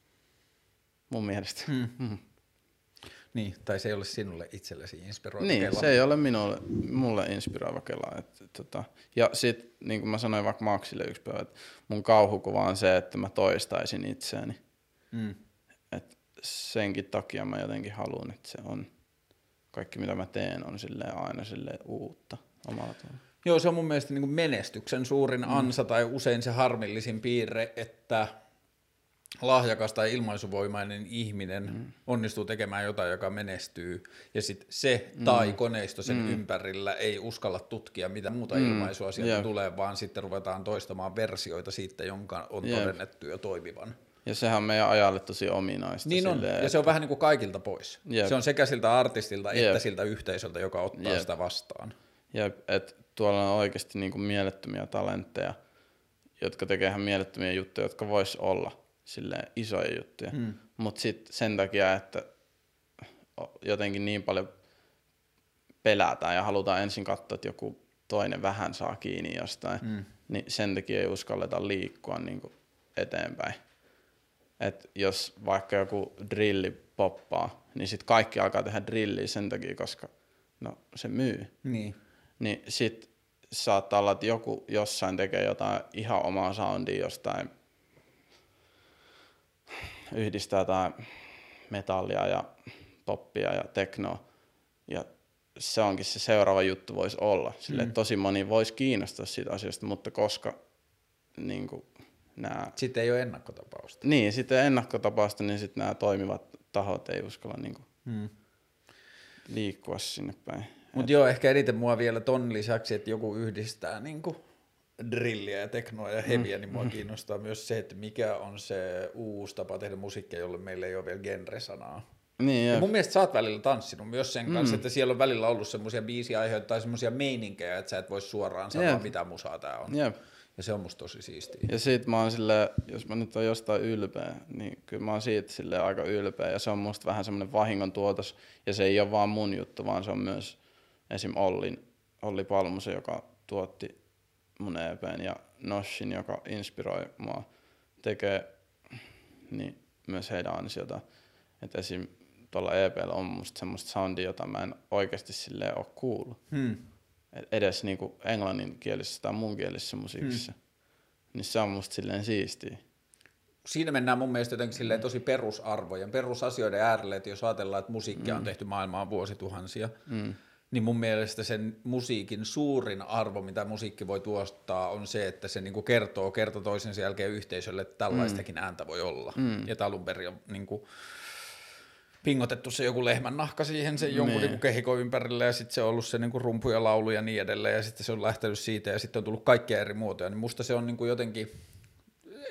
mun mielestä. Hmm. Hmm. Niin, tai se ei ole sinulle itsellesi inspiroiva niin, kela. Niin, se ei ole minulle, mulle inspiroiva kela. Et, tota. Ja sit, niin kuin mä sanoin vaikka Maxille yksi päivä, että mun kauhukuva on se, että mä toistaisin itseäni. Mm. Et senkin takia mä jotenkin haluan, että se on, kaikki mitä mä teen on silleen aina silleen uutta omalla tavalla. Joo, se on mun mielestä niin kuin menestyksen suurin mm. ansa tai usein se harmillisin piirre, että lahjakas tai ilmaisuvoimainen ihminen mm. onnistuu tekemään jotain, joka menestyy, ja sitten se mm. tai koneisto sen mm. ympärillä ei uskalla tutkia, mitä muuta mm. ilmaisua sieltä yep. tulee, vaan sitten ruvetaan toistamaan versioita siitä, jonka on yep. todennettu jo toimivan. Ja sehän on meidän ajalle tosi ominaista. Niin on, silleen, ja että... se on vähän niin kuin kaikilta pois. Yep. Se on sekä siltä artistilta yep. että siltä yhteisöltä, joka ottaa yep. sitä vastaan. Jep, että tuolla on oikeasti niin kuin mielettömiä talentteja, jotka tekee ihan mielettömiä juttuja, jotka vois olla silleen isoja juttuja. Hmm. Mutta sitten sen takia, että jotenkin niin paljon pelätään ja halutaan ensin katsoa, että joku toinen vähän saa kiinni jostain, hmm. niin sen takia ei uskalleta liikkua niinku eteenpäin. Et jos vaikka joku drilli poppaa, niin sitten kaikki alkaa tehdä drilliä sen takia, koska no, se myy. Niin. Niin sitten saattaa olla, että joku jossain tekee jotain ihan omaa soundia jostain, yhdistää jotain metallia ja poppia ja teknoa. Ja se onkin se seuraava juttu voisi olla. Silleen, mm. tosi moni voisi kiinnostaa siitä asiasta, mutta koska niin kuin, nämä... Sitten ei ole ennakkotapausta. Niin, sitten ennakkotapausta, niin sitten nämä toimivat tahot ei uskalla niin kuin, mm. liikkua sinne päin. Mutta joo, ehkä eniten mua vielä ton lisäksi, että joku yhdistää niinku drilliä ja teknoa ja heviä, mm. niin mua mm. kiinnostaa myös se, että mikä on se uusi tapa tehdä musiikkia, jolle meillä ei ole vielä genre-sanaa. Niin, ja mun mielestä sä oot välillä tanssinut myös sen kanssa, mm. että siellä on välillä ollut semmoisia biisiaiheita tai semmoisia meininkejä, että sä et voi suoraan sanoa, yep. mitä musaa tää on. Yep. Ja se on musta tosi siistiä. Ja sit mä oon silleen, jos mä nyt oon jostain ylpeä, niin kyllä mä oon siitä silleen aika ylpeä. Ja se on musta vähän semmonen vahingon tuotos. Ja se ei ole vaan mun juttu, vaan se on myös esim. Ollin, Olli Palmusen, joka tuotti mun E P:n, ja Noshin, joka inspiroi mua tekee niin myös heidän ansiota. Että esim. Tuolla E P:llä on musta semmoista soundia, jota mä en oikeasti silleen oo kuullut. Hmm. Edes niinku englanninkielisessä tai munkielisessä musiikissa. Hmm. Niin se on musta silleen siistiä. Siinä mennään mun mielestä jotenkin silleen tosi perusarvojen, perusasioiden äärelle, että jos ajatellaan, että musiikkia mm. on tehty maailmaan vuosituhansia, mm. niin mun mielestä sen musiikin suurin arvo, mitä musiikki voi tuottaa, on se, että se niinku kertoo kerta toisensa jälkeen yhteisölle, että tällaistakin mm. ääntä voi olla. Mm. Ja alun perin on niinku pingotettu se joku lehmän nahka siihen sen jonkun niinku kehikon ympärille, ja sitten se on ollut se niinku rumpu ja laulu ja niin edelleen, ja sitten se on lähtenyt siitä, ja sitten on tullut kaikkia eri muotoja. Niin musta se on niinku jotenkin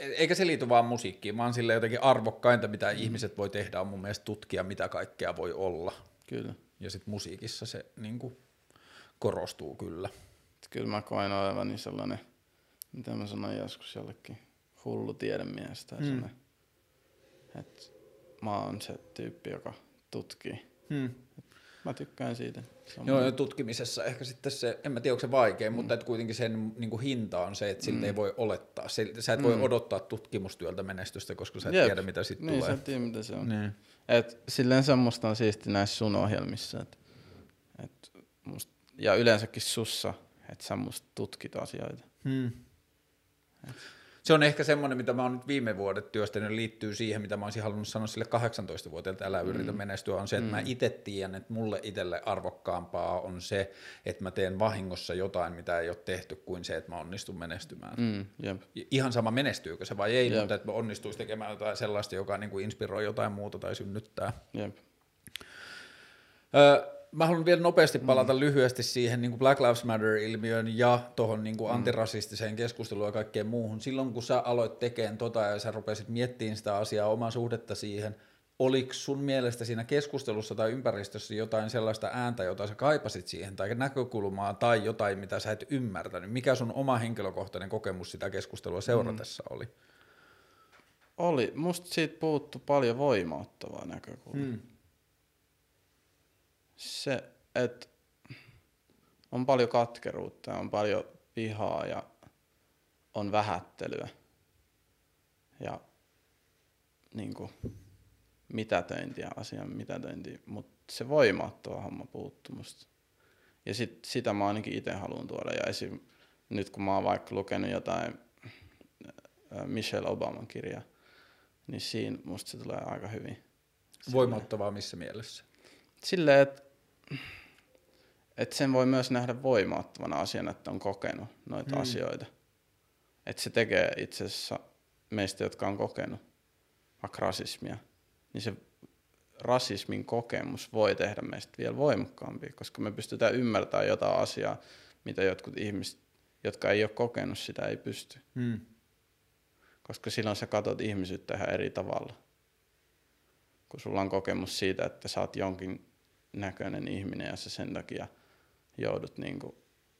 eikä se liity vaan musiikkiin, vaan sille jotenkin arvokkainta, mitä mm. ihmiset voi tehdä, on mun mielestä tutkia, mitä kaikkea voi olla. Kyllä. Ja sitten musiikissa se niin kuin, korostuu kyllä. Kyllä mä koen olevani sellainen, mitä mä sanoin joskus jollekin, hullu tiedemies tai mm. sellainen, että mä oon se tyyppi, joka tutkii. Mm. Mä tykkään siitä. Joo, ja tutkimisessa ehkä sitten se, en mä tiedä onko se vaikea, mm. mutta et kuitenkin sen niin kuin hinta on se, että siltä mm. ei voi olettaa. Sä et voi mm. odottaa tutkimustyöltä menestystä, koska sä et Jep. tiedä mitä sitten niin, tulee. Niin, sä et tiedä mitä se on. Niin. Et silleen semmoista on siisti näissä sun ohjelmissa. Et, et must, ja yleensäkin sussa, että sä musta tutkit asioita. Hmm. Et. Se on ehkä semmoinen, mitä mä oon nyt viime vuodet työstänyt, liittyy siihen, mitä mä olisin halunnut sanoa sille kahdeksantoistavuotiaalta, älä yritä mm. menestyä, on se, että mm. mä itse tiedän, että mulle itselle arvokkaampaa on se, että mä teen vahingossa jotain, mitä ei ole tehty, kuin se, että mä onnistun menestymään. Mm, jep. Ihan sama menestyykö se vai ei, jep. mutta että mä onnistuisi tekemään jotain sellaista, joka niin kuin inspiroi jotain muuta tai synnyttää. Jep. Ö, Mä haluan vielä nopeasti palata mm. lyhyesti siihen niin kuin Black Lives Matter-ilmiön ja tuohon niin kuin mm. antirasistiseen keskusteluun ja kaikkeen muuhun. Silloin kun sä aloit tekemään tota ja sä rupesit miettimään sitä asiaa, omaa suhdetta siihen, oliko sun mielestä siinä keskustelussa tai ympäristössä jotain sellaista ääntä, jota sä kaipasit siihen, tai näkökulmaa tai jotain, mitä sä et ymmärtänyt? Mikä sun oma henkilökohtainen kokemus sitä keskustelua seuratessa mm. oli? Oli. Musta siitä puuttu paljon voimauttavaa näkökulmaa. Mm. Se, että on paljon katkeruutta, on paljon vihaa ja on vähättelyä ja niin kuin mitätöintiä, asian mitätöintiä, mutta se voimauttava homma puuttuu musta. Ja sit, sitä mä ainakin itse haluan tuoda. Ja esim. Nyt kun mä oon vaikka lukenut jotain Michelle Obaman kirjaa, niin siinä musta se tulee aika hyvin. Voimauttavaa missä mielessä? Silleen, että et sen voi myös nähdä voimauttavana asiana, että on kokenut noita mm. asioita. Että se tekee itse asiassa meistä, jotka on kokenut vaikka rasismia, niin se rasismin kokemus voi tehdä meistä vielä voimakkaampia, koska me pystytään ymmärtämään jotain asiaa, mitä jotkut ihmiset, jotka ei ole kokenut sitä, ei pysty. Mm. Koska silloin sä katsot ihmisyyttä ihan eri tavalla. Kun sulla on kokemus siitä, että sä oot jonkin näköinen ihminen ja sä sen takia joudut niinku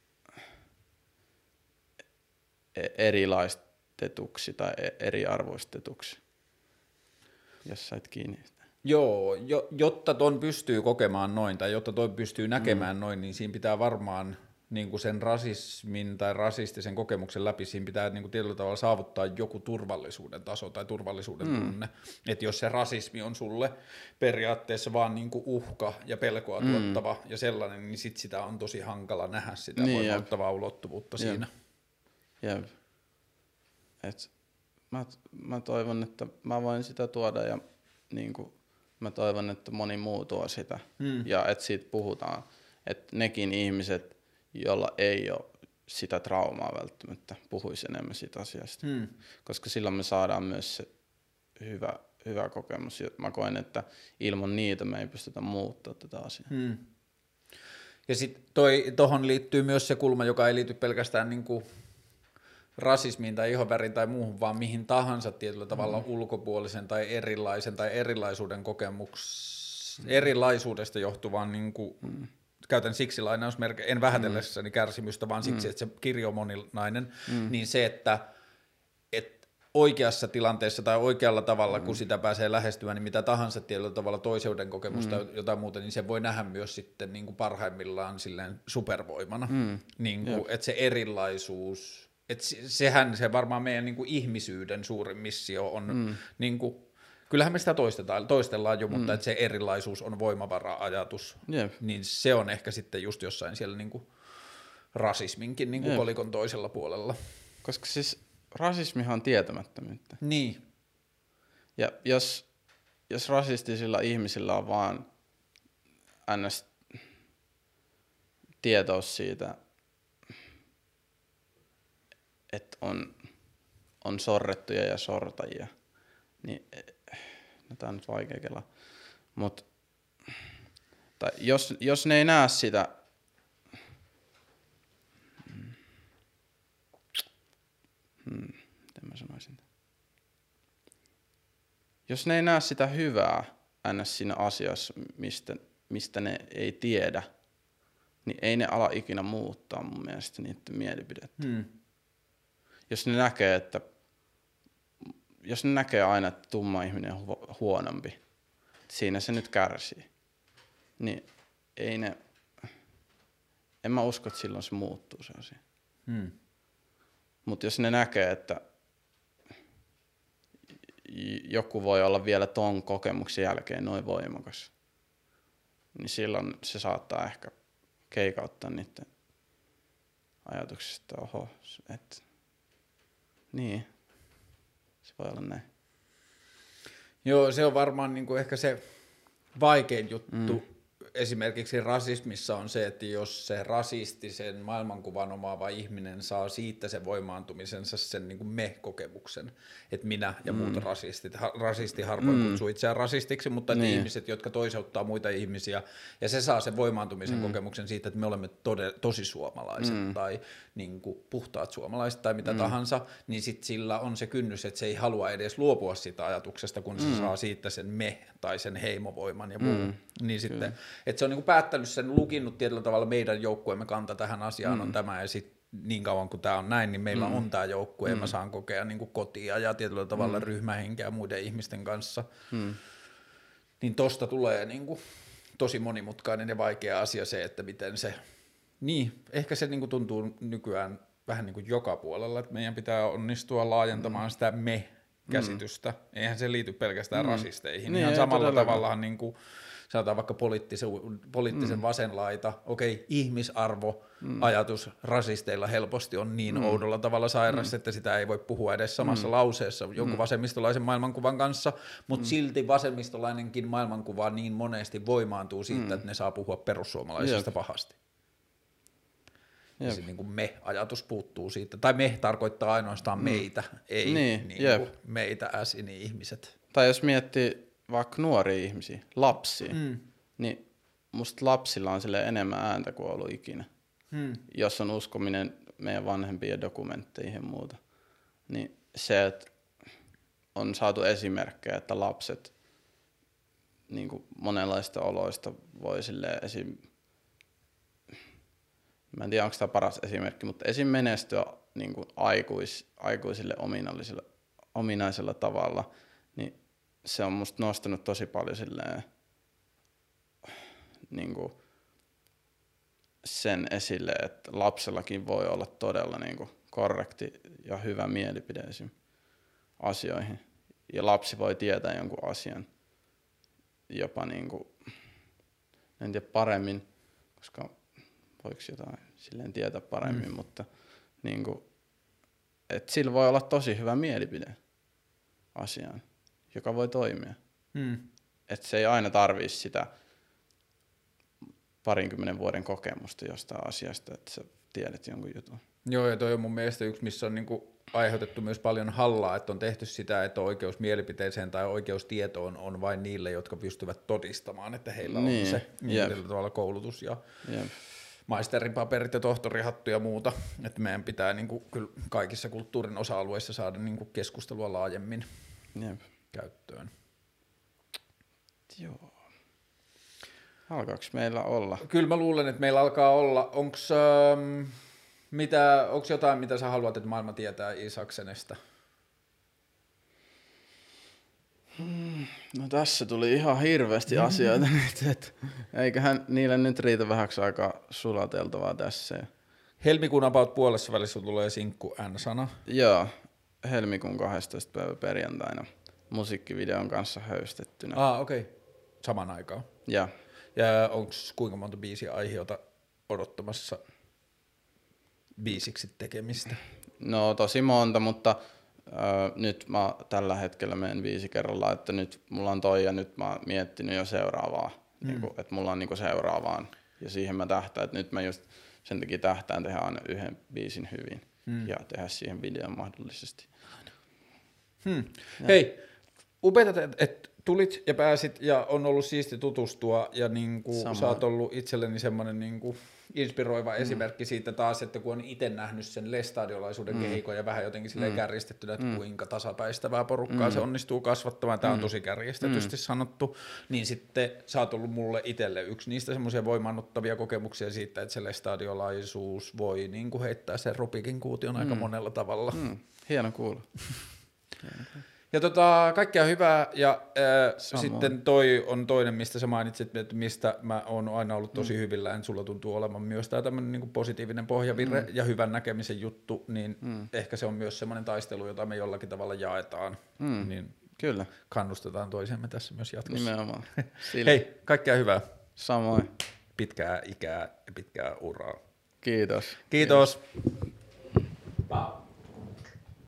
erilaistetuksi tai eriarvoistetuksi, jos sait kiinni sitä. Joo, jo, jotta ton pystyy kokemaan noin tai jotta toi pystyy näkemään mm. noin, niin siinä pitää varmaan niin kuin sen rasismin tai rasistisen kokemuksen läpi, siinä pitää niin kuin tietyllä tavalla saavuttaa joku turvallisuuden taso tai turvallisuuden mm. tunne. Että jos se rasismi on sulle periaatteessa vaan niin kuin uhka ja pelkoa mm. tuottava ja sellainen, niin sit sitä on tosi hankala nähdä sitä niin, voimauttavaa jep. ulottuvuutta jep. siinä. Jep. Et mä, mä toivon, että mä voin sitä tuoda ja niin kuin, mä toivon, että moni muu tuo sitä mm. ja että siitä puhutaan. Että nekin ihmiset, jolla ei ole sitä traumaa välttämättä, puhuisi enemmän siitä asiasta. Hmm. Koska silloin me saadaan myös se hyvä, hyvä kokemus. Ja mä koen, että ilman niitä me ei pystytä muuttamaan tätä asiaa. Hmm. Ja sitten tuohon liittyy myös se kulma, joka ei liity pelkästään niinku rasismiin tai ihonväriin tai muuhun, vaan mihin tahansa tietyllä tavalla hmm. ulkopuolisen tai erilaisen tai erilaisuuden kokemuks, hmm. erilaisuudesta johtuvaan niinku hmm. käytän siksi lainausmerkejä, en vähätellessäni mm. kärsimystä, vaan siksi, mm. että se kirjo on moninainen, mm. niin se, että et oikeassa tilanteessa tai oikealla tavalla, mm. kun sitä pääsee lähestymään, niin mitä tahansa tietyllä tavalla toiseuden kokemusta mm. jotain muuta, niin se voi nähdä myös sitten niin kuin parhaimmillaan silleen supervoimana. Mm. Niin kuin, että se erilaisuus, että sehän se varmaan meidän niin kuin ihmisyyden suurin missio on mm. niin kuin, kyllähän me sitä toistetaan, toistellaan jo, mutta mm. että se erilaisuus on voimavara-ajatus, yep. niin se on ehkä sitten just jossain siellä niinku rasisminkin niinku yep. kolikon toisella puolella. Koska siis rasismihan on tietämättömyyttä. Niin. Ja jos, jos rasistisilla ihmisillä on vaan ns. Tietous siitä, että on, on sorrettuja ja sortajia, niin no, tää on nyt vaikea kelaa. Mut tai jos, jos ne ei näe sitä hmm, miten mä sanoisin? jos ne ei näe sitä hyvää ns. Siinä asiassa, mistä, mistä ne ei tiedä, niin ei ne ala ikinä muuttaa mun mielestä niiden mielipidettä. Hmm. Jos ne näkee, että jos ne näkee aina, että tumma ihminen on hu- huonompi, siinä se nyt kärsii, niin ei ne, en mä usko, että silloin se muuttuu se asia. Hmm. Mutta jos ne näkee, että joku voi olla vielä ton kokemuksen jälkeen noin voimakas, niin silloin se saattaa ehkä keikauttaa niiden ajatuksista, oho, että niin, se voi olla näin. Joo, se on varmaan niinku ehkä se vaikein juttu. Mm. Esimerkiksi rasismissa on se, että jos se rasistisen maailmankuvan omaava ihminen saa siitä sen voimaantumisensa sen niin kuin me-kokemuksen, että minä ja mm. muut rasistit, ha, rasisti harvoin mm. kutsuu itseään rasistiksi, mutta niin. ne ihmiset, jotka toisauttaa muita ihmisiä, ja se saa sen voimaantumisen mm. kokemuksen siitä, että me olemme tode, tosi suomalaiset mm. tai niin kuin puhtaat suomalaiset tai mitä mm. tahansa, niin sit sillä on se kynnys, että se ei halua edes luopua siitä ajatuksesta, kun mm. se saa siitä sen me tai sen heimovoiman ja muu. Mm. Niin sitten, että se on niinku päättänyt sen, lukinnut tietyllä tavalla meidän joukkueemme kanta tähän asiaan mm. on tämä, ja sitten niin kauan kuin tämä on näin, niin meillä mm. on tämä joukkue, ja mm. mä saan kokea niinku kotia ja tietyllä tavalla mm. ryhmähenkeä muiden ihmisten kanssa. Mm. Niin tosta tulee niinku tosi monimutkainen ja vaikea asia se, että miten se, niin, ehkä se niinku tuntuu nykyään vähän niin kuin joka puolella, että meidän pitää onnistua laajentamaan mm. sitä me-käsitystä. Mm. Eihän se liity pelkästään mm. rasisteihin. Niin, ihan samalla tavalla niin kuin sanotaan vaikka poliittisen, poliittisen mm. vasenlaita, okei, ihmisarvo, mm. ajatus rasisteilla helposti on niin mm. oudolla tavalla sairas, mm. että sitä ei voi puhua edes samassa mm. lauseessa jonkun mm. vasemmistolaisen maailmankuvan kanssa, mutta mm. silti vasemmistolainenkin maailmankuva niin monesti voimaantuu siitä, mm. että ne saa puhua perussuomalaisista Jep. pahasti. Jep. Ja se niin kuin me-ajatus puuttuu siitä, tai me tarkoittaa ainoastaan mm. meitä, ei niin, niin kuin meitä as in ihmiset. Tai jos miettii vaikka nuoria ihmisiä, lapsia, mm. niin musta lapsilla on sille enemmän ääntä kuin ollut ikinä. Mm. Jos on uskominen meidän vanhempien dokumentteihin ja muuta, niin se, että on saatu esimerkkejä, että lapset niin kuin monenlaista oloista voi silleen esim... Mä en tiedä, onko tämä paras esimerkki, mutta esim. Menestyä niin kuin aikuis, aikuisille ominaisella, ominaisella tavalla, niin se on musta nostanut tosi paljon silleen, niin kuin sen esille, että lapsellakin voi olla todella niin kuin korrekti ja hyvä mielipide esim. Asioihin. Ja lapsi voi tietää jonkun asian jopa niin kuin, en tiedä paremmin, koska voiko jotain silleen tietää paremmin, mm. mutta niin kuin, että sillä voi olla tosi hyvä mielipide asiaan, joka voi toimia. Mm. Että se ei aina tarvitse sitä parinkymmenen vuoden kokemusta jostain asiasta, että sä tiedät jonkun jutun. Joo, ja toi on mun mielestä yksi, missä on niinku aiheutettu myös paljon hallaa, että on tehty sitä, että oikeus mielipiteeseen tai oikeus tietoon on vain niille, jotka pystyvät todistamaan, että heillä niin. on se niin tavalla koulutus ja Jep. maisteripaperit ja tohtorihattu ja muuta, että meidän pitää niinku kyllä kaikissa kulttuurin osa-alueissa saada niinku keskustelua laajemmin Jep. käyttöön. Joo. Alkaako meillä olla? Kyllä mä luulen, että meillä alkaa olla. Onks, ähm, mitä, onks jotain, mitä sä haluat, että maailma tietää Isaksenesta? Hmm, no tässä tuli ihan hirveästi asioita nyt, että eiköhän niille nyt riitä vähäksi aikaa sulateltavaa tässä. Helmikuun about puolessa välissä tulee sinkku N-sana. Joo, helmikuun kahdestoista päivä perjantaina musiikkivideon kanssa höystettynä. Ah, okei. Okay. Saman aikaan. Joo. Ja onks kuinka monta biisiä aiheota odottamassa biisiksi tekemistä? No tosi monta, mutta äh, nyt mä tällä hetkellä menen viisi kerrallaan, että nyt mulla on toi ja nyt mä oon miettinyt jo seuraavaa, mm. niin kun, että mulla on niin seuraavaan ja siihen mä tähtään, että nyt mä just sen takia tähtään tehdä aina yhden biisin hyvin mm. ja tehdä siihen videon mahdollisesti. Hmm. Hei, upeata, että et tulit ja pääsit ja on ollut siisti tutustua ja niinku sä oot ollut itselleni semmoinen niinku inspiroiva mm. esimerkki siitä taas, että kun on itse nähnyt sen lestadiolaisuuden mm. kehikon ja vähän jotenkin silleen mm. kärjistettynä, että mm. kuinka tasapäistävää porukkaa mm. se onnistuu kasvattamaan, tämä on tosi kärjistetysti mm. sanottu, niin sitten sä oot ollut mulle itselle yksi niistä semmoisia voimannuttavia kokemuksia siitä, että se lestadiolaisuus voi niin kuin heittää sen Rubikin kuution mm. aika monella tavalla. Mm. Hieno kuulla. Ja tota, kaikkea hyvää, ja ää, sitten toi on toinen, mistä sä mainitsit, että mistä mä oon aina ollut tosi mm. hyvillä, että sulla tuntuu olevan myös tää tämmönen niinku positiivinen pohjavirre mm. ja hyvän näkemisen juttu, niin mm. ehkä se on myös semmoinen taistelu, jota me jollakin tavalla jaetaan, mm. niin kyllä. Kannustetaan toisiamme tässä myös jatkossa. Nimenomaan. Hei, kaikkea hyvää. Samoin. Pitkää ikää ja pitkää uraa. Kiitos. Kiitos. Kiitos.